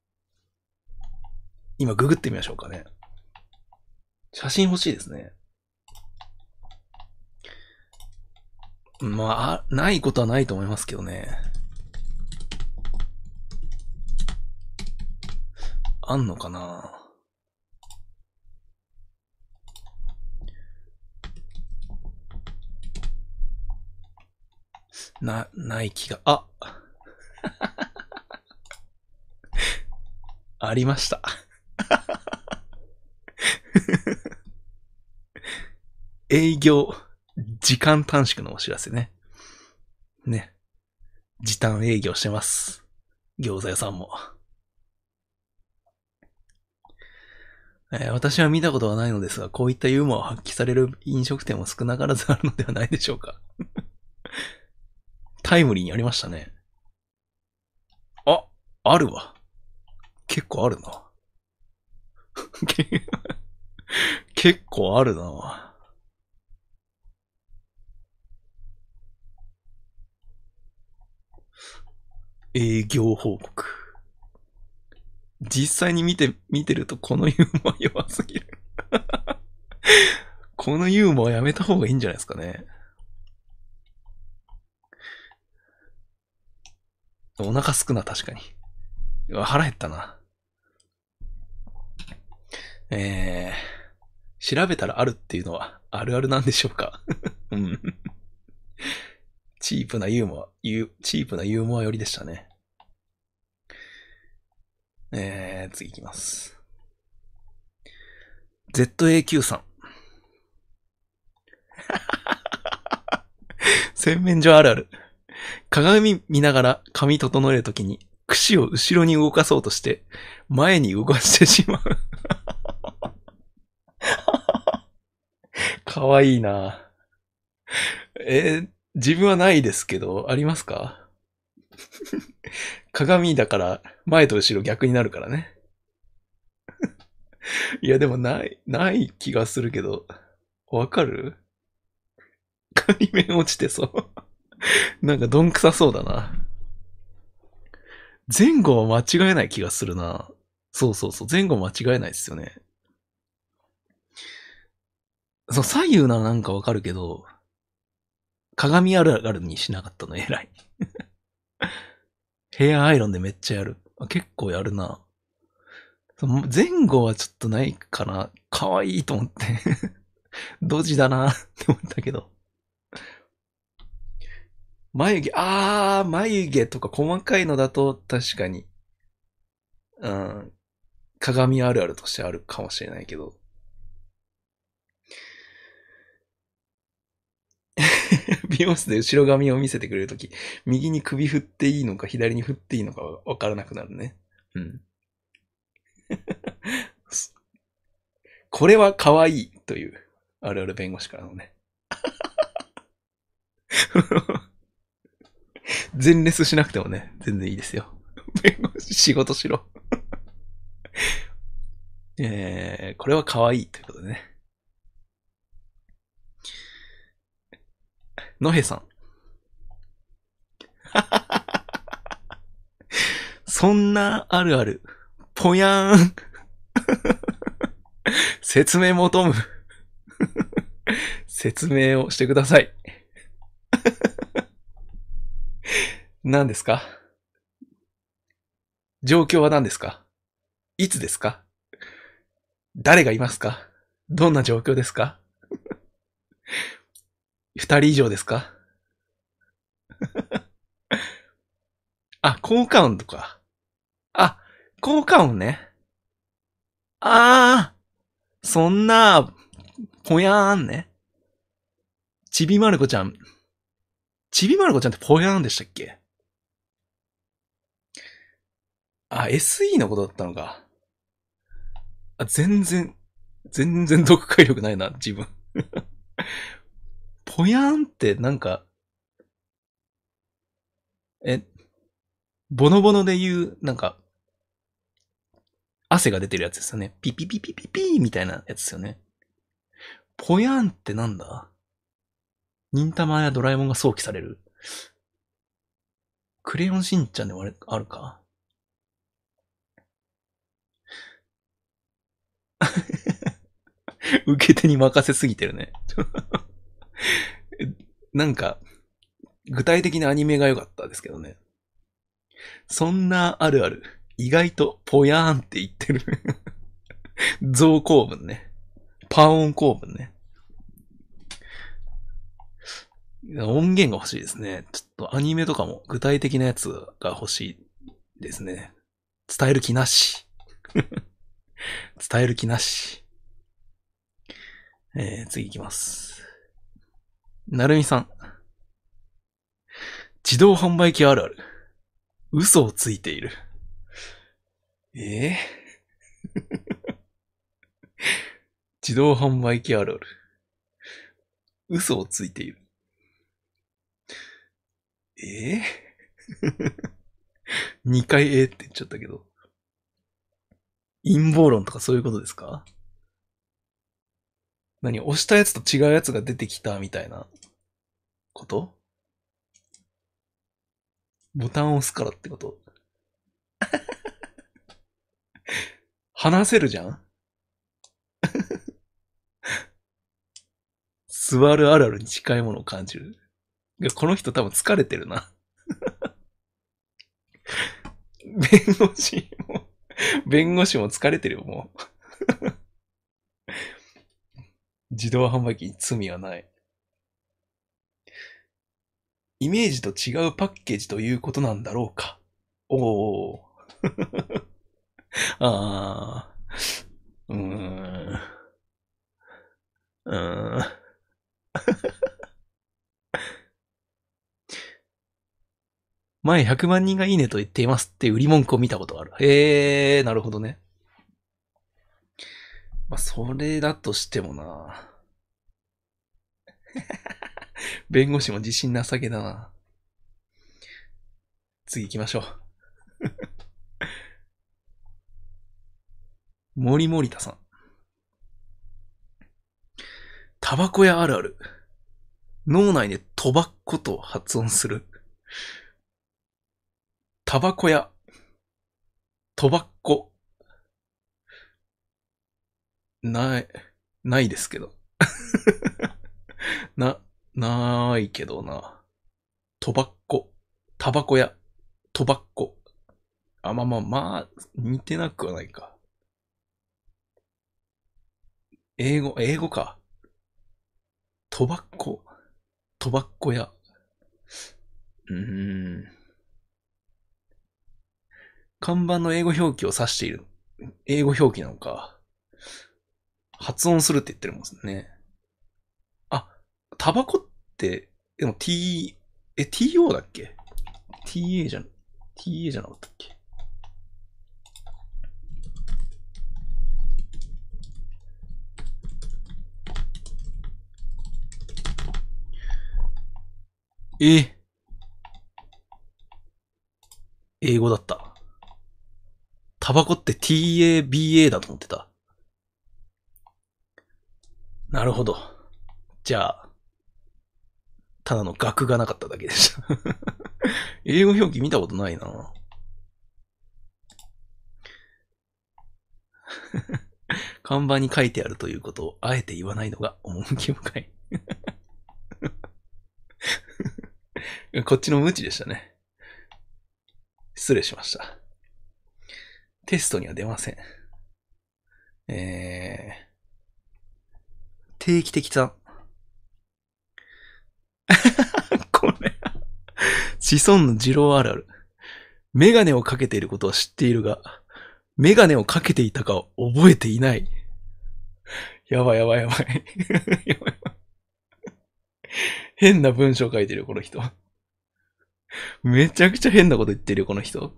今ググってみましょうかね。写真欲しいですね。まあ、ないことはないと思いますけどね。あんのかな？な、ない気が、あありました。営業、時間短縮のお知らせね。ね。時短営業してます。餃子屋さんも。えー私は見たことはないのですが、こういったユーモアを発揮される飲食店も少なからずあるのではないでしょうか。タイムリーにありましたね。あ、あるわ。結構あるな。結構あるな。営業報告。実際に見て、見てるとこのユーモア弱すぎる。このユーモアやめた方がいいんじゃないですかね。お腹すくな、確かに。腹減ったな。えー、調べたらあるっていうのはあるあるなんでしょうか。うん。チープなユーモア、ユチープなユーモア寄りでしたね。えー、次いきます。ゼットエーキュー さん。洗面所あるある。鏡見ながら髪整えるときに、櫛を後ろに動かそうとして、前に動かしてしまう。かわいいな。えー、自分はないですけど、ありますか？鏡だから、前と後ろ逆になるからね。いや、でもない、ない気がするけど、わかる？海面落ちてそう。なんかどんくさそうだな。前後は間違えない気がするな。そうそうそう。前後間違えないですよね。そう、左右ならなんかわかるけど、鏡あるあるにしなかったの偉い。ヘアアイロンでめっちゃやる。結構やるな。前後はちょっとないかな。可愛いと思ってドジだなって思ったけど。眉毛、あー、眉毛とか細かいのだと確かに、うん、鏡あるあるとしてあるかもしれないけど。美容室で後ろ髪を見せてくれるとき、右に首振っていいのか左に振っていいのかわからなくなるね。うん。これは可愛いという、あるある弁護士からのね。全レスしなくてもね、全然いいですよ。弁護士仕事しろ。えー、これは可愛いということでね。のへさん。そんなあるある。ぽやーん。説明求む。説明をしてください。何ですか？状況は何ですか？いつですか？誰がいますか？どんな状況ですか？二人以上ですか？あ、効果音とか。あ、効果音ね。あー、そんな、ぽやーんね。ちびまる子ちゃん。ちびまる子ちゃんってぽやーんでしたっけ？あ、エスイー のことだったのか。あ、全然、全然読解力ないな、自分。ぽやーんってなんか、え、ボノボノで言う、なんか、汗が出てるやつですよね。ピピピピピピーみたいなやつですよね。ぽやんってなんだ？忍たまやドラえもんが想起される。クレヨンしんちゃんでもあれ、あるか？受け手に任せすぎてるね。なんか、具体的なアニメが良かったですけどね。そんなあるある。意外とぽやーんって言ってる。増構文ね。パ音構文ね。音源が欲しいですね。ちょっとアニメとかも具体的なやつが欲しいですね。伝える気なし。伝える気なし。えー、次行きます。なるみさん。自動販売機あるある。嘘をついている。えー、自動販売機あるある。嘘をついている。えー、にかいえーって言っちゃったけど。陰謀論とかそういうことですか？何？押したやつと違うやつが出てきたみたいなこと？ボタンを押すからってこと？話せるじゃん？座るあるあるに近いものを感じる。いや、この人多分疲れてるな。弁護士も、弁護士も疲れてるよ、もう。自動販売機に罪はない。イメージと違うパッケージということなんだろうか。おー。あー。うーん。うーん。前ひゃくまん人がいいねと言っていますって売り文句を見たことがある。へー、なるほどね。まあ、それだとしてもな。弁護士も自信なさげだな。次行きましょう。森森田さん。タバコ屋あるある。脳内でトバッコと発音する。タバコ屋。トバッコ。ない、ないですけど。な、ないけどな。トバッコ。タバコ屋。トバッコ。あ、まあまあまあ、似てなくはないか。英語、英語か。 トバッコ、トバッコ屋。うーん。看板の英語表記を指している。英語表記なのか。発音するって言ってるもんですね。あ、タバコって、でも T、え、ティーオー だっけ？ ティーエー じゃん、ティーエー じゃなかったっけ？え、英語だった。タバコって ティーエービーエー だと思ってた。なるほど。じゃあ、ただの額がなかっただけでした。英語表記見たことないな。看板に書いてあるということをあえて言わないのが趣深い。こっちの無知でしたね。失礼しました。テストには出ません。えー、定期的さ。これ、子孫の二郎あるある。メガネをかけていることは知っているが、メガネをかけていたかを覚えていない。やばいやばいやばい。やばい変な文章書いてるよ、この人。めちゃくちゃ変なこと言ってるよ、この人。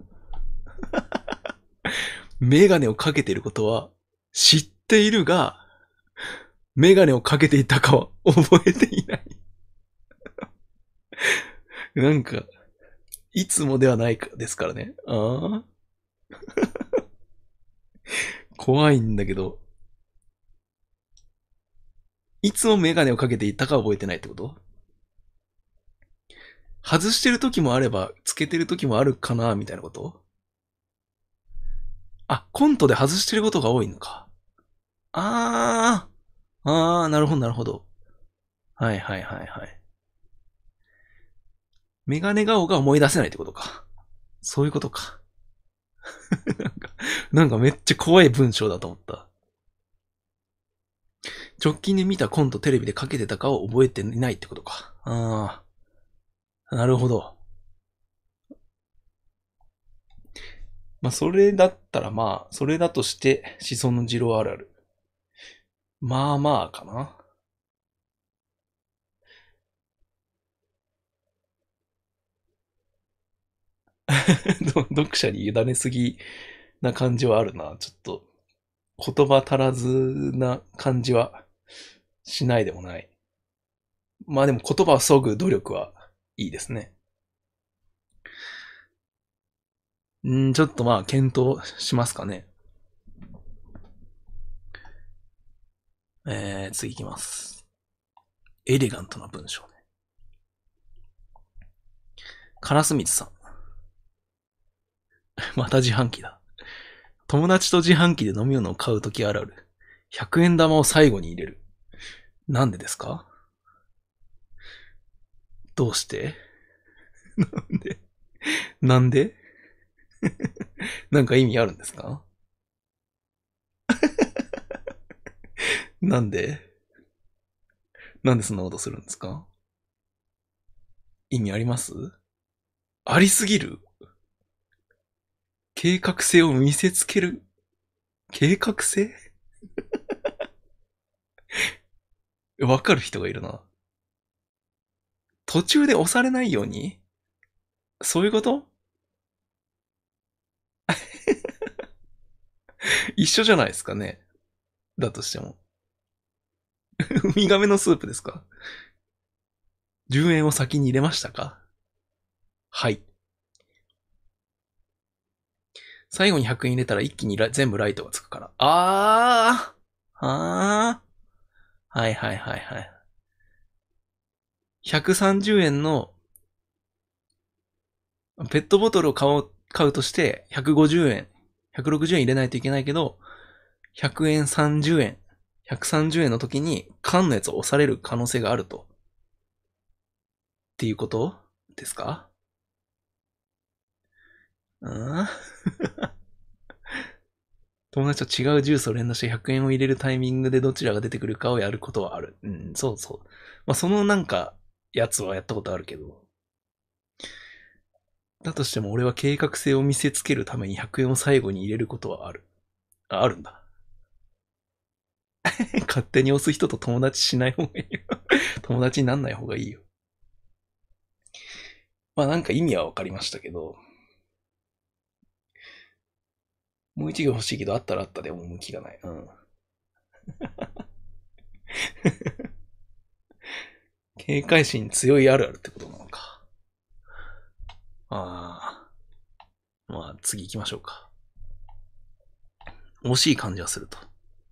メガネをかけていることは知っているが、メガネをかけていたかは覚えていない。なんか、いつもではないかですからね。ああ。怖いんだけど、いつもメガネをかけていたか覚えてないってこと？外してる時もあれば、つけてる時もあるかなみたいなこと？あ、コントで外してることが多いのか。あー。あー、なるほど、なるほど。はいはいはいはい。メガネ顔が思い出せないってことか。そういうことか。なんか、なんかめっちゃ怖い文章だと思った。直近で見たコントテレビでかけてたかを覚えていないってことか。あー。なるほど。まあ、それだったらまあ、それだとして、子孫の二郎あるある。まあまあかな。読者に委ねすぎな感じはあるな。ちょっと、言葉足らずな感じはしないでもない。まあでも言葉を削ぐ努力はいいですね。んーちょっとまあ検討しますかね。えー、次いきます。エレガントな文章ね。カラスミツさん。また自販機だ。友達と自販機で飲み物を買うときあるある。ひゃくえん玉を最後に入れる。なんでですか？どうして？なんでなんでなんか意味あるんですか？なんでなんでそんなことするんですか？意味あります？ありすぎる？計画性を見せつける？計画性？わかる人がいるな。途中で押されないように？そういうこと？一緒じゃないですかね。だとしても。ウミガメのスープですか？ じゅう 円を先に入れましたか？はい。最後にひゃくえん入れたら一気に全部ライトがつくから。あー。あー。はいはいはいはい。ひゃくさんじゅうえんのペットボトルを買おう、買うとしてひゃくごじゅうえん、ひゃくろくじゅうえん入れないといけないけど、ひゃくえんさんじゅうえん、ひゃくさんじゅうえんの時に缶のやつを押される可能性があると。っていうことですか？うん友達と違うジュースを連打してひゃくえんを入れるタイミングでどちらが出てくるかをやることはある。うん、そうそう。まあ、そのなんか、やつはやったことあるけど。だとしても俺は計画性を見せつけるためにひゃくえんを最後に入れることはある。あ、あるんだ。勝手に押す人と友達しない方がいいよ。友達になんない方がいいよ。まあなんか意味はわかりましたけど、もう一行欲しいけどあったらあったでも向きがない。うん。警戒心強いあるあるってことなのか。ああ。まあ次行きましょうか。惜しい感じはすると。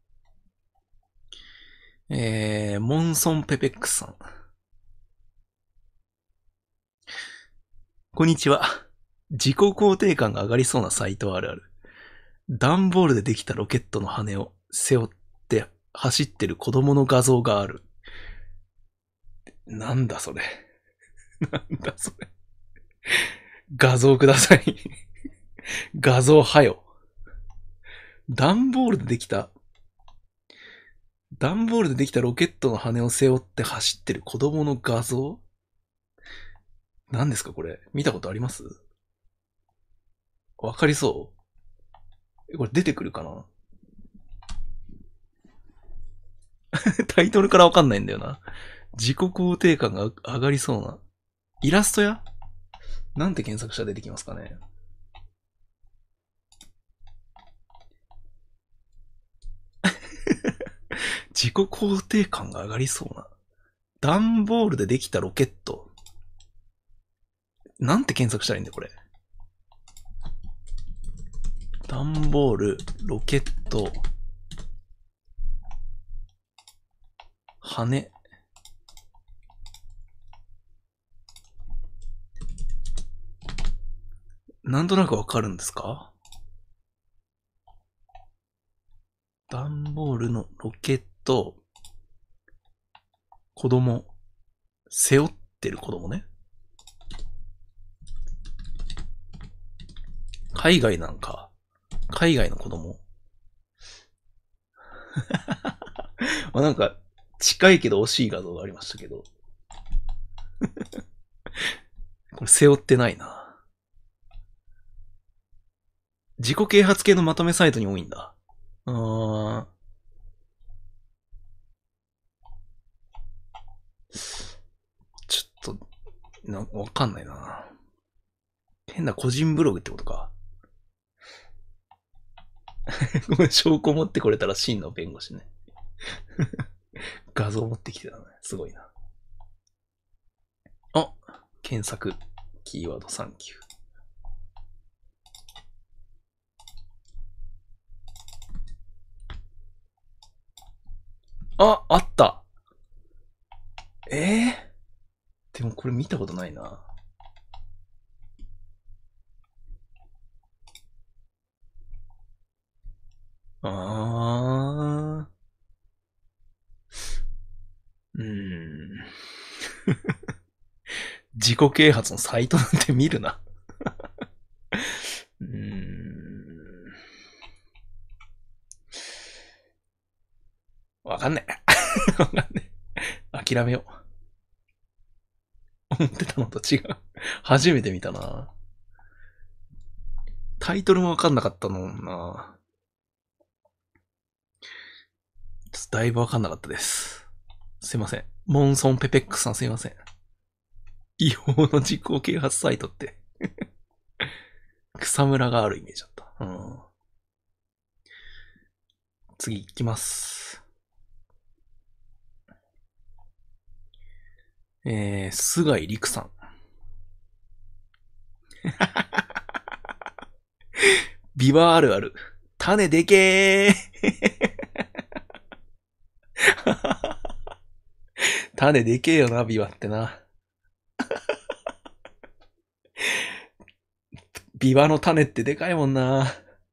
えー、モンソンペペックスさん。こんにちは。自己肯定感が上がりそうなサイトあるある。段ボールでできたロケットの羽を背負って走ってる子供の画像がある。なんだそれ。なんだそれ。画像ください。画像はよ。段ボールでできた、段ボールでできたロケットの羽を背負って走ってる子供の画像？何ですかこれ？見たことあります？わかりそう？これ出てくるかな？タイトルからわかんないんだよな。自己肯定感が上がりそうな。イラストや？なんて検索したら出てきますかね。自己肯定感が上がりそうな。段ボールでできたロケット。なんて検索したらいいんだよ、これ。段ボール、ロケット、羽。なんとなくわかるんですか？段ボールのロケット、子供、背負ってる子供ね。海外なんか。海外の子供。まあなんか、近いけど惜しい画像がありましたけど。これ背負ってないな。自己啓発系のまとめサイトに多いんだ。あー。ちょっと、な、わかんないな。変な個人ブログってことか。これ証拠持ってこれたら真の弁護士ね。画像持ってきてたね。すごいな。あ、検索。キーワードサンキュー。あ、あった。ええー、でもこれ見たことないな。あー。うーん。自己啓発のサイトなんて見るな。うーん。わかんねえ。わかんねえ。諦めよう。思ってたのと違う。初めて見たな。タイトルもわかんなかったのな。ちょっとだいぶわかんなかったです。すいません。モンソンペペックさんすいません。違法の自己啓発サイトって。草むらがあるイメージだった。うん、次行きます。えー、菅井陸さん。ビバあるある。種でけー。種でけえよな、ビワってな。ビワの種ってでかいもんな。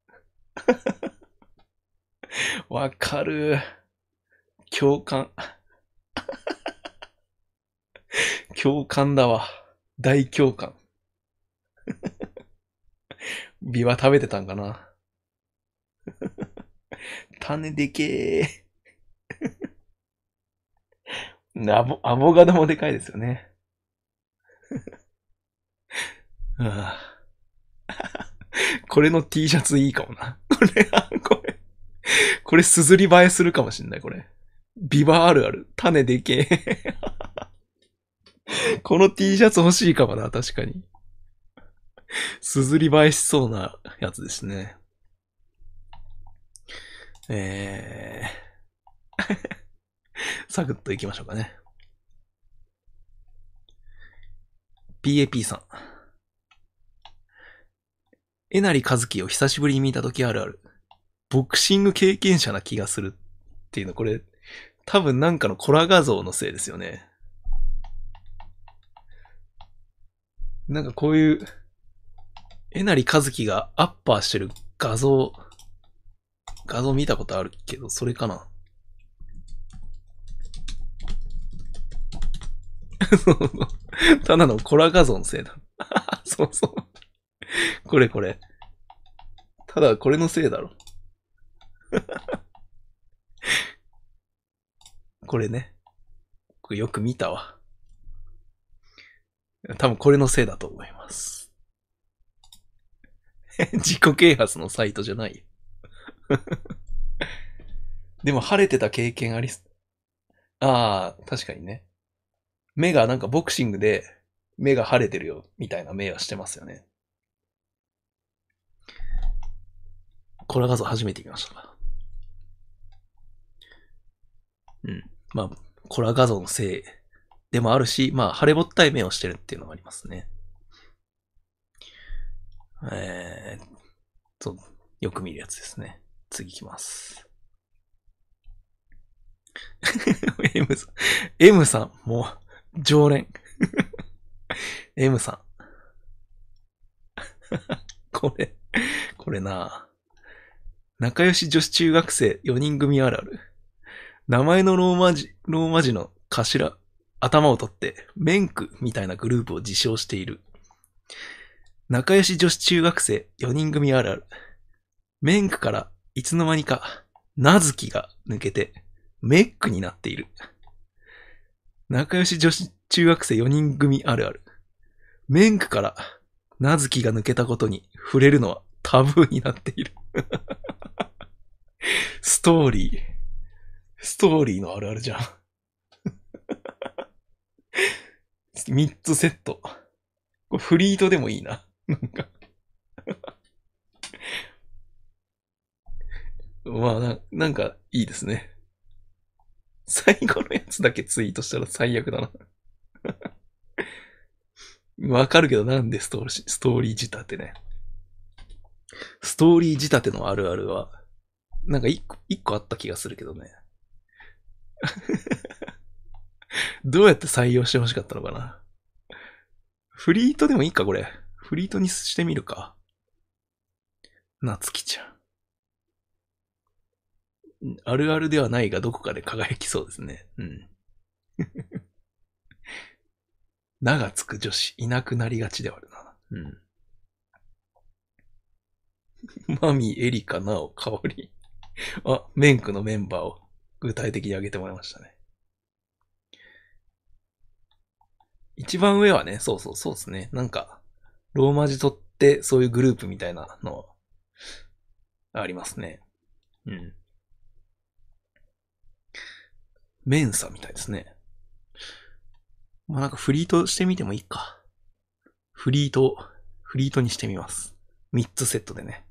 わかる。共感。共感だわ。大共感。ビワ食べてたんかな。 種でけー。アボ、アボガドもでかいですよね。ああこれの T シャツいいかもな。これ、これ、これすずり映えするかもしんない、これ。ビバあるある。種でけえ。この T シャツ欲しいかもな、確かに。すずり映えしそうなやつですね。えー、サクッといきましょうかね。ピーエーピー さん。えなりかずきを久しぶりに見たときあるある。ボクシング経験者な気がするっていうの、これ、多分なんかのコラ画像のせいですよね。なんかこういう、えなりかずきがアッパーしてる画像、画像見たことあるけど、それかなただのコラ画像のせいだ。そうそう。これこれ。ただこれのせいだろ。これね。これよく見たわ。多分これのせいだと思います。自己啓発のサイトじゃない。でも晴れてた経験ありす。ああ、確かにね。目がなんかボクシングで目が腫れてるよみたいな目はしてますよね。コラ画像初めて見ましたか。うん。まあ、コラ画像のせいでもあるし、まあ、腫れぼったい目をしてるっていうのがありますね。えー、そう、よく見るやつですね。次行きます。M さん、M さん、もう、常連。M さん。これ、これな仲良し女子中学生よにん組あるある。名前のローマ字、ローマ字の頭、頭を取って、メンクみたいなグループを自称している。仲良し女子中学生よにん組あるある。メンクからいつの間にか、なずきが抜けて、メックになっている。仲良し女子中学生よにん組あるある。メンクからなずきが抜けたことに触れるのはタブーになっている。ストーリー。ストーリーのあるあるじゃん。みっつセット。これフリートでもいいな。なんかまあな、なんかいいですね。最後のやつだけツイートしたら最悪だな。わかるけどなんでストーリー、ストーリー仕立てね。ストーリー仕立てのあるあるは、なんか一個、一個あった気がするけどね。どうやって採用してほしかったのかな。フリートでもいいか、これ。フリートにしてみるか。なつきちゃん。あるあるではないがどこかで輝きそうですね。うん。名がつく女子、いなくなりがちではあるな。うん。マミー、エリカ、ナオ、カオリ。あ、メンクのメンバーを具体的に挙げてもらいましたね。一番上はね、そうそうそうですね。なんか、ローマ字取ってそういうグループみたいなのありますね。うん。メンサみたいですね。まあなんかフリートしてみてもいいか。フリート、フリートにしてみます。みっつセットでね。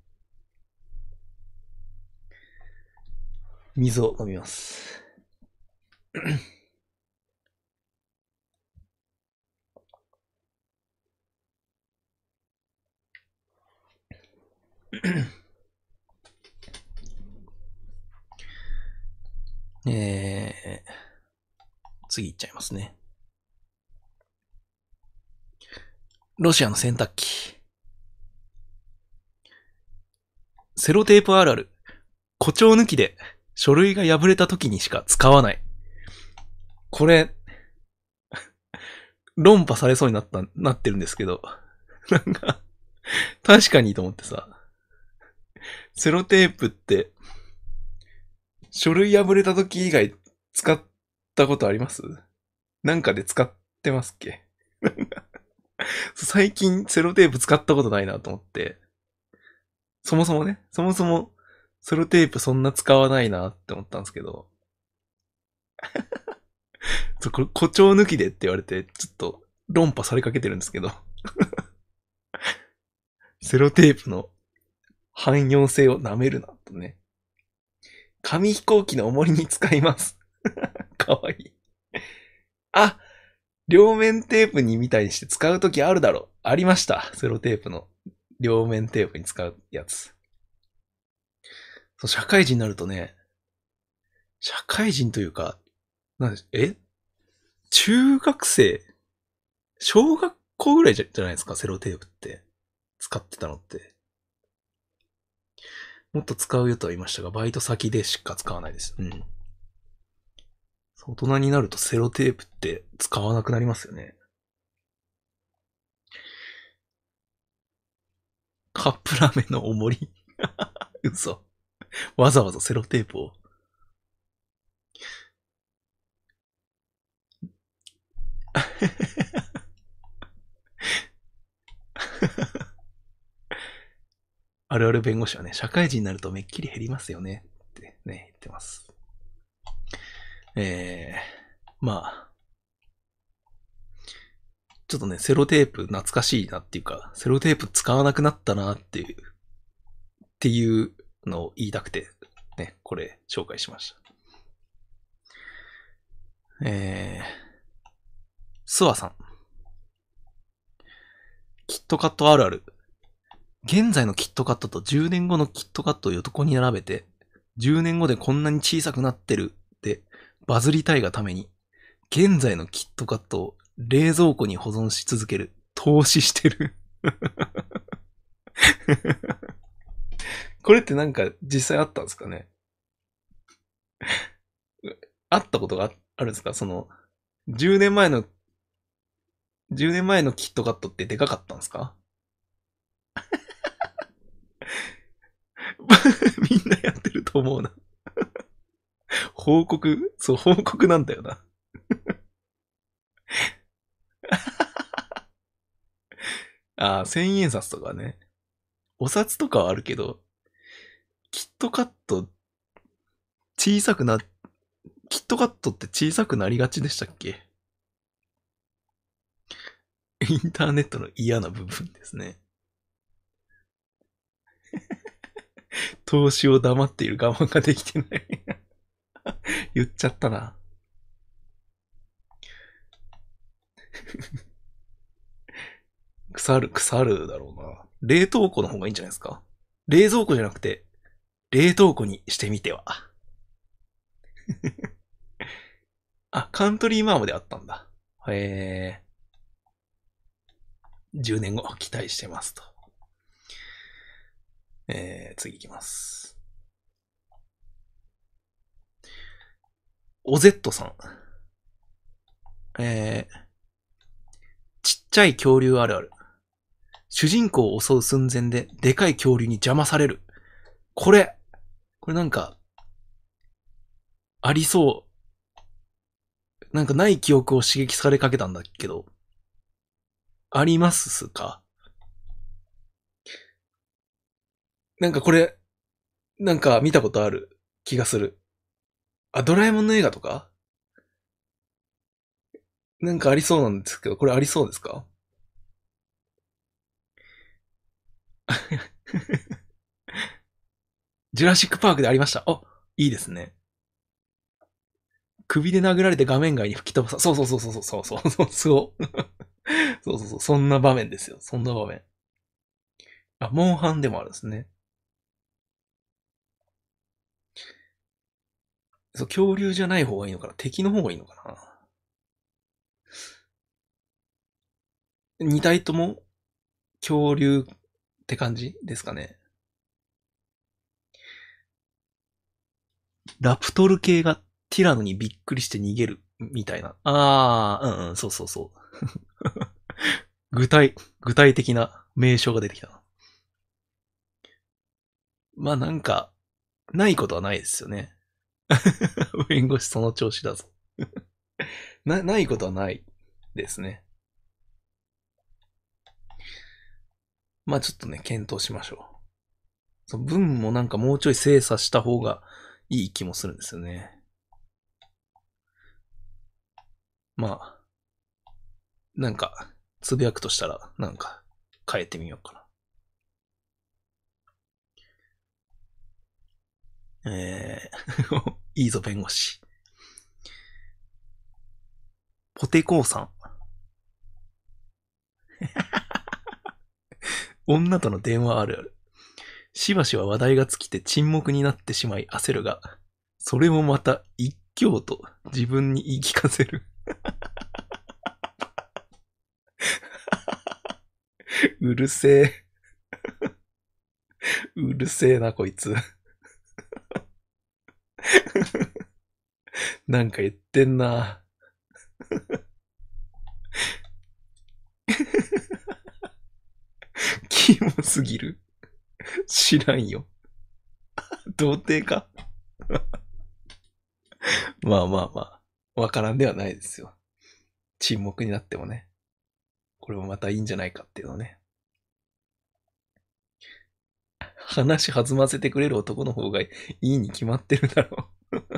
水を飲みます。えー、次行っちゃいますね。ロシアの洗濯機。セロテープあるある。誇張抜きで書類が破れた時にしか使わない。これ、論破されそうになった、なってるんですけど。なんか、確かにと思ってさ。セロテープって、 書類破れた時以外使ったことあります？なんかで使ってますっけ？最近セロテープ使ったことないなと思って。そもそもね、そもそもセロテープそんな使わないなって思ったんですけど、そう、これ誇張抜きでって言われて、ちょっと論破されかけてるんですけど、セロテープの汎用性を舐めるなとね。紙飛行機の重りに使います。かわいい。あ、両面テープにみたいにして使うときあるだろう。ありました。セロテープの両面テープに使うやつ。そう、社会人になるとね、社会人というか、なんで、え中学生小学校ぐらいじゃじゃないですか、セロテープって。使ってたのって。もっと使うよとは言いましたが、バイト先でしか使わないです。うん。大人になるとセロテープって使わなくなりますよね。カップラーメンの重り。嘘。わざわざセロテープを。あるある弁護士はね、社会人になるとめっきり減りますよね。ってね、言ってます。えー、まあ。ちょっとね、セロテープ懐かしいなっていうか、セロテープ使わなくなったなっていう、っていうのを言いたくて、ね、これ紹介しました。えー、スワさん。キットカットあるある。現在のキットカットとじゅうねんごのキットカットを横に並べて、じゅうねんごでこんなに小さくなってるってバズりたいがために、現在のキットカットを冷蔵庫に保存し続ける。投資してる。これってなんか実際あったんですかね？あったことがあるんですか？その、じゅうねんまえの、じゅうねんまえのキットカットってでかかったんですか？みんなやってると思うな。報告、そう、報告なんだよな。ああ、千円札とかね。お札とかはあるけど、キットカット小さくな、キットカットって小さくなりがちでしたっけ？インターネットの嫌な部分ですね。投資を黙っている我慢ができてない。言っちゃったな。腐る、腐るだろうな。冷凍庫の方がいいんじゃないですか？冷蔵庫じゃなくて、冷凍庫にしてみては。あ、カントリーマームであったんだ。へえ。じゅうねんご、期待してますと。えー、次いきます。お Z さん。えー、ちっちゃい恐竜あるある。主人公を襲う寸前で、でかい恐竜に邪魔される。これ、これなんか、ありそう。なんかない記憶を刺激されかけたんだけど、ありますか？なんかこれ、なんか見たことある気がする。あ、ドラえもんの映画とかなんかありそうなんですけど、これありそうですか？ジュラシックパークでありました。あ、いいですね。首で殴られて画面外に吹き飛ばさ、そうそうそうそうそうそうそうそう。そうそうそう、そんな場面ですよ。そんな場面。あ、モンハンでもあるんですね。そう、恐竜じゃない方がいいのかな？敵の方がいいのかな？二体とも恐竜って感じですかね。ラプトル系がティラノにびっくりして逃げるみたいな。あー、うんうん、そうそうそう。具体、具体的な名称が出てきたな。まあなんか、ないことはないですよね。 弁護士その調子だぞ。な、ないことはないですね。まあちょっとね、検討しましょう。その文もなんかもうちょい精査した方がいい気もするんですよね。まあ、なんか、つぶやくとしたら、なんか、変えてみようかな。えー、いいぞ、弁護士。ポテコーさん。女との電話あるある。しばしは話題が尽きて沈黙になってしまい焦るが、それもまた一興と自分に言い聞かせる。うるせえ。うるせえな、こいつ。なんか言ってんな。キモすぎる。知らんよ。童貞か。まあまあまあ。わからんではないですよ。沈黙になってもね。これもまたいいんじゃないかっていうのね。話弾ませてくれる男の方がいいに決まってるだろ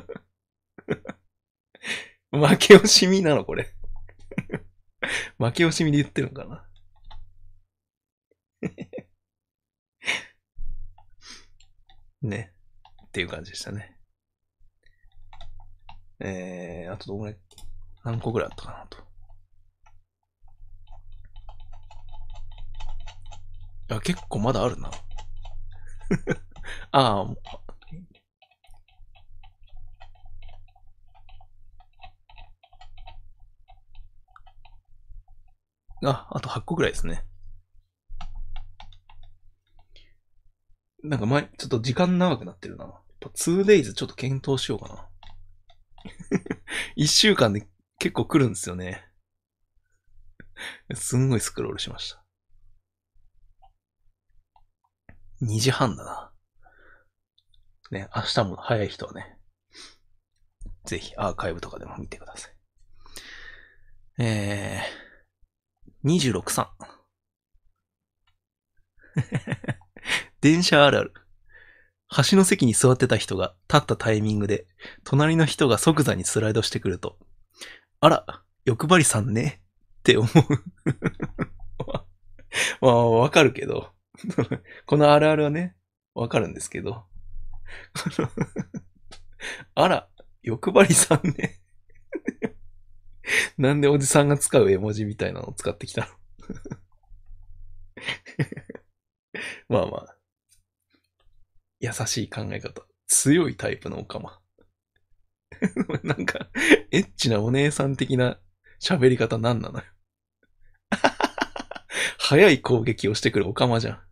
う。負け惜しみなのこれ。負け惜しみで言ってるのかな。ね。っていう感じでしたね。えー、あとどこらい、何個ぐらいあったかなと。いや、結構まだあるな。ああ、あ、あとはっこぐらいですね。なんか前、ちょっと時間長くなってるな。ツーデイズ ちょっと検討しようかな。いっしゅうかんで結構来るんですよね。すんごいスクロールしました。にじはんだな。ね、明日も早い人はね、ぜひアーカイブとかでも見てください。えー、にじゅうろくさん。電車あるある。端の席に座ってた人が立ったタイミングで、隣の人が即座にスライドしてくると、あら、欲張りさんねって思う。まあ、わかるけど、このあるあるはね、わかるんですけど、あら、欲張りさんね。なんでおじさんが使う絵文字みたいなのを使ってきたのまあまあ、優しい考え方。強いタイプのオカマ。なんか、エッチなお姉さん的な喋り方なんなのよ。早い攻撃をしてくるオカマじゃん。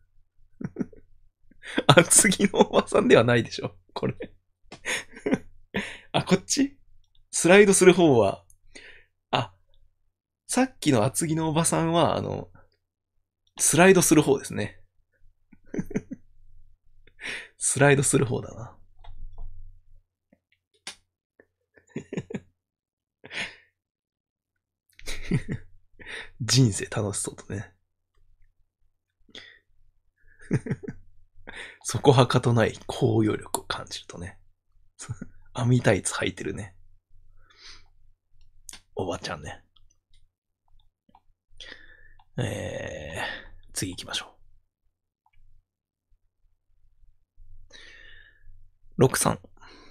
あ、次のおばさんではないでしょ。これ。あ、こっちスライドする方は、あ、さっきの厚木のおばさんは、あの、スライドする方ですね。スライドする方だな。人生楽しそうとね。そこはかとない高揚力を感じるとね。網タイツ履いてるね。おばちゃんね。えー、次行きましょう。ろくさん。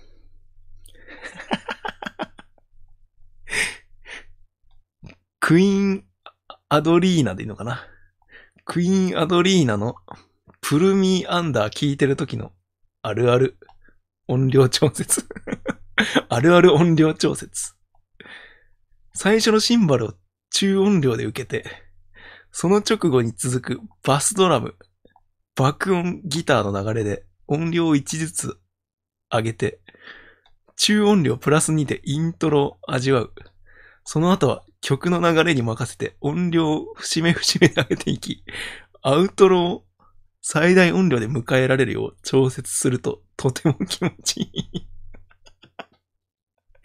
クイーンアドリーナでいいのかな。クイーンアドリーナのプルミーアンダー聞いてる時のあるある音量調節。あるある音量調節。最初のシンバルを中音量で受けて、その直後に続くバスドラム、爆音ギターの流れで音量をいちずつ上げて、中音量プラスにでイントロを味わう。その後は曲の流れに任せて音量を節目節目で上げていき、アウトロを最大音量で迎えられるよう調節するととても気持ちいい。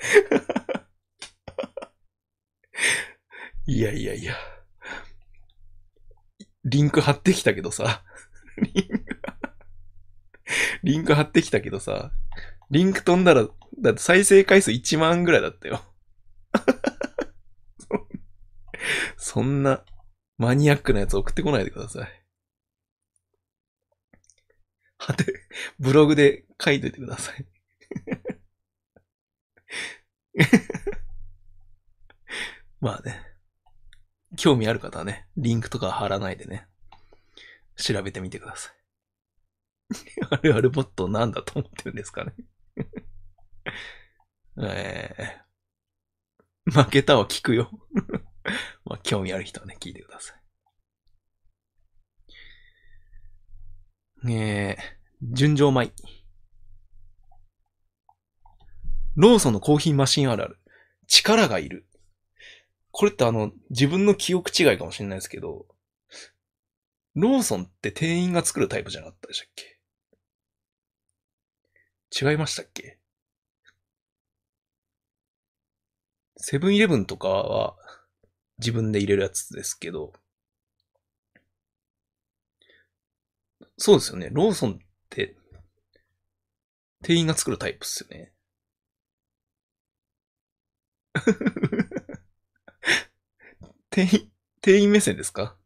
いやいやいや。リンク貼ってきたけどさ。リンク、リンク貼ってきたけどさ。リンク飛んだら、だって再生回数いちまんぐらいだったよ。そんなマニアックなやつ送ってこないでください。はて、ブログで書いといてください。まあね。興味ある方はね、リンクとか貼らないでね、調べてみてください。あるあるボットなんだと思ってるんですかね。えー、負けたは聞くよ。まあ、興味ある人はね、聞いてください。えー、純情米。ローソンのコーヒーマシンあるある。力がいる。これってあの、自分の記憶違いかもしれないですけど、ローソンって店員が作るタイプじゃなかったでしたっけ？違いましたっけ？セブンイレブンとかは自分で入れるやつですけど、そうですよね。ローソンって店員が作るタイプっすよね。店員、店員目線ですか？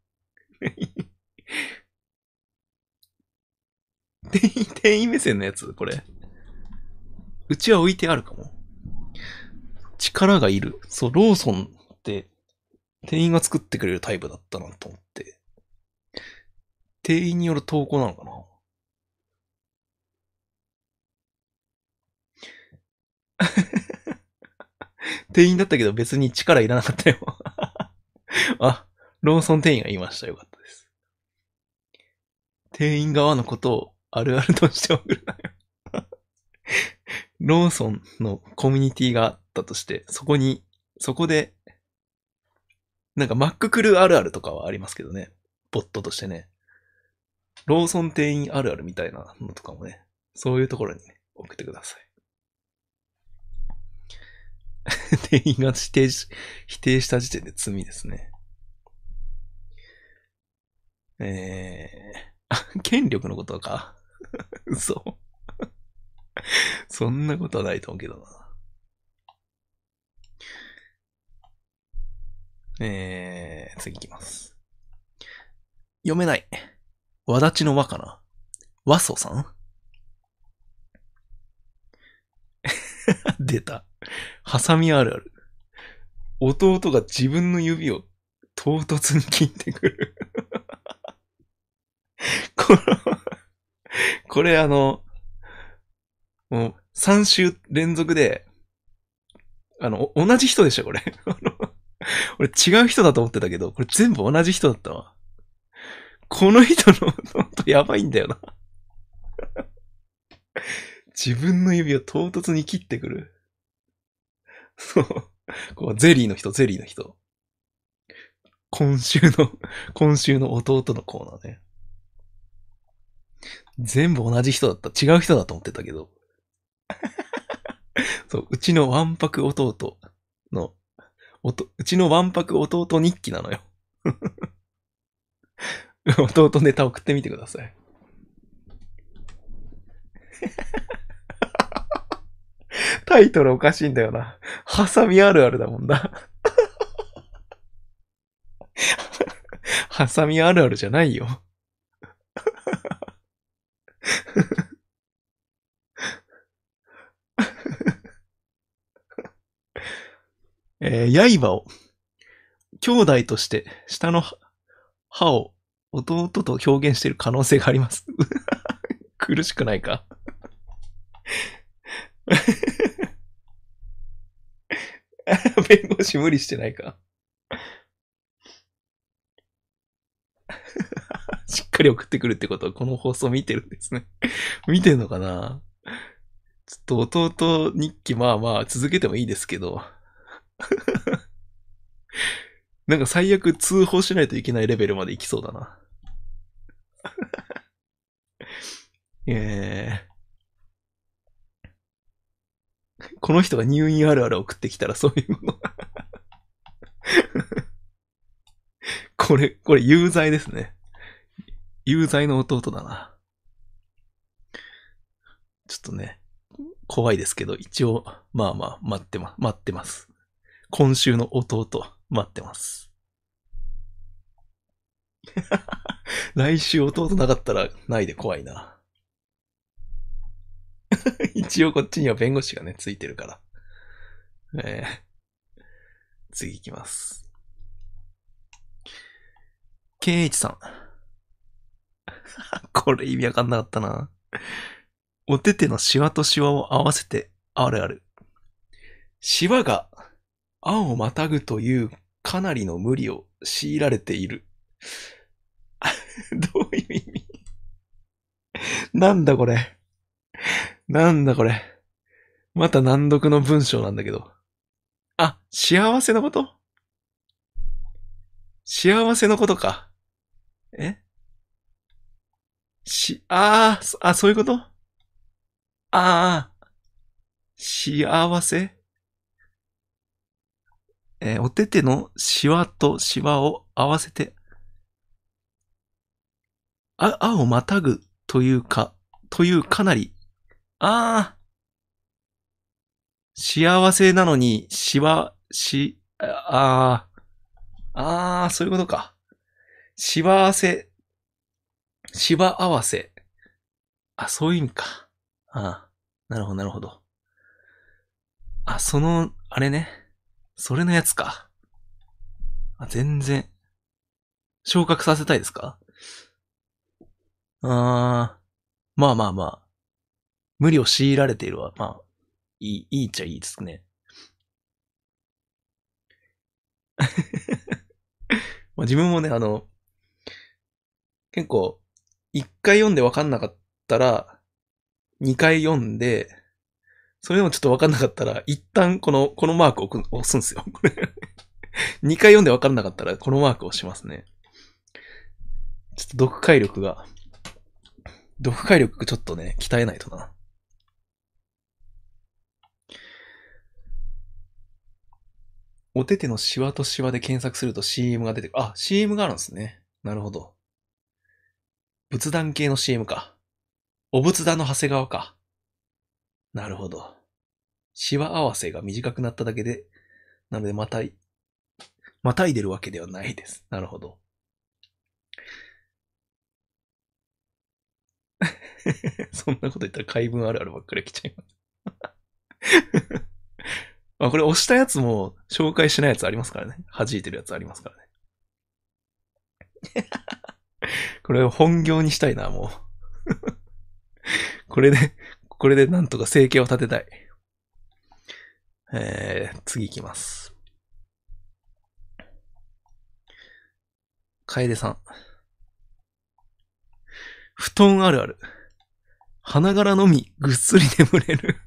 店員、店員目線のやつこれ。うちは置いてあるかも。力がいる。そう、ローソンって店員が作ってくれるタイプだったなと思って。店員による投稿なのかな？店員だったけど別に力いらなかったよ。あ、ローソン店員が言いました。よかったです。店員側のことをあるあるとして送るなよ。ローソンのコミュニティがあったとして、そこに、そこで、なんかマッククルーあるあるとかはありますけどね。ボットとしてね。ローソン店員あるあるみたいなのとかもね、そういうところにね、送ってください。店員が否定し、否定した時点で罪ですね。えー、権力のことか。嘘。そんなことはないと思うけどな。えー、次いきます。読めない。わだちの輪かな。和祖さん出た。ハサミあるある。弟が自分の指を唐突に切ってくる。これ、これあの、もうさん週連続で、あの、同じ人でした、これ。俺違う人だと思ってたけど、これ全部同じ人だったわ。この人の弟やばいんだよな。自分の指を唐突に切ってくる。そう。こうゼリーの人、ゼリーの人。今週の、今週の弟のコーナーね。全部同じ人だった。違う人だと思ってたけど。そう、うちのわんぱく弟の、おとうちのわんぱく弟日記なのよ。弟ネタ送ってみてください。タイトルおかしいんだよな。ハサミあるあるだもんな。ハサミあるあるじゃないよ。えー、刃を兄弟として下の歯を弟と表現している可能性があります。苦しくないか？弁護士無理してないか？しっかり送ってくるってことはこの放送見てるんですね。見てんのかな？ちょっと弟日記まあまあ続けてもいいですけど、なんか最悪通報しないといけないレベルまで行きそうだな。えこの人が入院あるある送ってきたらそういうもの。これ、これ有罪ですね。有罪の弟だな。ちょっとね、怖いですけど、一応、まあまあ、待ってま、待ってます。今週の弟、待ってます。来週弟なかったらないで怖いな。一応こっちには弁護士がね、ついてるから。えー、次行きます。ケンイチさん。これ意味わかんなかったな。お手手のシワとシワを合わせてあるある。シワが青をまたぐというかなりの無理を強いられている。どういう意味？なんだこれ。なんだこれ。また難読の文章なんだけど。あ、幸せのこと？幸せのことか。えし、あー、あ、そういうこと？あー、幸せ？えーお手手のシワとシワを合わせて、あ、あをまたぐというか、というかなり、あー、幸せなのに、しわ、し、あー、あー、そういうことか。しわ合わせ、しわ合わせ。あ、そういう意味か。あー、なるほど、なるほど。あ、その、あれね。それのやつか。あ、全然。昇格させたいですか？あー、まあまあまあ。無理を強いられているわ。まあ、いい、いいっちゃいいですね。まあ自分もね、あの、結構、一回読んで分かんなかったら、二回読んで、それでもちょっと分かんなかったら、一旦この、このマークを押すんですよ。これ。二回読んで分からなかったら、このマークを押しますね。ちょっと読解力が、読解力ちょっとね、鍛えないとな。お手手のシワとシワで検索すると シーエム が出てくる。あ、シーエム があるんですね。なるほど。仏壇系の シーエム か。お仏壇の長谷川か。なるほど。シワ合わせが短くなっただけで、なのでまたい、またいでるわけではないです。なるほど。そんなこと言ったら解文あるあるばっかり来ちゃいます。あ、これ押したやつも紹介しないやつありますからね。弾いてるやつありますからね。これを本業にしたいな、もう。これで、これでなんとか生計を立てたい。えー、次行きます。楓さん。布団あるある。花柄のみぐっすり眠れる。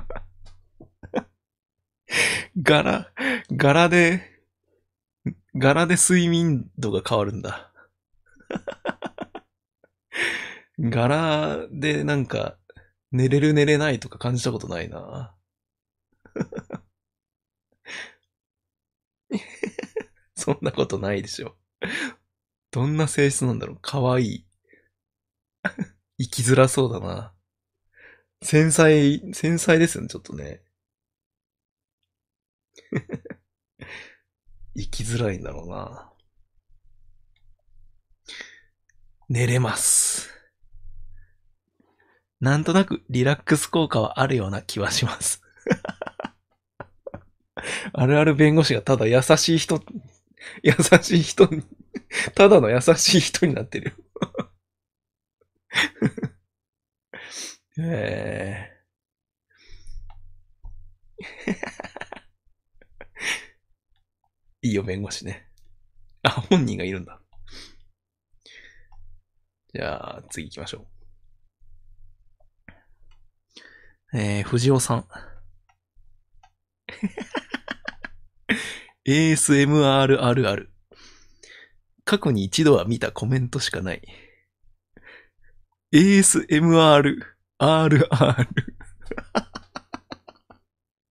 柄、柄で、柄で睡眠度が変わるんだ。柄でなんか、寝れる寝れないとか感じたことないな。そんなことないでしょ。どんな性質なんだろう。かわいい。生きづらそうだな。繊細、繊細ですよね、ちょっとね。生きづらいんだろうな。寝れます。なんとなくリラックス効果はあるような気はします。あるある弁護士がただ優しい人、優しい人に、ただの優しい人になってるよ。えー、いいよ、弁護士ね。あ、本人がいるんだ。じゃあ、次行きましょう。えー、藤尾さん。エーエスエムアール あるある。過去に一度は見たコメントしかない。エーエスエムアール アールアール。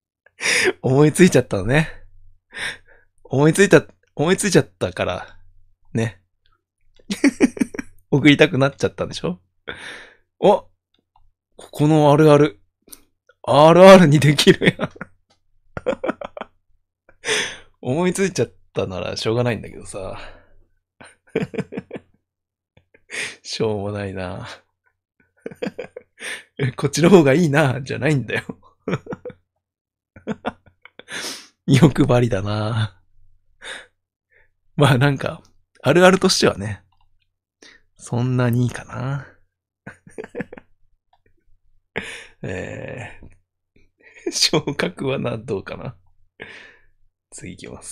思いついちゃったのね。思いついた、思いついちゃったから、ね。送りたくなっちゃったんでしょ？お、ここのあるある。アールアール にできるやん。思いついちゃったならしょうがないんだけどさ。しょうもないな。こっちの方がいいな、じゃないんだよ。欲張りだな。まあなんか、あるあるとしてはね、そんなにいいかな。えー、昇格はな、どうかな。次行きます。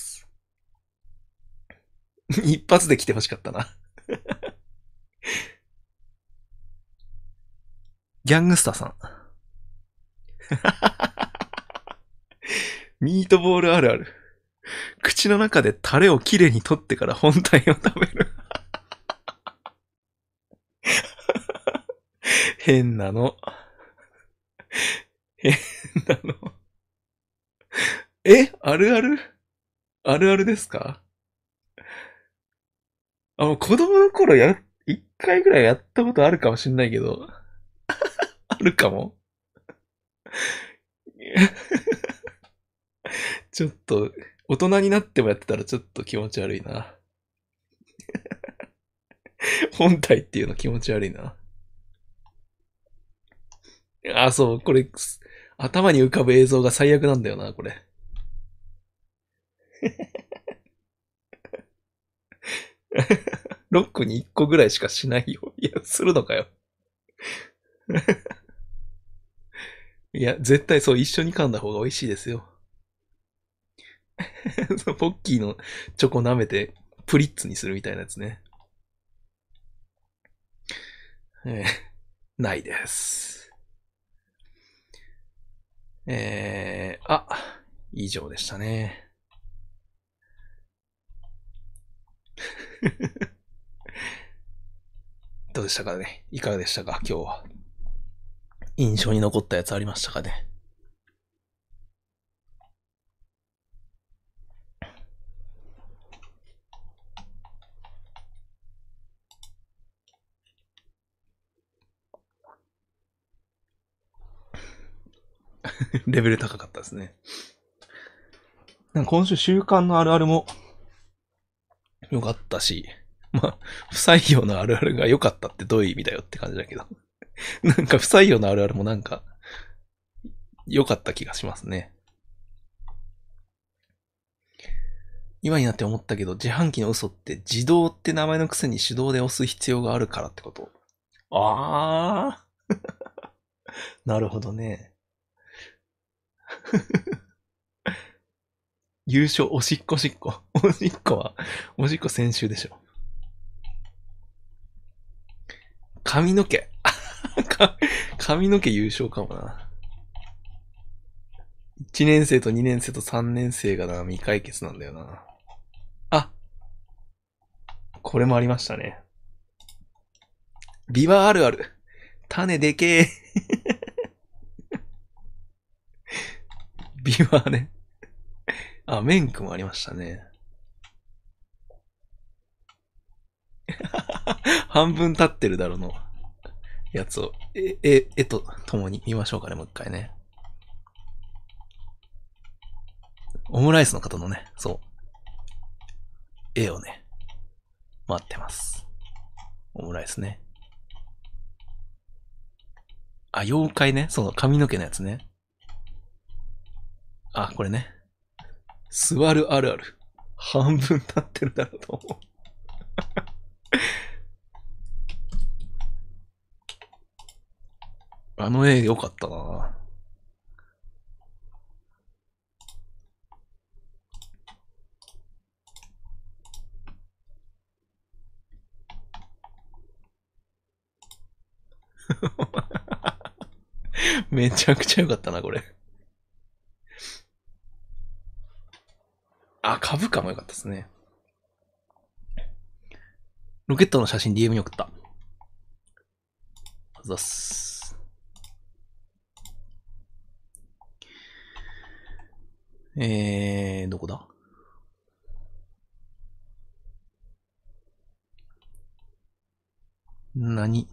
一発で来てほしかったな。ギャングスターさん。ミートボールあるある。口の中でタレをきれいに取ってから本体を食べる。変なの。変なの。え、あるあるあるあるですか？あ、もう子供の頃や、一回ぐらいやったことあるかもしんないけど、あるかも。ちょっと、大人になってもやってたらちょっと気持ち悪いな。本体っていうの気持ち悪いな。あ、そう、これ、頭に浮かぶ映像が最悪なんだよな、これ。ロックにいっこぐらいしかしないよ。いや、するのかよ。いや、絶対そう、一緒に噛んだ方が美味しいですよ。ポッキーのチョコ舐めて、プリッツにするみたいなやつね。えー、ないです。えー、あ、以上でしたね。どうでしたかね？いかがでしたか今日は。印象に残ったやつありましたかね？レベル高かったですね。なんか今週週刊のあるあるも良かったし、まあ、不採用のあるあるが良かったってどういう意味だよって感じだけど。なんか不採用のあるあるもなんか良かった気がしますね。今になって思ったけど、自販機の嘘って自動って名前のくせに手動で押す必要があるからってこと。あー。なるほどね。優勝、おしっこしっこ。おしっこは、おしっこ先週でしょ。髪の毛。髪の毛優勝かもな。いちねん生とにねん生とさんねん生がな、未解決なんだよな。あ、これもありましたね。ビワあるある。種でけえ。ビワね。あ、メンクもありましたね。半分経ってるだろのやつを、え、え、絵と共に見ましょうかね、もう一回ね。オムライスの方のね、そう。絵をね、待ってます。オムライスね。あ、妖怪ね。その髪の毛のやつね。あ、これね。座るあるある。半分経ってるだろうと思う。あの絵良かったなめちゃくちゃ良かったな、これ。あ、株価も良かったですね。ロケットの写真 ディーエム に送った。あざっす。 えー、どこだ？何？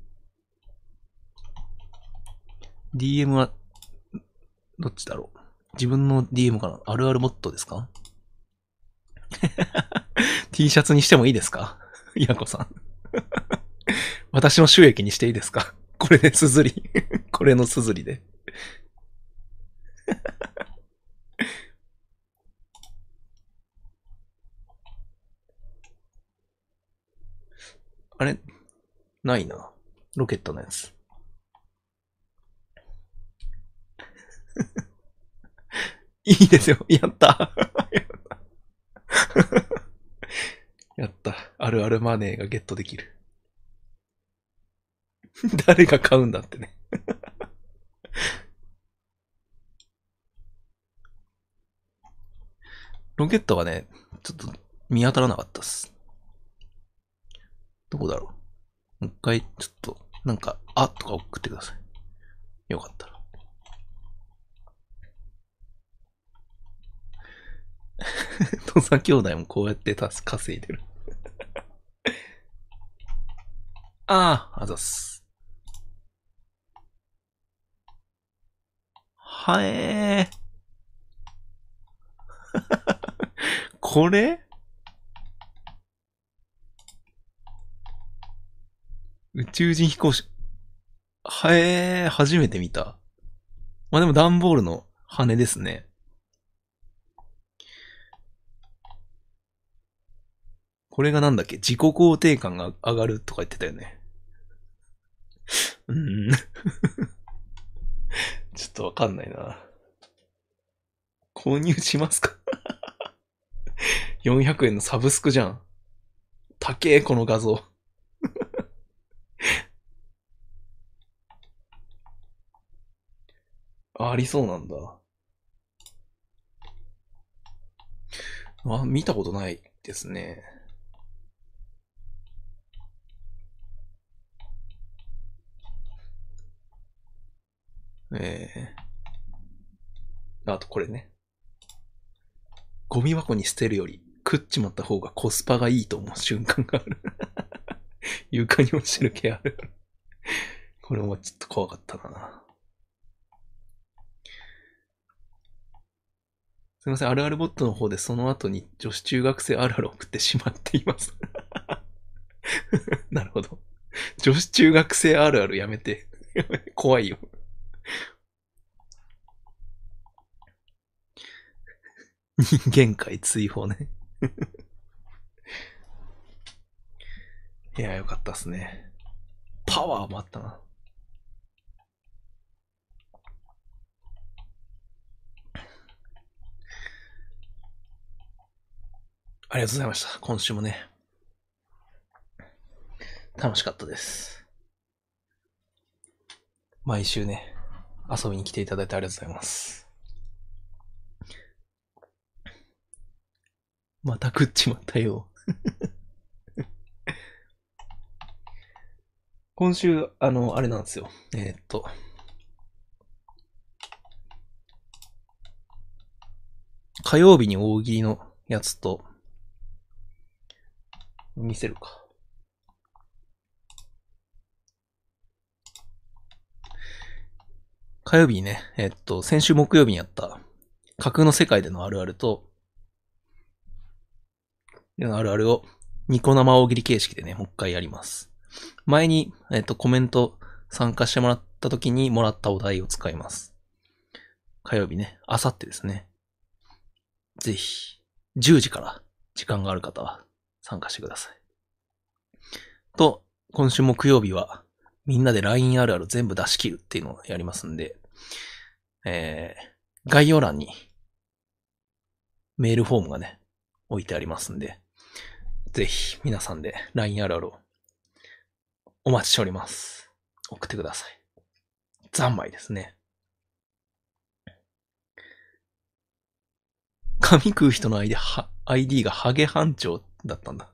ディーエム は、どっちだろう？自分の ディーエム かな？あるあるボットですか？T シャツにしてもいいですか？ヤコさん。私の収益にしていいですか？これで綴り。これの綴りで。あれないな。ロケットのやつ。いいですよ。やった。やった。あるあるマネーがゲットできる。誰が買うんだってね。ロケットがね、ちょっと見当たらなかったっす。どこだろう。もう一回、ちょっと、なんか、あとか送ってください。よかったら。土佐兄弟もこうやって稼いでる。ああ、あざっす。はえー。これ宇宙人飛行士。はえー、初めて見た。まあでも段ボールの羽ですね。これがなんだっけ？自己肯定感が上がるとか言ってたよね。うーん。ちょっとわかんないな。購入しますか？ よんひゃく 円のサブスクじゃん。高え、この画像。あ、ありそうなんだ。あ、見たことないですね。えー、あとこれね。ゴミ箱に捨てるより食っちまった方がコスパがいいと思う瞬間がある。床に落ちてる毛ある。これもちょっと怖かったな。すみません、あるあるボットの方でその後に女子中学生あるある送ってしまっています。なるほど。女子中学生あるあるやめて。怖いよ。人間界追放ね。いや、よかったっすね。パワーもあったな。ありがとうございました。今週もね。楽しかったです。毎週ね、遊びに来ていただいてありがとうございます。また食っちまったよ。今週、あの、あれなんですよ。えー、っと。火曜日に大喜利のやつと、見せるか。火曜日にね、えっと、先週木曜日にやった架空の世界でのあるあると、あるあるをニコ生大喜利形式でね、もう一回やります。前に、えっと、コメント参加してもらった時にもらったお題を使います。火曜日ね、あさってですね。ぜひ、じゅうじから時間がある方は参加してください。と、今週木曜日は、みんなで ライン あるある全部出し切るっていうのをやりますんで、えー、概要欄にメールフォームがね、置いてありますんで、ぜひ皆さんで ライン あるあるをお待ちしております。送ってください。三昧ですね。髪食う人の アイディー, アイディーがハゲ班長だったんだ。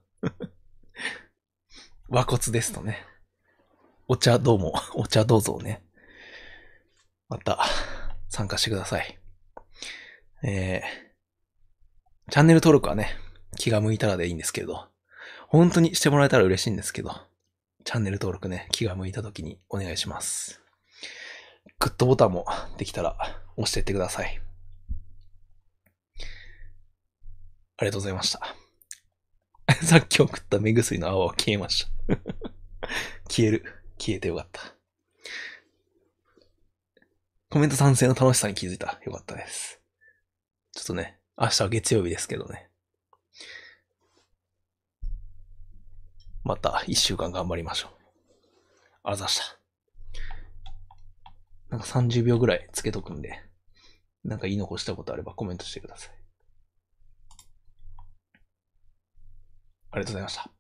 和骨ですとね。お茶どうも、お茶どうぞね。また参加してください。 えー、チャンネル登録はね、気が向いたらでいいんですけれど、本当にしてもらえたら嬉しいんですけど、チャンネル登録ね、気が向いた時にお願いします。グッドボタンもできたら押していってください。ありがとうございました。さっき送った目薬の泡は消えました。消える。消えてよかった。コメント賛成の楽しさに気づいた。よかったです。ちょっとね、明日は月曜日ですけどね。また一週間頑張りましょう。ありがとうございました。なんかさんじゅうびょうぐらいつけとくんで、なんか言い残したことあればコメントしてください。ありがとうございました。